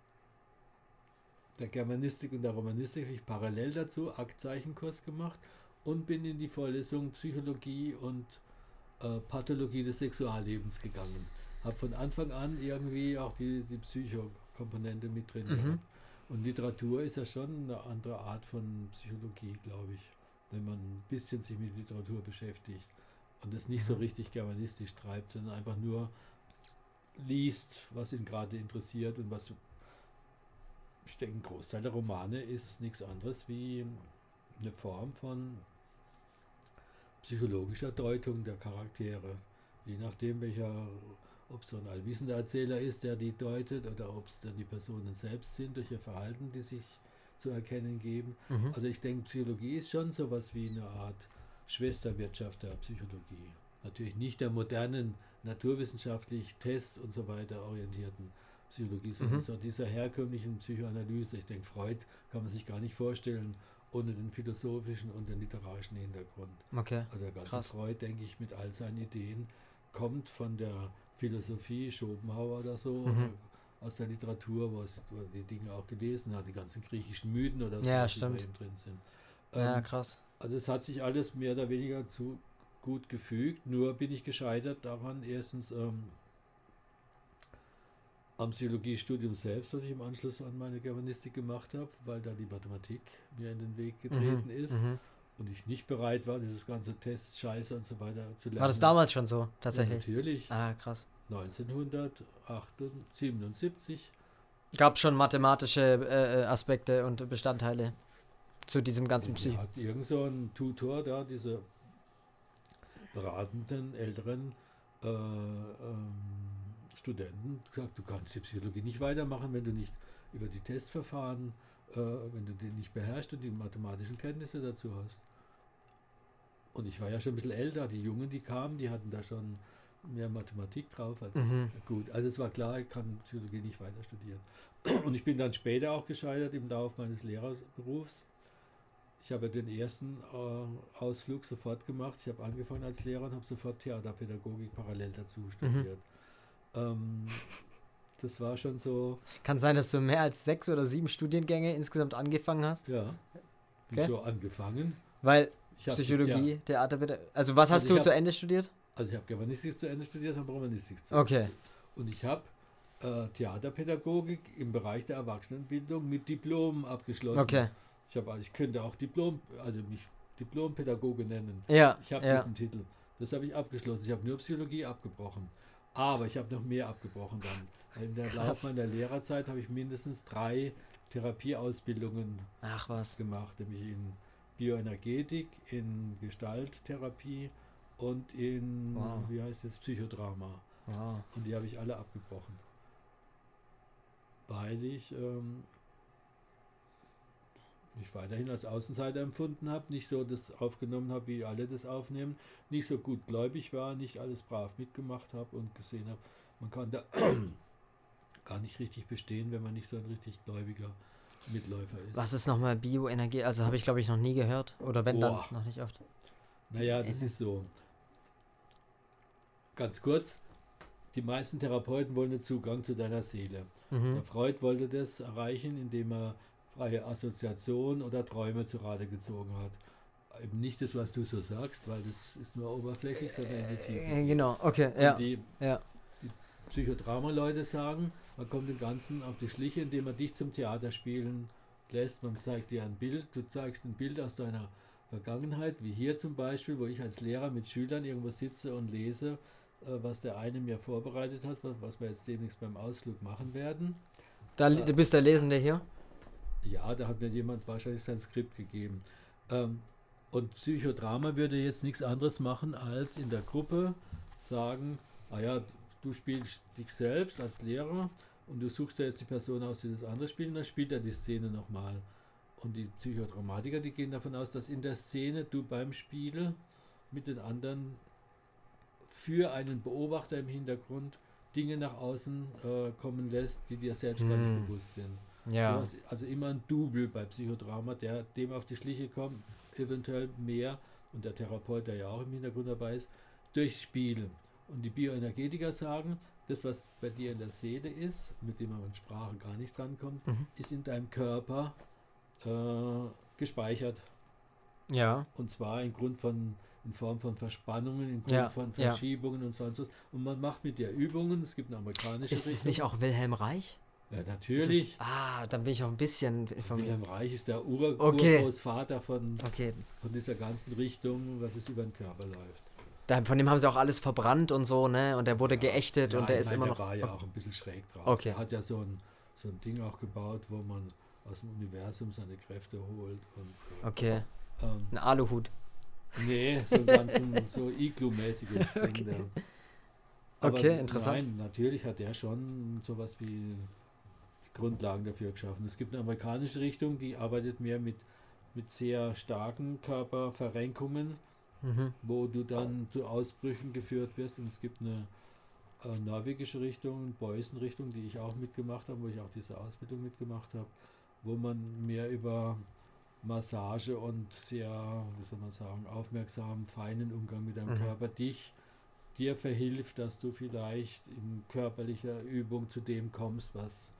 der Germanistik und der Romanistik habe ich parallel dazu Aktzeichenkurs gemacht und bin in die Vorlesung Psychologie und äh, Pathologie des Sexuallebens gegangen. Habe von Anfang an irgendwie auch die, die Psychokomponente mit drin Mhm. gehabt. Und Literatur ist ja schon eine andere Art von Psychologie, glaube ich, wenn man ein bisschen sich mit Literatur beschäftigt und es nicht so Mhm. richtig germanistisch treibt, sondern einfach nur liest, was ihn gerade interessiert und was, ich denke, ein Großteil der Romane ist nichts anderes wie eine Form von psychologischer Deutung der Charaktere. Je nachdem, welcher, ob es so ein allwissender Erzähler ist, der die deutet, oder ob es dann die Personen selbst sind, durch ihr Verhalten, die sich zu erkennen geben. Mhm. Also ich denke, Psychologie ist schon sowas wie eine Art Schwesterwirtschaft der Psychologie. Natürlich nicht der modernen, naturwissenschaftlich Test und so weiter orientierten Psychologie, sondern Mhm. so dieser herkömmlichen Psychoanalyse. Ich denke, Freud kann man sich gar nicht vorstellen, ohne den philosophischen und den literarischen Hintergrund. Okay. Also der ganze Krass. Freud, denke ich, mit all seinen Ideen, kommt von der Philosophie, Schopenhauer oder so, Mhm. oder aus der Literatur, wo, es, wo er die Dinge auch gelesen hat, die ganzen griechischen Mythen oder so, Ja, die bei stimmt. ihm drin sind. Ja, Ähm, krass. also es hat sich alles mehr oder weniger zu gut gefügt, nur bin ich gescheitert daran, erstens ähm, am Psychologiestudium selbst, was ich im Anschluss an meine Germanistik gemacht habe, weil da die Mathematik mir in den Weg getreten Mhm. ist Mhm. und ich nicht bereit war, dieses ganze Test, Scheiße und so weiter zu lernen. War das damals schon so, Ja, tatsächlich? natürlich. Ah, krass. neunzehnhundertsiebenundsiebzig. Gab schon mathematische äh, äh, Aspekte und Bestandteile zu diesem ganzen Da Psych. hat irgend so ein Tutor da, diese beratenden älteren äh, ähm, Studenten gesagt, du kannst die Psychologie nicht weitermachen, wenn du nicht über die Testverfahren, äh, wenn du die nicht beherrschst und die mathematischen Kenntnisse dazu hast. Und ich war ja schon ein bisschen älter, die Jungen, die kamen, die hatten da schon mehr Mathematik drauf als Mhm. ich. Gut, also es war klar, ich kann Psychologie nicht weiter studieren. Und ich bin dann später auch gescheitert im Lauf meines Lehrerberufs. Ich habe den ersten äh, Ausflug sofort gemacht. Ich habe angefangen als Lehrer und habe sofort Theaterpädagogik parallel dazu studiert. Ähm, das war schon so, Kann sein, dass du mehr als sechs oder sieben Studiengänge insgesamt angefangen hast? ja, Okay. so angefangen. Weil Ich hab- Psychologie, Theaterpädagogik. Also was hast Also du ich hab- zu Ende studiert? Also ich habe Germanistik zu Ende studiert, habe Romanistik zu Okay. Ende studiert. Und ich habe äh, Theaterpädagogik im Bereich der Erwachsenenbildung mit Diplom abgeschlossen. Okay. Ich, hab, ich könnte auch Diplom, also mich Diplompädagoge nennen. Ja. Ich habe ja. diesen Titel. Das habe ich abgeschlossen. Ich habe nur Psychologie abgebrochen. Aber ich habe noch mehr abgebrochen dann. In der Lauf meiner Lehrerzeit habe ich mindestens drei Therapieausbildungen Ach was. gemacht, nämlich in Bioenergetik, in Gestalttherapie und in, wow. wie heißt es, Psychodrama. Wow. Und die habe ich alle abgebrochen. Weil ich ähm, mich weiterhin als Außenseiter empfunden habe, nicht so das aufgenommen habe, wie alle das aufnehmen, nicht so gut gläubig war, nicht alles brav mitgemacht habe und gesehen habe, man kann da gar nicht richtig bestehen, wenn man nicht so ein richtig gläubiger Mitläufer ist. Was ist nochmal Bioenergie? Also habe ich, glaube ich, noch nie gehört. Oder wenn, Boah. dann noch nicht oft. Naja, das ist so. Ganz kurz, die meisten Therapeuten wollen einen Zugang zu deiner Seele. Mhm. Der Freud wollte das erreichen, indem er freie Assoziation oder Träume zu Rate gezogen hat. Eben nicht das, was du so sagst, weil das ist nur oberflächlich, sondern in die Tiefe. Äh, genau, okay, Und ja. Die, ja. die Psychodrama-Leute sagen, man kommt dem Ganzen auf die Schliche, indem man dich zum Theaterspielen lässt. Man zeigt dir ein Bild, du zeigst ein Bild aus deiner Vergangenheit, wie hier zum Beispiel, wo ich als Lehrer mit Schülern irgendwo sitze und lese, was der eine mir vorbereitet hat, was, was wir jetzt demnächst beim Ausflug machen werden. Da, äh, du bist der Lesende hier? Ja, da hat mir jemand wahrscheinlich sein Skript gegeben. Ähm, und Psychodrama würde jetzt nichts anderes machen, als in der Gruppe sagen, ah ja, du spielst dich selbst als Lehrer und du suchst dir jetzt die Person aus, die das andere spielt, und dann spielt er die Szene nochmal. Und die Psychodramatiker, die gehen davon aus, dass in der Szene du beim Spiel mit den anderen für einen Beobachter im Hintergrund Dinge nach außen äh, kommen lässt, die dir selbst gar nicht bewusst sind. Ja. Du hast also immer ein Double bei Psychodrama, der dem auf die Schliche kommt, eventuell mehr, und der Therapeut, der ja auch im Hintergrund dabei ist, durch Spiele. Und die Bioenergetiker sagen, das, was bei dir in der Seele ist, mit dem man in Sprache gar nicht drankommt, Mhm. ist in deinem Körper äh, gespeichert. Ja. Und zwar in Grund von in Form von Verspannungen, in Grund Ja, von ja. Verschiebungen und so und so. Und man macht mit dir Übungen, es gibt eine amerikanische Ist es Richtung. nicht auch Wilhelm Reich? Ja, Ist natürlich. es, ah, dann bin ich auch ein bisschen informiert. Wilhelm Reich ist der Ur Okay. Urgroßvater von, Okay. von dieser ganzen Richtung, was es über den Körper läuft. Da, von dem haben sie auch alles verbrannt und so, ne? Und der wurde Ja, geächtet ja, und der ich ist meine, immer der noch. war ja auch ein bisschen schräg drauf. Okay. Er hat ja so ein, so ein Ding auch gebaut, wo man aus dem Universum seine Kräfte holt. Und, Okay. ähm, Ein Aluhut. nee, so ein ganzen, so Iglu-mäßiges Ding. Okay. Da. Aber Okay, interessant. Nein, natürlich hat er schon sowas wie Grundlagen dafür geschaffen. Es gibt eine amerikanische Richtung, die arbeitet mehr mit, mit sehr starken Körperverrenkungen, Mhm. wo du dann zu Ausbrüchen geführt wirst. Und es gibt eine äh, norwegische Richtung, Boysen-Richtung, die ich auch mitgemacht habe, wo ich auch diese Ausbildung mitgemacht habe, wo man mehr über Massage und sehr, wie soll man sagen, aufmerksamen, feinen Umgang mit deinem Mhm. Körper dich dir verhilft, dass du vielleicht in körperlicher Übung zu dem kommst, was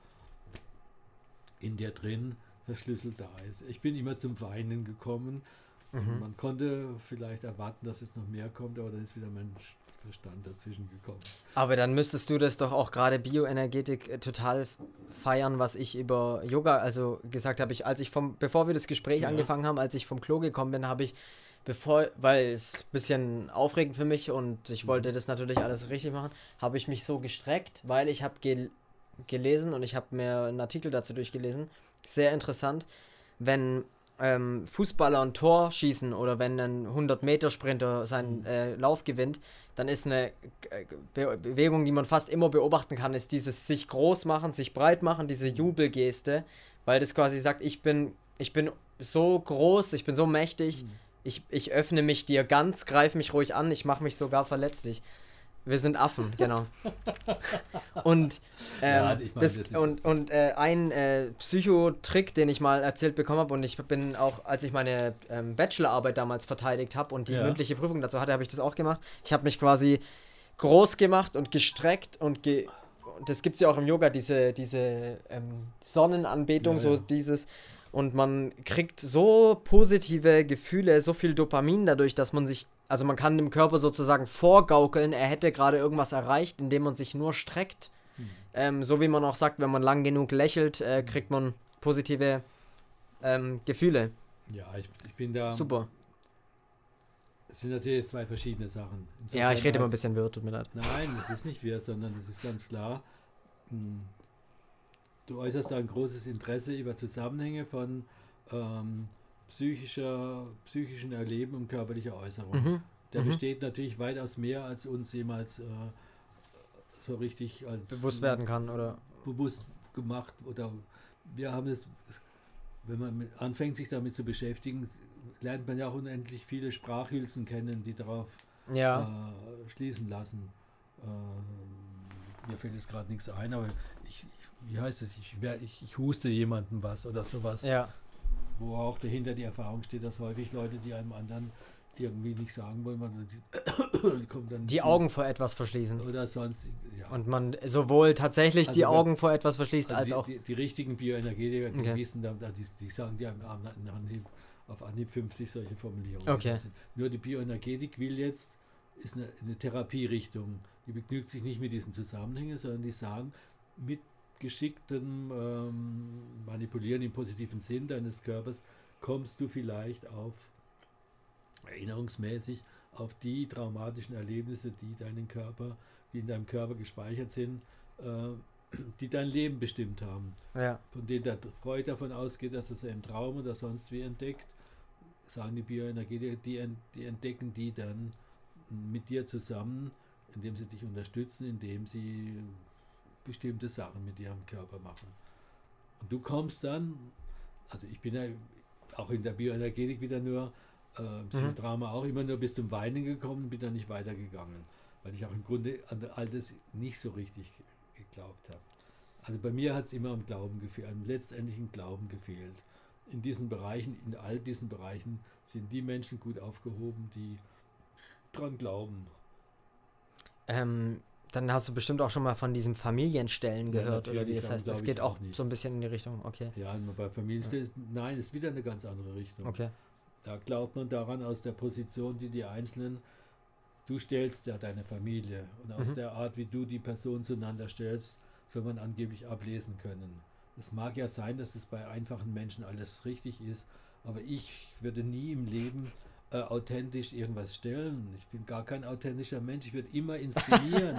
in dir drin verschlüsselt da ist. Ich bin immer zum Weinen gekommen. Mhm. Man konnte vielleicht erwarten, dass jetzt noch mehr kommt, aber dann ist wieder mein Verstand dazwischen gekommen. Aber dann müsstest du das doch auch gerade Bioenergetik äh, total feiern, was ich über Yoga also gesagt habe. Ich, als ich vom, bevor wir das Gespräch Ja. angefangen haben, als ich vom Klo gekommen bin, habe ich, bevor, weil es ein bisschen aufregend für mich und ich Mhm. wollte das natürlich alles richtig machen, habe ich mich so gestreckt, weil ich habe gel gelesen und ich habe mir einen Artikel dazu durchgelesen. Sehr interessant, wenn ähm, Fußballer ein Tor schießen oder wenn ein hundert-Meter-Sprinter seinen äh, Lauf gewinnt, dann ist eine äh, Be Bewegung, die man fast immer beobachten kann, ist dieses sich groß machen, sich breit machen, diese Jubelgeste, weil das quasi sagt, ich bin, ich bin so groß, ich bin so mächtig, Mhm. ich, ich öffne mich dir ganz, greife mich ruhig an, ich mache mich sogar verletzlich. Wir sind Affen, genau. Und, ähm, Ja, ich meine, das, das ist- und, und äh, ein äh, Psychotrick, den ich mal erzählt bekommen habe, und ich bin auch, als ich meine ähm, Bachelorarbeit damals verteidigt habe und die Ja. mündliche Prüfung dazu hatte, habe ich das auch gemacht. Ich habe mich quasi groß gemacht und gestreckt und ge und das gibt es ja auch im Yoga, diese, diese ähm, Sonnenanbetung, Ja, so ja. dieses, und man kriegt so positive Gefühle, so viel Dopamin dadurch, dass man sich, also man kann dem Körper sozusagen vorgaukeln, er hätte gerade irgendwas erreicht, indem man sich nur streckt. Mhm. Ähm, so wie man auch sagt, wenn man lang genug lächelt, äh, kriegt man positive ähm, Gefühle. Ja, ich, ich bin da... Super. Es sind natürlich zwei verschiedene Sachen. Insofern ja, ich rede immer ein heißt- bisschen wirr, tut mir leid. Nein, das ist nicht wir, sondern das ist ganz klar. hm, Du äußerst da ein großes Interesse über Zusammenhänge von ähm, psychischer, psychischen Erleben und körperlicher Äußerung. Mhm. Der mhm. besteht natürlich weitaus mehr, als uns jemals äh, so richtig als bewusst werden kann, oder? bewusst gemacht. Oder wir haben es, wenn man mit, anfängt, sich damit zu beschäftigen, lernt man ja auch unendlich viele Sprachhülsen kennen, die darauf Ja. äh, schließen lassen. Äh, mir fällt jetzt gerade nichts ein, aber ich, ich, wie heißt es, ich, ich, ich huste jemandem was oder sowas, Ja. wo auch dahinter die Erfahrung steht, dass häufig Leute, die einem anderen irgendwie nicht sagen wollen, man, die, die, kommen dann Die zu- Augen vor etwas verschließen. oder sonst, ja. Und man sowohl tatsächlich Also die wir- Augen vor etwas verschließt, Also als die, auch... die, die richtigen Bioenergetiker, die Okay. wissen, da, da- die, die sagen dir am- am- am Anhieb, auf Anhieb fünfzig solche Formulierungen. Okay. Das sind. Nur die Bioenergetik will jetzt, ist eine, eine Therapierichtung. Die begnügt sich nicht mit diesen Zusammenhängen, sondern die sagen, mit geschicktem ähm, Manipulieren im positiven Sinn deines Körpers kommst du vielleicht auf, erinnerungsmäßig, auf die traumatischen Erlebnisse, die deinen Körper, die in deinem Körper gespeichert sind, äh, die dein Leben bestimmt haben. Ja. Von denen der Freud davon ausgeht, dass es er im Traum oder sonst wie entdeckt, sagen die Bioenergetiker, die, ent, die entdecken die dann mit dir zusammen, indem sie dich unterstützen, indem sie bestimmte Sachen mit ihrem Körper machen. Und du kommst dann, also ich bin ja auch in der Bioenergetik wieder nur, äh, Psychodrama auch immer nur bis zum Weinen gekommen, bin dann nicht weitergegangen, weil ich auch im Grunde an all das nicht so richtig geglaubt habe. Also bei mir hat es immer am Glauben gefehlt, am letztendlichen Glauben gefehlt. In diesen Bereichen, in all diesen Bereichen sind die Menschen gut aufgehoben, die dran glauben. Ähm, dann hast du bestimmt auch schon mal von diesem Familienstellen Ja, gehört, oder wie natürlich, das darum heißt. Das glaub geht ich auch auch nicht. so ein bisschen in die Richtung, okay. Ja, nur bei Familienstellen, ist- nein, ist wieder eine ganz andere Richtung. Okay. Da glaubt man daran aus der Position, die die Einzelnen, du stellst ja deine Familie und aus Mhm. der Art, wie du die Person zueinander stellst, soll man angeblich ablesen können. Es mag ja sein, dass es bei einfachen Menschen alles richtig ist, aber ich würde nie im Leben äh, authentisch irgendwas stellen. Ich bin gar kein authentischer Mensch, ich würde immer inszenieren.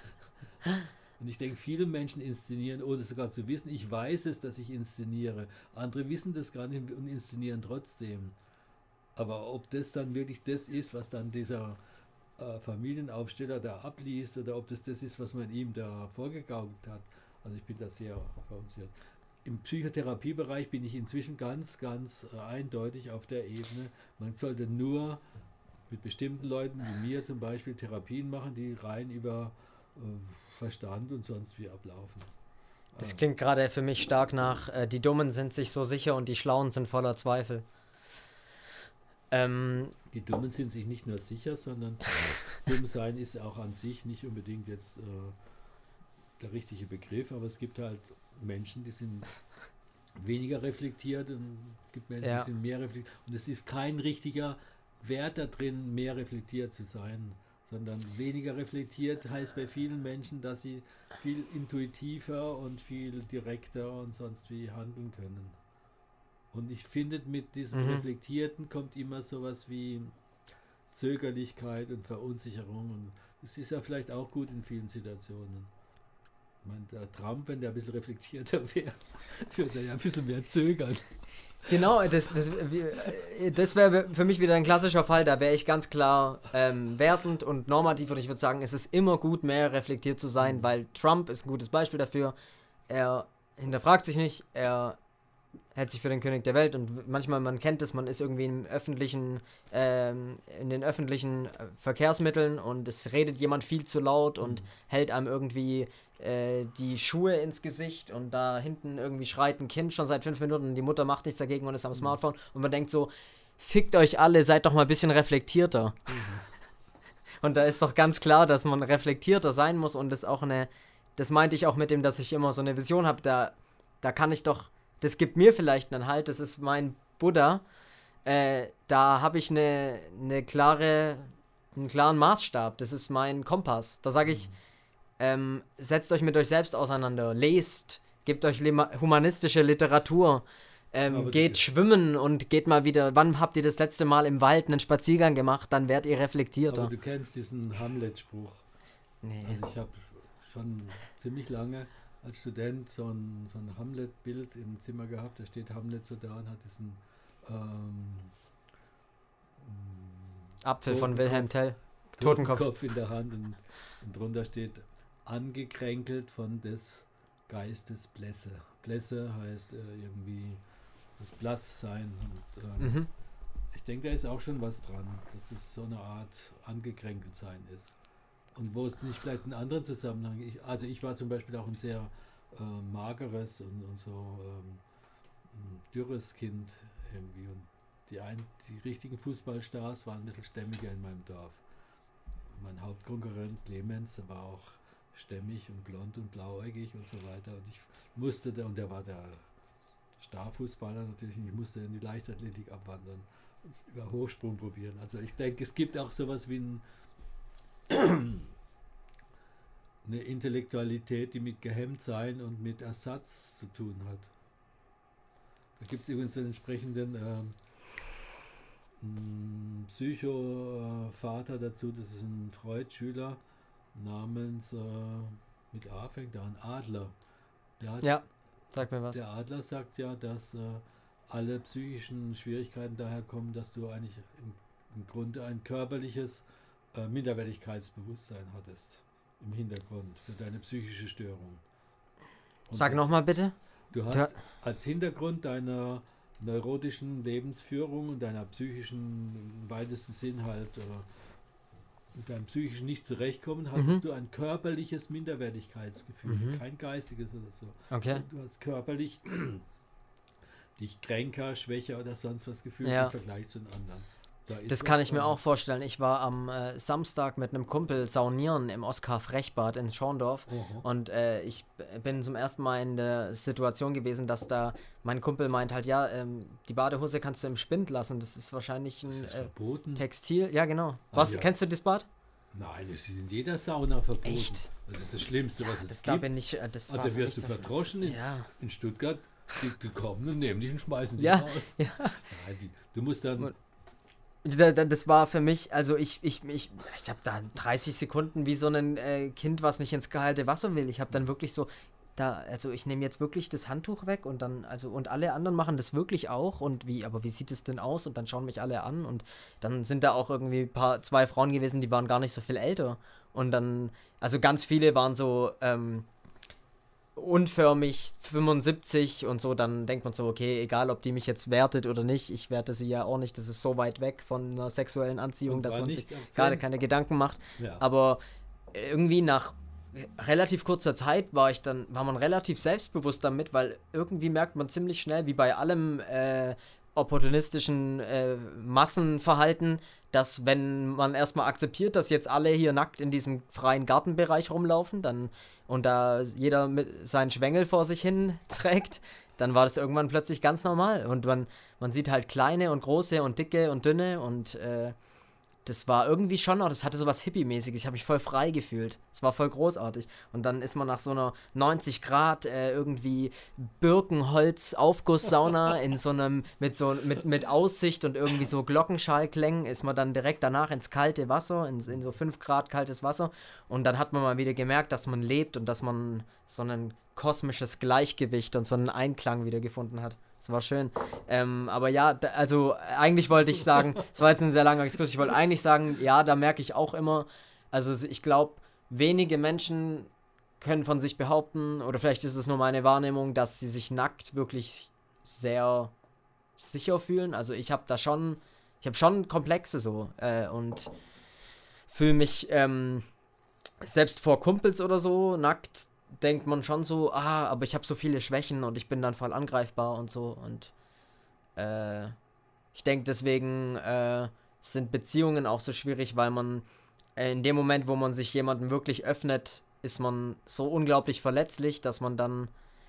Und ich denke, viele Menschen inszenieren, ohne sogar zu wissen. Ich weiß es, dass ich inszeniere. Andere wissen das gar nicht und inszenieren trotzdem. Aber ob das dann wirklich das ist, was dann dieser äh, Familienaufsteller da abliest, oder ob das das ist, was man ihm da vorgegaukelt hat, also ich bin da sehr verunsichert. Im Psychotherapiebereich bin ich inzwischen ganz, ganz äh, eindeutig auf der Ebene, man sollte nur mit bestimmten Leuten, wie mir zum Beispiel, Therapien machen, die rein über äh, Verstand und sonst wie ablaufen. Das Äh, klingt gerade für mich stark nach, äh, die Dummen sind sich so sicher und die Schlauen sind voller Zweifel. Ähm, Die Dummen sind sich nicht nur sicher, sondern dumm sein ist auch an sich nicht unbedingt jetzt äh, der richtige Begriff, aber es gibt halt Menschen, die sind weniger reflektiert und es gibt Menschen, Ja. die sind mehr reflektiert. Und es ist kein richtiger Wert da drin, mehr reflektiert zu sein, sondern weniger reflektiert heißt bei vielen Menschen, dass sie viel intuitiver und viel direkter und sonst wie handeln können. Und ich finde, mit diesem Mhm. Reflektierten kommt immer sowas wie Zögerlichkeit und Verunsicherung. Und das ist ja vielleicht auch gut in vielen Situationen. Ich meine, der Trump, wenn der ein bisschen reflektierter wäre, würde er ja ein bisschen mehr zögern. Genau, das, das, wie- das wäre für mich wieder ein klassischer Fall, da wäre ich ganz klar ähm, wertend und normativ und ich würde sagen, es ist immer gut, mehr reflektiert zu sein, Mhm. weil Trump ist ein gutes Beispiel dafür. Er hinterfragt sich nicht, er hält sich für den König der Welt und manchmal, man kennt es, man ist irgendwie im öffentlichen, ähm, in den öffentlichen äh, Verkehrsmitteln und es redet jemand viel zu laut und Mhm. hält einem irgendwie äh, die Schuhe ins Gesicht und da hinten irgendwie schreit ein Kind schon seit fünf Minuten und die Mutter macht nichts dagegen und ist am Smartphone und man denkt so, fickt euch alle, seid doch mal ein bisschen reflektierter. Und da ist doch ganz klar, dass man reflektierter sein muss und das auch eine, das meinte ich auch mit dem, dass ich immer so eine Vision habe, da, da kann ich doch, das gibt mir vielleicht einen Halt, das ist mein Buddha, äh, da habe ich eine, eine klare, einen klaren Maßstab, das ist mein Kompass. Da sage ich, ähm, setzt euch mit euch selbst auseinander, lest, gebt euch lima- humanistische Literatur, ähm, geht schwimmen und geht mal wieder, wann habt ihr das letzte Mal im Wald einen Spaziergang gemacht, dann werdet ihr reflektierter. Aber du kennst diesen Hamlet-Spruch. Nee. Also ich habe schon ziemlich lange als Student so ein, so ein Hamlet-Bild im Zimmer gehabt, da steht Hamlet so da und hat diesen ähm, Apfel von Wilhelm Tell. Totenkopf. Totenkopf in der Hand und, und drunter steht angekränkelt von des Geistes Blässe. Blässe heißt äh, irgendwie das Blasssein. Und, ähm, Mhm. ich denke, da ist auch schon was dran, dass es so eine Art angekränkelt sein ist. Und wo es nicht vielleicht einen anderen Zusammenhang, ich, also ich war zum Beispiel auch ein sehr äh, mageres und, und so ähm, ein dürres Kind irgendwie. Und die, ein, die richtigen Fußballstars waren ein bisschen stämmiger in meinem Dorf. Und mein Hauptkonkurrent Clemens, der war auch stämmig und blond und blauäugig und so weiter. Und ich musste, da, und der war der Starfußballer natürlich, ich musste in die Leichtathletik abwandern und über Hochsprung probieren. Also ich denke, es gibt auch sowas wie ein, eine Intellektualität, die mit Gehemmtsein und mit Ersatz zu tun hat. Da gibt es übrigens den entsprechenden ähm, Psychovater dazu, das ist ein Freud-Schüler namens, äh, mit A fängt er an, Adler. Der hat, Ja, sag mir was. Der Adler sagt ja, dass äh, alle psychischen Schwierigkeiten daher kommen, dass du eigentlich im, im Grunde ein körperliches äh, Minderwertigkeitsbewusstsein hattest im Hintergrund für deine psychische Störung. Und Sag nochmal bitte. Du hast da als Hintergrund deiner neurotischen Lebensführung und deiner psychischen, im weitesten Sinn halt, äh, mit deinem psychischen nicht zurechtkommen, hattest Mhm. du ein körperliches Minderwertigkeitsgefühl, Mhm. kein geistiges oder so. Okay. Du hast körperlich dich kränker, schwächer oder sonst was gefühlt Ja. im Vergleich zu den anderen. Da ist Das was kann ich mir dran. auch vorstellen. Ich war am äh, Samstag mit einem Kumpel saunieren im Oskar-Frechbad in Schorndorf. Oho. Und äh, ich b- bin zum ersten Mal in der Situation gewesen, dass da mein Kumpel meint halt, ja, ähm, die Badehose kannst du im Spind lassen. Das ist wahrscheinlich ein Das ist äh, verboten? Textil. Ja, genau. Ah, Was, ja. kennst du das Bad? Nein, das ist in jeder Sauna verboten. Echt? Das ist das Schlimmste, was es Das, gibt. da bin ich, äh, das Ah, war da wirst echt du so- verdroschen in, Ja. in Stuttgart. Die, die kommen und nehmen dich und schmeißen dich Ja, raus. ja. Nein, die, du musst dann... Da- da- Das war für mich, also ich, ich, ich, ich habe da dreißig Sekunden wie so ein äh, Kind, was nicht ins kalte Wasser will. Ich habe dann wirklich so, da, also ich nehme jetzt wirklich das Handtuch weg und dann, also und alle anderen machen das wirklich auch und wie, aber wie sieht es denn aus? Und dann schauen mich alle an und dann sind da auch irgendwie ein paar, zwei Frauen gewesen, die waren gar nicht so viel älter. Und dann, also ganz viele waren so, ähm, unförmig fünfundsiebzig und so, dann denkt man so, okay, egal ob die mich jetzt wertet oder nicht, ich werte sie ja auch nicht, das ist so weit weg von einer sexuellen Anziehung, Und dass war man nicht sich akzent? gerade keine Gedanken macht. Ja. Aber irgendwie nach relativ kurzer Zeit war ich dann, war man relativ selbstbewusst damit, weil irgendwie merkt man ziemlich schnell, wie bei allem äh, opportunistischen äh, Massenverhalten, dass wenn man erstmal akzeptiert, dass jetzt alle hier nackt in diesem freien Gartenbereich rumlaufen, dann und da jeder mit seinen Schwengel vor sich hin trägt, dann war das irgendwann plötzlich ganz normal. Und man, man sieht halt kleine und große und dicke und dünne und äh, das war irgendwie schon auch, das hatte so was Hippie-mäßiges. Ich habe mich voll frei gefühlt. Es war voll großartig. Und dann ist man nach so einer neunzig Grad äh, irgendwie Birkenholz-Aufgusssauna in so einem, mit so, mit, mit Aussicht und irgendwie so Glockenschallklängen, ist man dann direkt danach ins kalte Wasser, in, in so fünf Grad kaltes Wasser. Und dann hat man mal wieder gemerkt, dass man lebt und dass man so ein kosmisches Gleichgewicht und so einen Einklang wieder gefunden hat. Das war schön. Ähm, aber ja, da, also eigentlich wollte ich sagen, es war jetzt ein sehr langer Exkurs, ich wollte eigentlich sagen, ja, da merke ich auch immer, also ich glaube, wenige Menschen können von sich behaupten, oder vielleicht ist es nur meine Wahrnehmung, dass sie sich nackt wirklich sehr sicher fühlen. Also ich habe da schon, ich habe schon Komplexe so äh, und fühle mich ähm, selbst vor Kumpels oder so nackt, denkt man schon so, ah, aber ich habe so viele Schwächen und ich bin dann voll angreifbar und so und äh, ich denke deswegen äh, sind Beziehungen auch so schwierig, weil man äh, in dem Moment, wo man sich jemandem wirklich öffnet, ist man so unglaublich verletzlich, dass man dann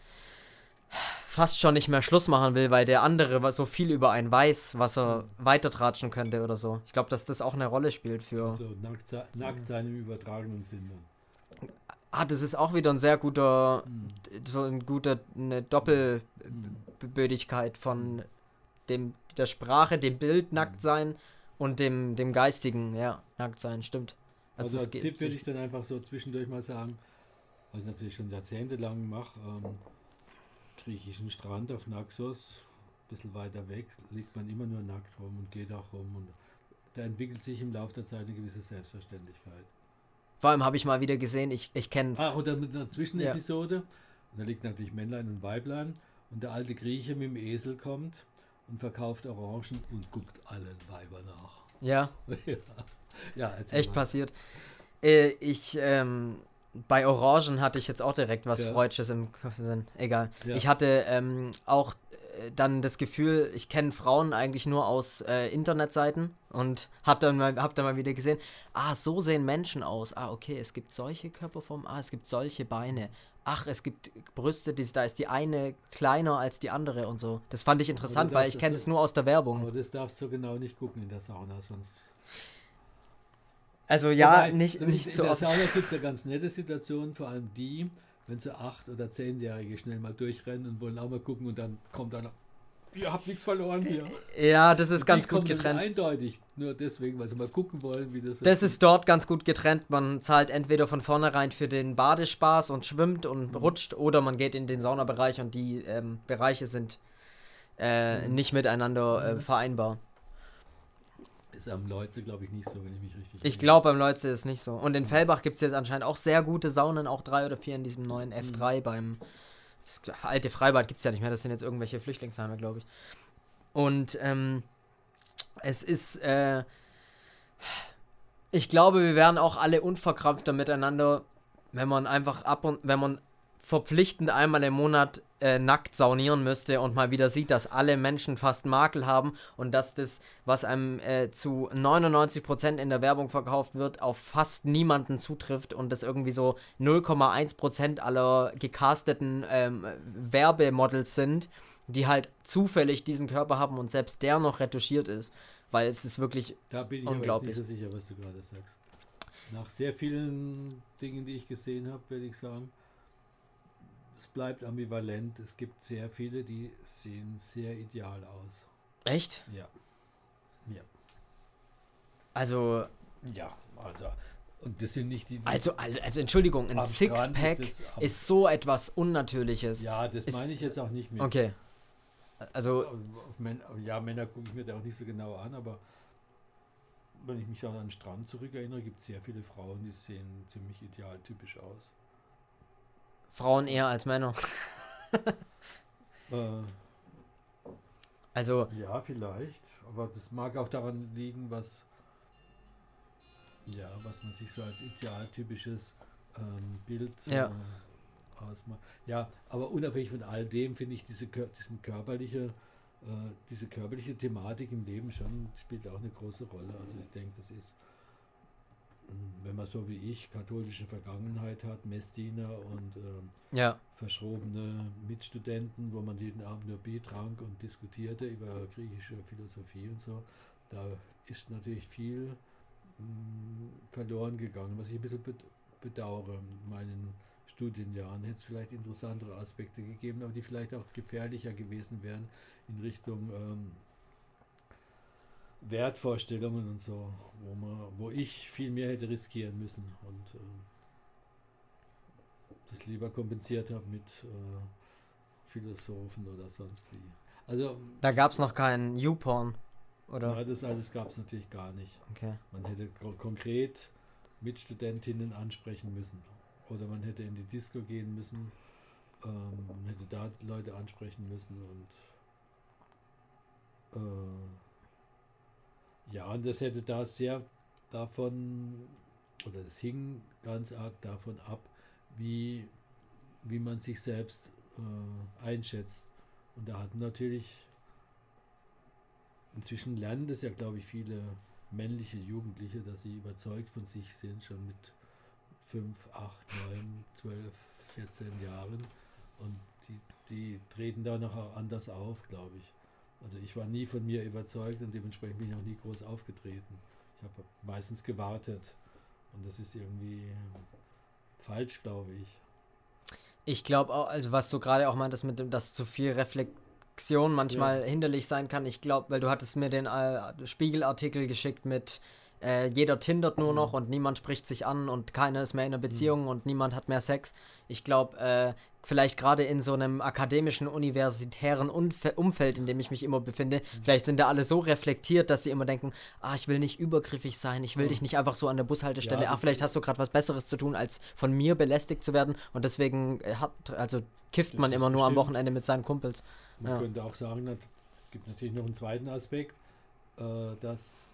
fast schon nicht mehr Schluss machen will, weil der andere so viel über einen weiß, was er weitertratschen könnte oder so. Ich glaube, dass das auch eine Rolle spielt für... Also nackt, se- nackt sein im übertragenen Sinne. Ah, das ist auch wieder ein sehr guter, Mhm. so ein guter, eine Doppelbödigkeit von dem, der Sprache, dem Bild nackt sein und dem, dem geistigen, ja, nackt sein, stimmt. Also es als geht- Tipp würde ich dann einfach so zwischendurch mal sagen, was ich natürlich schon jahrzehntelang mache, ähm, griechischen Strand auf Naxos, ein bisschen weiter weg, liegt man immer nur nackt rum und geht auch rum. Und da entwickelt sich im Laufe der Zeit eine gewisse Selbstverständlichkeit. Vor allem habe ich mal wieder gesehen, ich, ich kenne, Ach, und dann mit einer Zwischenepisode, und da liegt natürlich Männlein und Weiblein, und der alte Grieche mit dem Esel kommt und verkauft Orangen und guckt allen Weibern nach. ja, ja, ja erzähl echt mal. passiert. Äh, ich, ähm, bei Orangen hatte ich jetzt auch direkt was Ja. Freudsches im Sinn. Egal. Ja. Ich hatte ähm, auch äh, dann das Gefühl, ich kenne Frauen eigentlich nur aus äh, Internetseiten und hab dann, mal, hab dann mal wieder gesehen, ah, so sehen Menschen aus. Ah, okay, es gibt solche Körperformen, ah, es gibt solche Beine. Ach, es gibt Brüste, die, da ist die eine kleiner als die andere und so. Das fand ich interessant, du weil darfst ich kenne das es nur aus der Werbung. Aber das darfst du genau nicht gucken in der Sauna, sonst... Also ja, Wobei, nicht, in, nicht in so der oft. Sauna gibt es ja ganz nette Situationen, vor allem die, wenn so acht- oder zehnjährige schnell mal durchrennen und wollen auch mal gucken und dann kommt einer, ihr habt nichts verloren hier. Ja, das ist Und ganz die gut kommen dann getrennt. Eindeutig, nur deswegen, weil sie mal gucken wollen, wie das Das ist dort ganz gut getrennt. Man zahlt entweder von vornherein für den Badespaß und schwimmt und Mhm. rutscht oder man geht in den Saunabereich und die ähm, Bereiche sind äh, Mhm. nicht miteinander äh, Mhm. vereinbar. Ist am Leutze, glaube ich, nicht so, wenn ich mich richtig Ich erinnere. glaube, beim Leutze ist nicht so. Und in Fellbach gibt es jetzt anscheinend auch sehr gute Saunen, auch drei oder vier in diesem neuen F drei beim das alte Freibad gibt es ja nicht mehr, das sind jetzt irgendwelche Flüchtlingsheime, glaube ich. Und ähm, es ist, äh, ich glaube, wir wären auch alle unverkrampfter miteinander, wenn man einfach ab und, wenn man verpflichtend einmal im Monat äh, nackt saunieren müsste und mal wieder sieht, dass alle Menschen fast Makel haben und dass das, was einem äh, zu neunundneunzig Prozent in der Werbung verkauft wird, auf fast niemanden zutrifft und das irgendwie so null Komma eins Prozent aller gecasteten ähm, Werbemodels sind, die halt zufällig diesen Körper haben und selbst der noch retuschiert ist, weil es ist wirklich Da bin ich unglaublich. aber jetzt nicht so sicher, was du gerade sagst. Nach sehr vielen Dingen, die ich gesehen habe, würde ich sagen, es bleibt ambivalent. Es gibt sehr viele, die sehen sehr ideal aus. Echt? Ja. Ja. Also, Ja, also. Und das sind nicht die. die also, also, also Entschuldigung, ein am Strand Sixpack ist das am- ist so etwas Unnatürliches. Ja, das ist- meine ich jetzt auch nicht mit. Okay. Also, Auf Män ja, Männer gucke ich mir da auch nicht so genau an, aber wenn ich mich an den Strand zurückerinnere, gibt es sehr viele Frauen, die sehen ziemlich idealtypisch aus. Frauen eher als Männer. Äh, Also, ja, vielleicht. Aber das mag auch daran liegen, was, ja, was man sich so als idealtypisches ähm, Bild Ja. äh, ausmacht. Ja, aber unabhängig von all dem finde ich diese, kör- diesen körperliche, äh, diese körperliche Thematik im Leben schon spielt auch eine große Rolle. Also ich denke, das ist, mh, wenn man so wie ich katholische Vergangenheit hat, Messdiener und ähm, ja. verschrobene Mitstudenten, wo man jeden Abend nur Bier trank und diskutierte über griechische Philosophie und so, da ist natürlich viel mh, verloren gegangen, was ich ein bisschen bed- bedauere. In meinen Studienjahren hätte es vielleicht interessantere Aspekte gegeben, aber die vielleicht auch gefährlicher gewesen wären in Richtung ähm, Wertvorstellungen und so, wo man, wo ich viel mehr hätte riskieren müssen und ähm, das lieber kompensiert habe mit äh, Philosophen oder sonst wie. Also Da gab es noch keinen YouPorn, oder? ja, das alles gab es natürlich gar nicht. Okay. Man hätte ko- konkret Mitstudentinnen ansprechen müssen oder man hätte in die Disco gehen müssen, ähm, man hätte da Leute ansprechen müssen und äh, ja, und das hätte da sehr davon, oder es hing ganz arg davon ab, wie, wie man sich selbst äh, einschätzt. Und da hatten natürlich, inzwischen lernen das ja, glaube ich, viele männliche Jugendliche, dass sie überzeugt von sich sind, schon mit fünf, acht, neun, zwölf, vierzehn Jahren. Und die, die treten da noch auch anders auf, glaube ich. Also ich war nie von mir überzeugt und dementsprechend bin ich auch nie groß aufgetreten. Ich habe meistens gewartet. Und das ist irgendwie, falsch, glaube ich. Ich glaube auch, also was du gerade auch meintest, mit dem, dass zu viel Reflexion manchmal ja. hinderlich sein kann. Ich glaube, weil du hattest mir den äh, Spiegelartikel geschickt mit äh, jeder tindert nur mhm. noch und niemand spricht sich an und keiner ist mehr in einer Beziehung mhm. und niemand hat mehr Sex. Ich glaube, äh, vielleicht gerade in so einem akademischen, universitären Umf- Umfeld, in dem ich mich immer befinde, mhm. vielleicht sind da alle so reflektiert, dass sie immer denken, ah, ich will nicht übergriffig sein, ich will mhm. dich nicht einfach so an der Bushaltestelle, ja, ach, vielleicht hast du gerade was Besseres zu tun, als von mir belästigt zu werden und deswegen hat, also kifft man immer nur bestimmt. Am Wochenende mit seinen Kumpels. Man ja. könnte auch sagen, es gibt natürlich noch einen zweiten Aspekt, äh, dass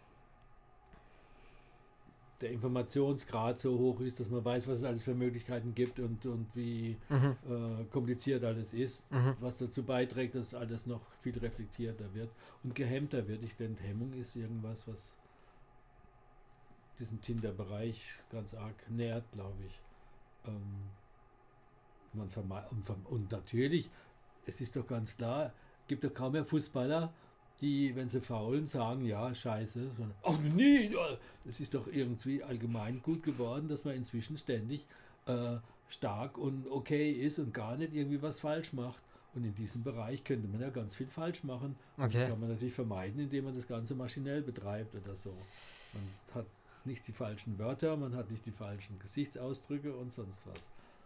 der Informationsgrad so hoch ist, dass man weiß, was es alles für Möglichkeiten gibt und, und wie mhm. äh, kompliziert alles ist, mhm. was dazu beiträgt, dass alles noch viel reflektierter wird und gehemmter wird. Ich finde, Hemmung ist irgendwas, was diesen Tinder-Bereich ganz arg nährt, glaube ich. Ähm, man verme- und, und natürlich, es ist doch ganz klar, gibt doch kaum mehr Fußballer, die, wenn sie faulen, sagen, ja, scheiße. Ach nee, das ist doch irgendwie allgemein gut geworden, dass man inzwischen ständig äh, stark und okay ist und gar nicht irgendwie was falsch macht. Und in diesem Bereich könnte man ja ganz viel falsch machen. Und okay. Das kann man natürlich vermeiden, indem man das Ganze maschinell betreibt oder so. Man hat nicht die falschen Wörter, man hat nicht die falschen Gesichtsausdrücke und sonst was.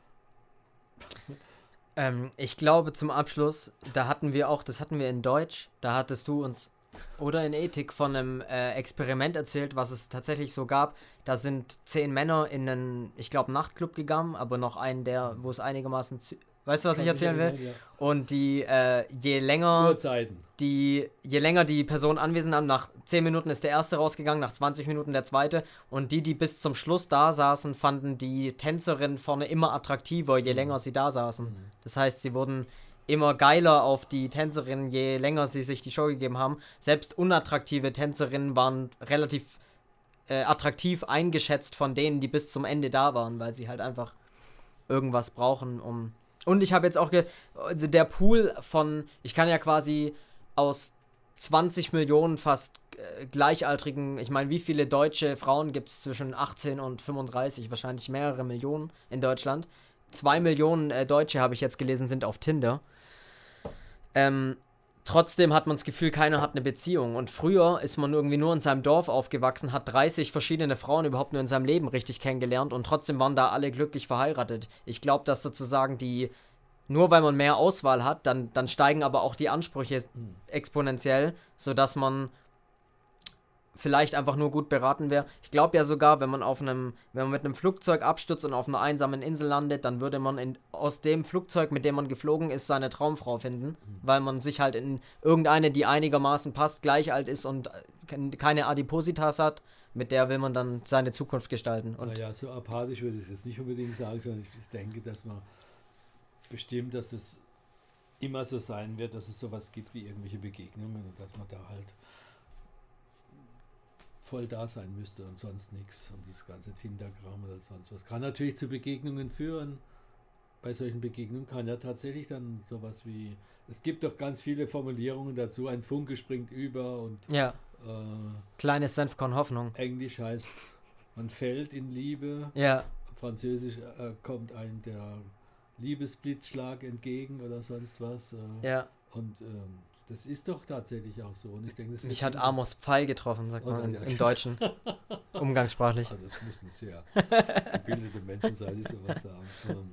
Ähm, ich glaube zum Abschluss, da hatten wir auch, das hatten wir in Deutsch, da hattest du uns, oder in Ethik, von einem äh, Experiment erzählt, was es tatsächlich so gab. Da sind zehn Männer in einen, ich glaube, Nachtclub gegangen, aber noch einen, der, wo es einigermaßen, zü- weißt du, was Kann ich erzählen will? Erinnern, ja. Und die, äh, je länger, Uhrzeiten. die, je länger die Personen anwesend haben, nach zehn Minuten ist der erste rausgegangen, nach zwanzig Minuten der zweite. Und die, die bis zum Schluss da saßen, fanden die Tänzerin vorne immer attraktiver, je mhm. länger sie da saßen. Mhm. Das heißt, sie wurden immer geiler auf die Tänzerinnen, je länger sie sich die Show gegeben haben. Selbst unattraktive Tänzerinnen waren relativ äh, attraktiv eingeschätzt von denen, die bis zum Ende da waren, weil sie halt einfach irgendwas brauchen, um... Und ich habe jetzt auch, ge- also der Pool von, ich kann ja quasi aus zwanzig Millionen fast äh, gleichaltrigen, ich meine, wie viele deutsche Frauen gibt es zwischen achtzehn und fünfunddreißig? Wahrscheinlich mehrere Millionen in Deutschland. Zwei Millionen äh, Deutsche, habe ich jetzt gelesen, sind auf Tinder. Ähm, trotzdem hat man das Gefühl, keiner hat eine Beziehung. Und früher ist man irgendwie nur in seinem Dorf aufgewachsen, hat dreißig verschiedene Frauen überhaupt nur in seinem Leben richtig kennengelernt und trotzdem waren da alle glücklich verheiratet. Ich glaube, dass sozusagen die, nur weil man mehr Auswahl hat, dann, dann steigen aber auch die Ansprüche mhm. exponentiell, sodass man vielleicht einfach nur gut beraten wäre. Ich glaube ja sogar, wenn man auf einem, wenn man mit einem Flugzeug abstürzt und auf einer einsamen Insel landet, dann würde man in, aus dem Flugzeug, mit dem man geflogen ist, seine Traumfrau finden, mhm. weil man sich halt in irgendeine, die einigermaßen passt, gleich alt ist und keine Adipositas hat, mit der will man dann seine Zukunft gestalten. Und naja, so apathisch würde ich es jetzt nicht unbedingt sagen, sondern ich, ich denke, dass man bestimmt, dass es immer so sein wird, dass es sowas gibt wie irgendwelche Begegnungen und dass man da halt voll da sein müsste und sonst nichts. Und das ganze Tinder-Kram oder sonst was kann natürlich zu Begegnungen führen. Bei solchen Begegnungen kann ja tatsächlich dann sowas wie, es gibt doch ganz viele Formulierungen dazu, ein Funke springt über und ja. äh, kleines Senfkorn Hoffnung. Englisch heißt, man fällt in Liebe. Ja. Französisch äh, kommt einem der Liebesblitzschlag entgegen oder sonst was. Äh, ja. Und ähm, das ist doch tatsächlich auch so. Und ich denke, das Mich hat Amos Pfeil getroffen, sagt man in, im Deutschen. Umgangssprachlich. Ah, das müssen sehr gebildete Menschen sein, die sowas sagen. Ähm,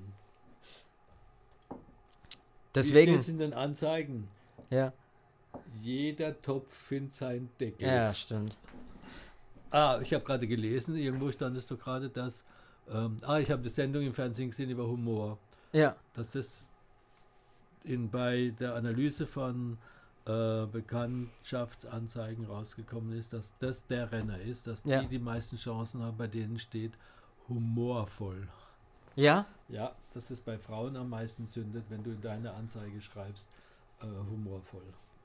Deswegen. Wie steht es in den Anzeigen? Ja. Jeder Topf findet seinen Deckel. Ja, stimmt. Ah, ich habe gerade gelesen, irgendwo stand es doch gerade, dass ähm, ah, ich habe die Sendung im Fernsehen gesehen über Humor. Ja. Dass das in, bei der Analyse von äh, Bekanntschaftsanzeigen rausgekommen ist, dass das der Renner ist, dass die ja. die meisten Chancen haben, bei denen steht humorvoll. Ja? Ja, dass das bei Frauen am meisten zündet, wenn du in deine Anzeige schreibst, äh, humorvoll.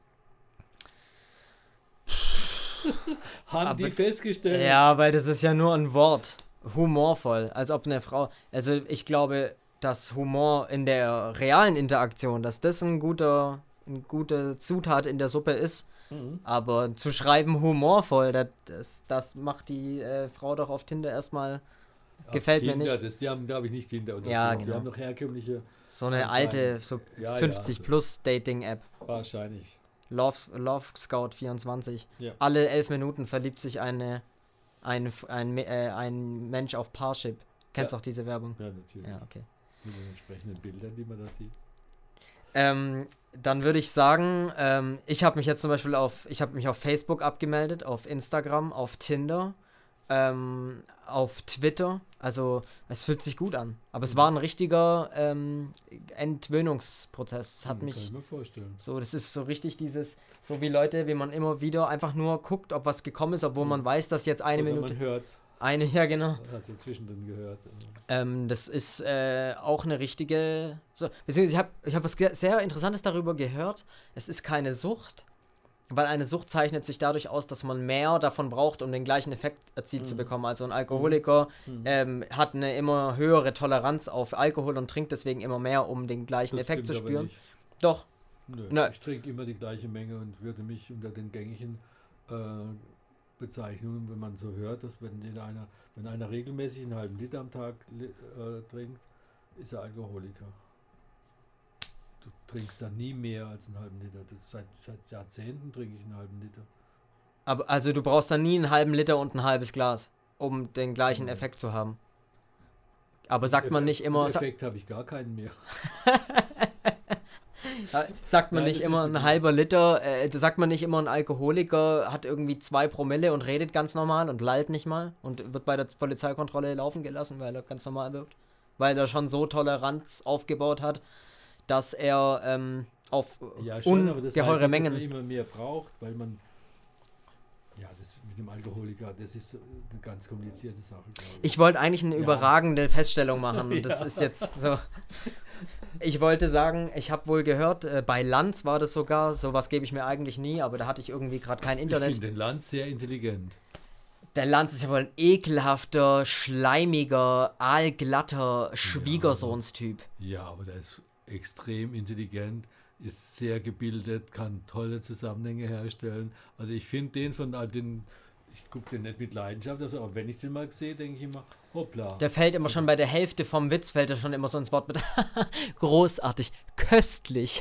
Haben aber, die festgestellt? Ja, weil das ist ja nur ein Wort. Humorvoll. Als ob eine Frau... Also ich glaube, dass Humor in der realen Interaktion, dass das ein guter, eine gute Zutat in der Suppe ist. Mhm. Aber zu schreiben humorvoll, das, das, das macht die äh, Frau doch auf Tinder erstmal gefällt Tinder, mir nicht. Das, die haben, glaube ich, nicht Tinder oder Ja, so. genau. Die haben noch herkömmliche... So eine alte, so Ja, fünfzig ja. plus Dating-App. Wahrscheinlich. Love, Love Scout vierundzwanzig. Ja. Alle elf Minuten verliebt sich eine, ein, ein, äh, ein Mensch auf Parship. Kennst du Ja. auch diese Werbung? Ja, natürlich. Ja, okay. Mit den entsprechenden Bildern, die man da sieht. Ähm, dann würde ich sagen, ähm, ich habe mich jetzt zum Beispiel auf, ich habe mich auf Facebook abgemeldet, auf Instagram, auf Tinder, ähm, auf Twitter. Also es fühlt sich gut an. Aber es Mhm. war ein richtiger ähm, Entwöhnungsprozess. Es hat Hm, mich Kann ich mir vorstellen. so, das ist so richtig dieses, so wie Leute, wie man immer wieder einfach nur guckt, ob was gekommen ist, obwohl Mhm. man weiß, dass jetzt eine Oder Minute, man hört, eine, ja genau. hat sie zwischendrin gehört. Ähm, das ist äh, auch eine richtige. So, beziehungsweise ich habe ich hab was ge- sehr Interessantes darüber gehört. Es ist keine Sucht, weil eine Sucht zeichnet sich dadurch aus, dass man mehr davon braucht, um den gleichen Effekt erzielt Mhm. zu bekommen. Also ein Alkoholiker Mhm. ähm, hat eine immer höhere Toleranz auf Alkohol und trinkt deswegen immer mehr, um den gleichen Das Effekt zu stimmt aber spüren. nicht. Doch, Nö, Na. ich trinke immer die gleiche Menge und würde mich unter den gängigen äh, Bezeichnungen, wenn man so hört, dass wenn in einer, wenn einer regelmäßig einen halben Liter am Tag li- äh, trinkt, ist er Alkoholiker. Du trinkst dann nie mehr als einen halben Liter. Das seit, seit Jahrzehnten trinke ich einen halben Liter. aber also du brauchst dann nie einen halben Liter und ein halbes Glas, um den gleichen Mhm. Effekt zu haben. Aber sagt man nicht immer, sa Effekt habe ich gar keinen mehr. Ja, sagt man Nein, nicht das immer ist ein wirklich- halber Liter, äh, das sagt man nicht immer, ein Alkoholiker hat irgendwie zwei Promille und redet ganz normal und lallt nicht mal und wird bei der Polizeikontrolle laufen gelassen, weil er ganz normal wirkt. Weil er schon so Toleranz aufgebaut hat, dass er ähm, auf Ja, schon, aber das heißt ungeheure nicht, Mengen... dass man immer mehr braucht, weil man, ja, das mit dem Alkoholiker, das ist eine ganz komplizierte Sache, glaube ich. Ich wollte eigentlich eine Ja. überragende Feststellung machen. Und das Ja. ist jetzt so. Ich wollte sagen, ich habe wohl gehört, äh, bei Lanz war das sogar, sowas gebe ich mir eigentlich nie, aber da hatte ich irgendwie gerade kein Ich Internet. finde den Land sehr intelligent. Der Lanz ist ja wohl ein ekelhafter, schleimiger, aalglatter Schwiegersohnstyp. Ja, aber der ist extrem intelligent, ist sehr gebildet, kann tolle Zusammenhänge herstellen. Also ich finde den von all den, ich gucke den nicht mit Leidenschaft, also, aber wenn ich den mal sehe, denke ich immer, hoppla. Der fällt immer schon bei der Hälfte vom Witz, fällt er schon immer so ins Wort mit großartig, köstlich.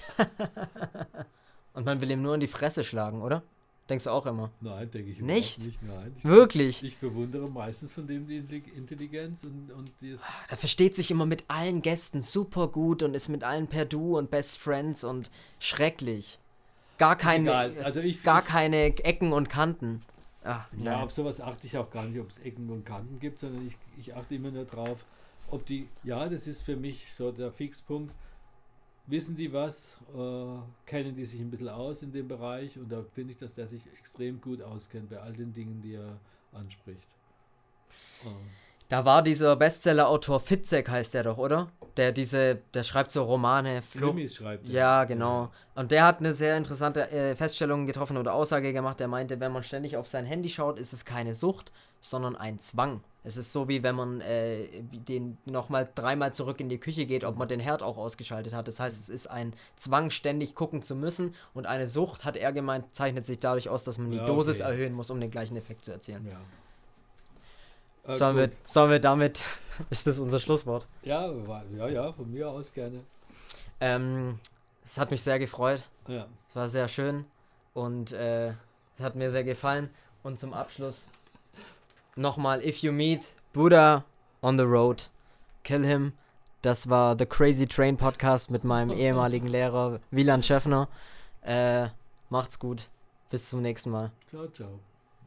Und man will ihm nur in die Fresse schlagen, oder? Denkst du auch immer? Nein, denke ich Nicht? überhaupt nicht. Nein. Ich, Wirklich? ich bewundere meistens von dem die Intelli- Intelligenz und, und das. Er versteht sich immer mit allen Gästen super gut und ist mit allen per Du und Best Friends und schrecklich. Gar keine, egal. Also ich- gar ich- keine Ecken und Kanten. Ach, Ja, nein. auf sowas achte ich auch gar nicht, ob es Ecken und Kanten gibt, sondern ich, ich achte immer nur drauf, ob die, ja, das ist für mich so der Fixpunkt, wissen die was, äh, kennen die sich ein bisschen aus in dem Bereich und da finde ich, dass der sich extrem gut auskennt bei all den Dingen, die er anspricht. Äh, Da war dieser Bestseller-Autor Fitzek, heißt der doch, oder? Der diese, der schreibt so Romane, Flucht. Krimis schreibt er. Ja, genau. Und der hat eine sehr interessante äh, Feststellung getroffen oder Aussage gemacht. Der meinte, wenn man ständig auf sein Handy schaut, ist es keine Sucht, sondern ein Zwang. Es ist so, wie wenn man äh, den nochmal dreimal zurück in die Küche geht, ob man den Herd auch ausgeschaltet hat. Das heißt, es ist ein Zwang, ständig gucken zu müssen. Und eine Sucht, hat er gemeint, zeichnet sich dadurch aus, dass man die Ja, Dosis okay. erhöhen muss, um den gleichen Effekt zu erzielen. Ja. Äh, Sollen, wir, gut. sollen wir damit, ist das unser Schlusswort? Ja, war, ja, ja, von mir aus gerne. Ähm, es hat mich sehr gefreut. Ja. Es war sehr schön und äh, es hat mir sehr gefallen. Und zum Abschluss nochmal, if you meet Buddha on the road, kill him. Das war The Crazy Train Podcast mit meinem ehemaligen Lehrer Wieland Schäffner. Äh, macht's gut. Bis zum nächsten Mal. Ciao, ciao.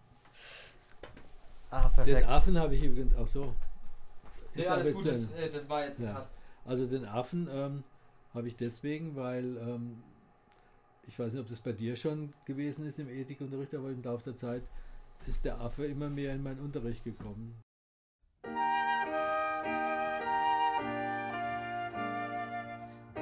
Ah, Den Affen habe ich übrigens auch so. Ist Ja, aber alles gut, jetzt das, ein- äh, das war jetzt ein Ja. Cut. Also den Affen ähm, habe ich deswegen, weil ähm, ich weiß nicht, ob das bei dir schon gewesen ist im Ethikunterricht, aber im Laufe der Zeit ist der Affe immer mehr in meinen Unterricht gekommen.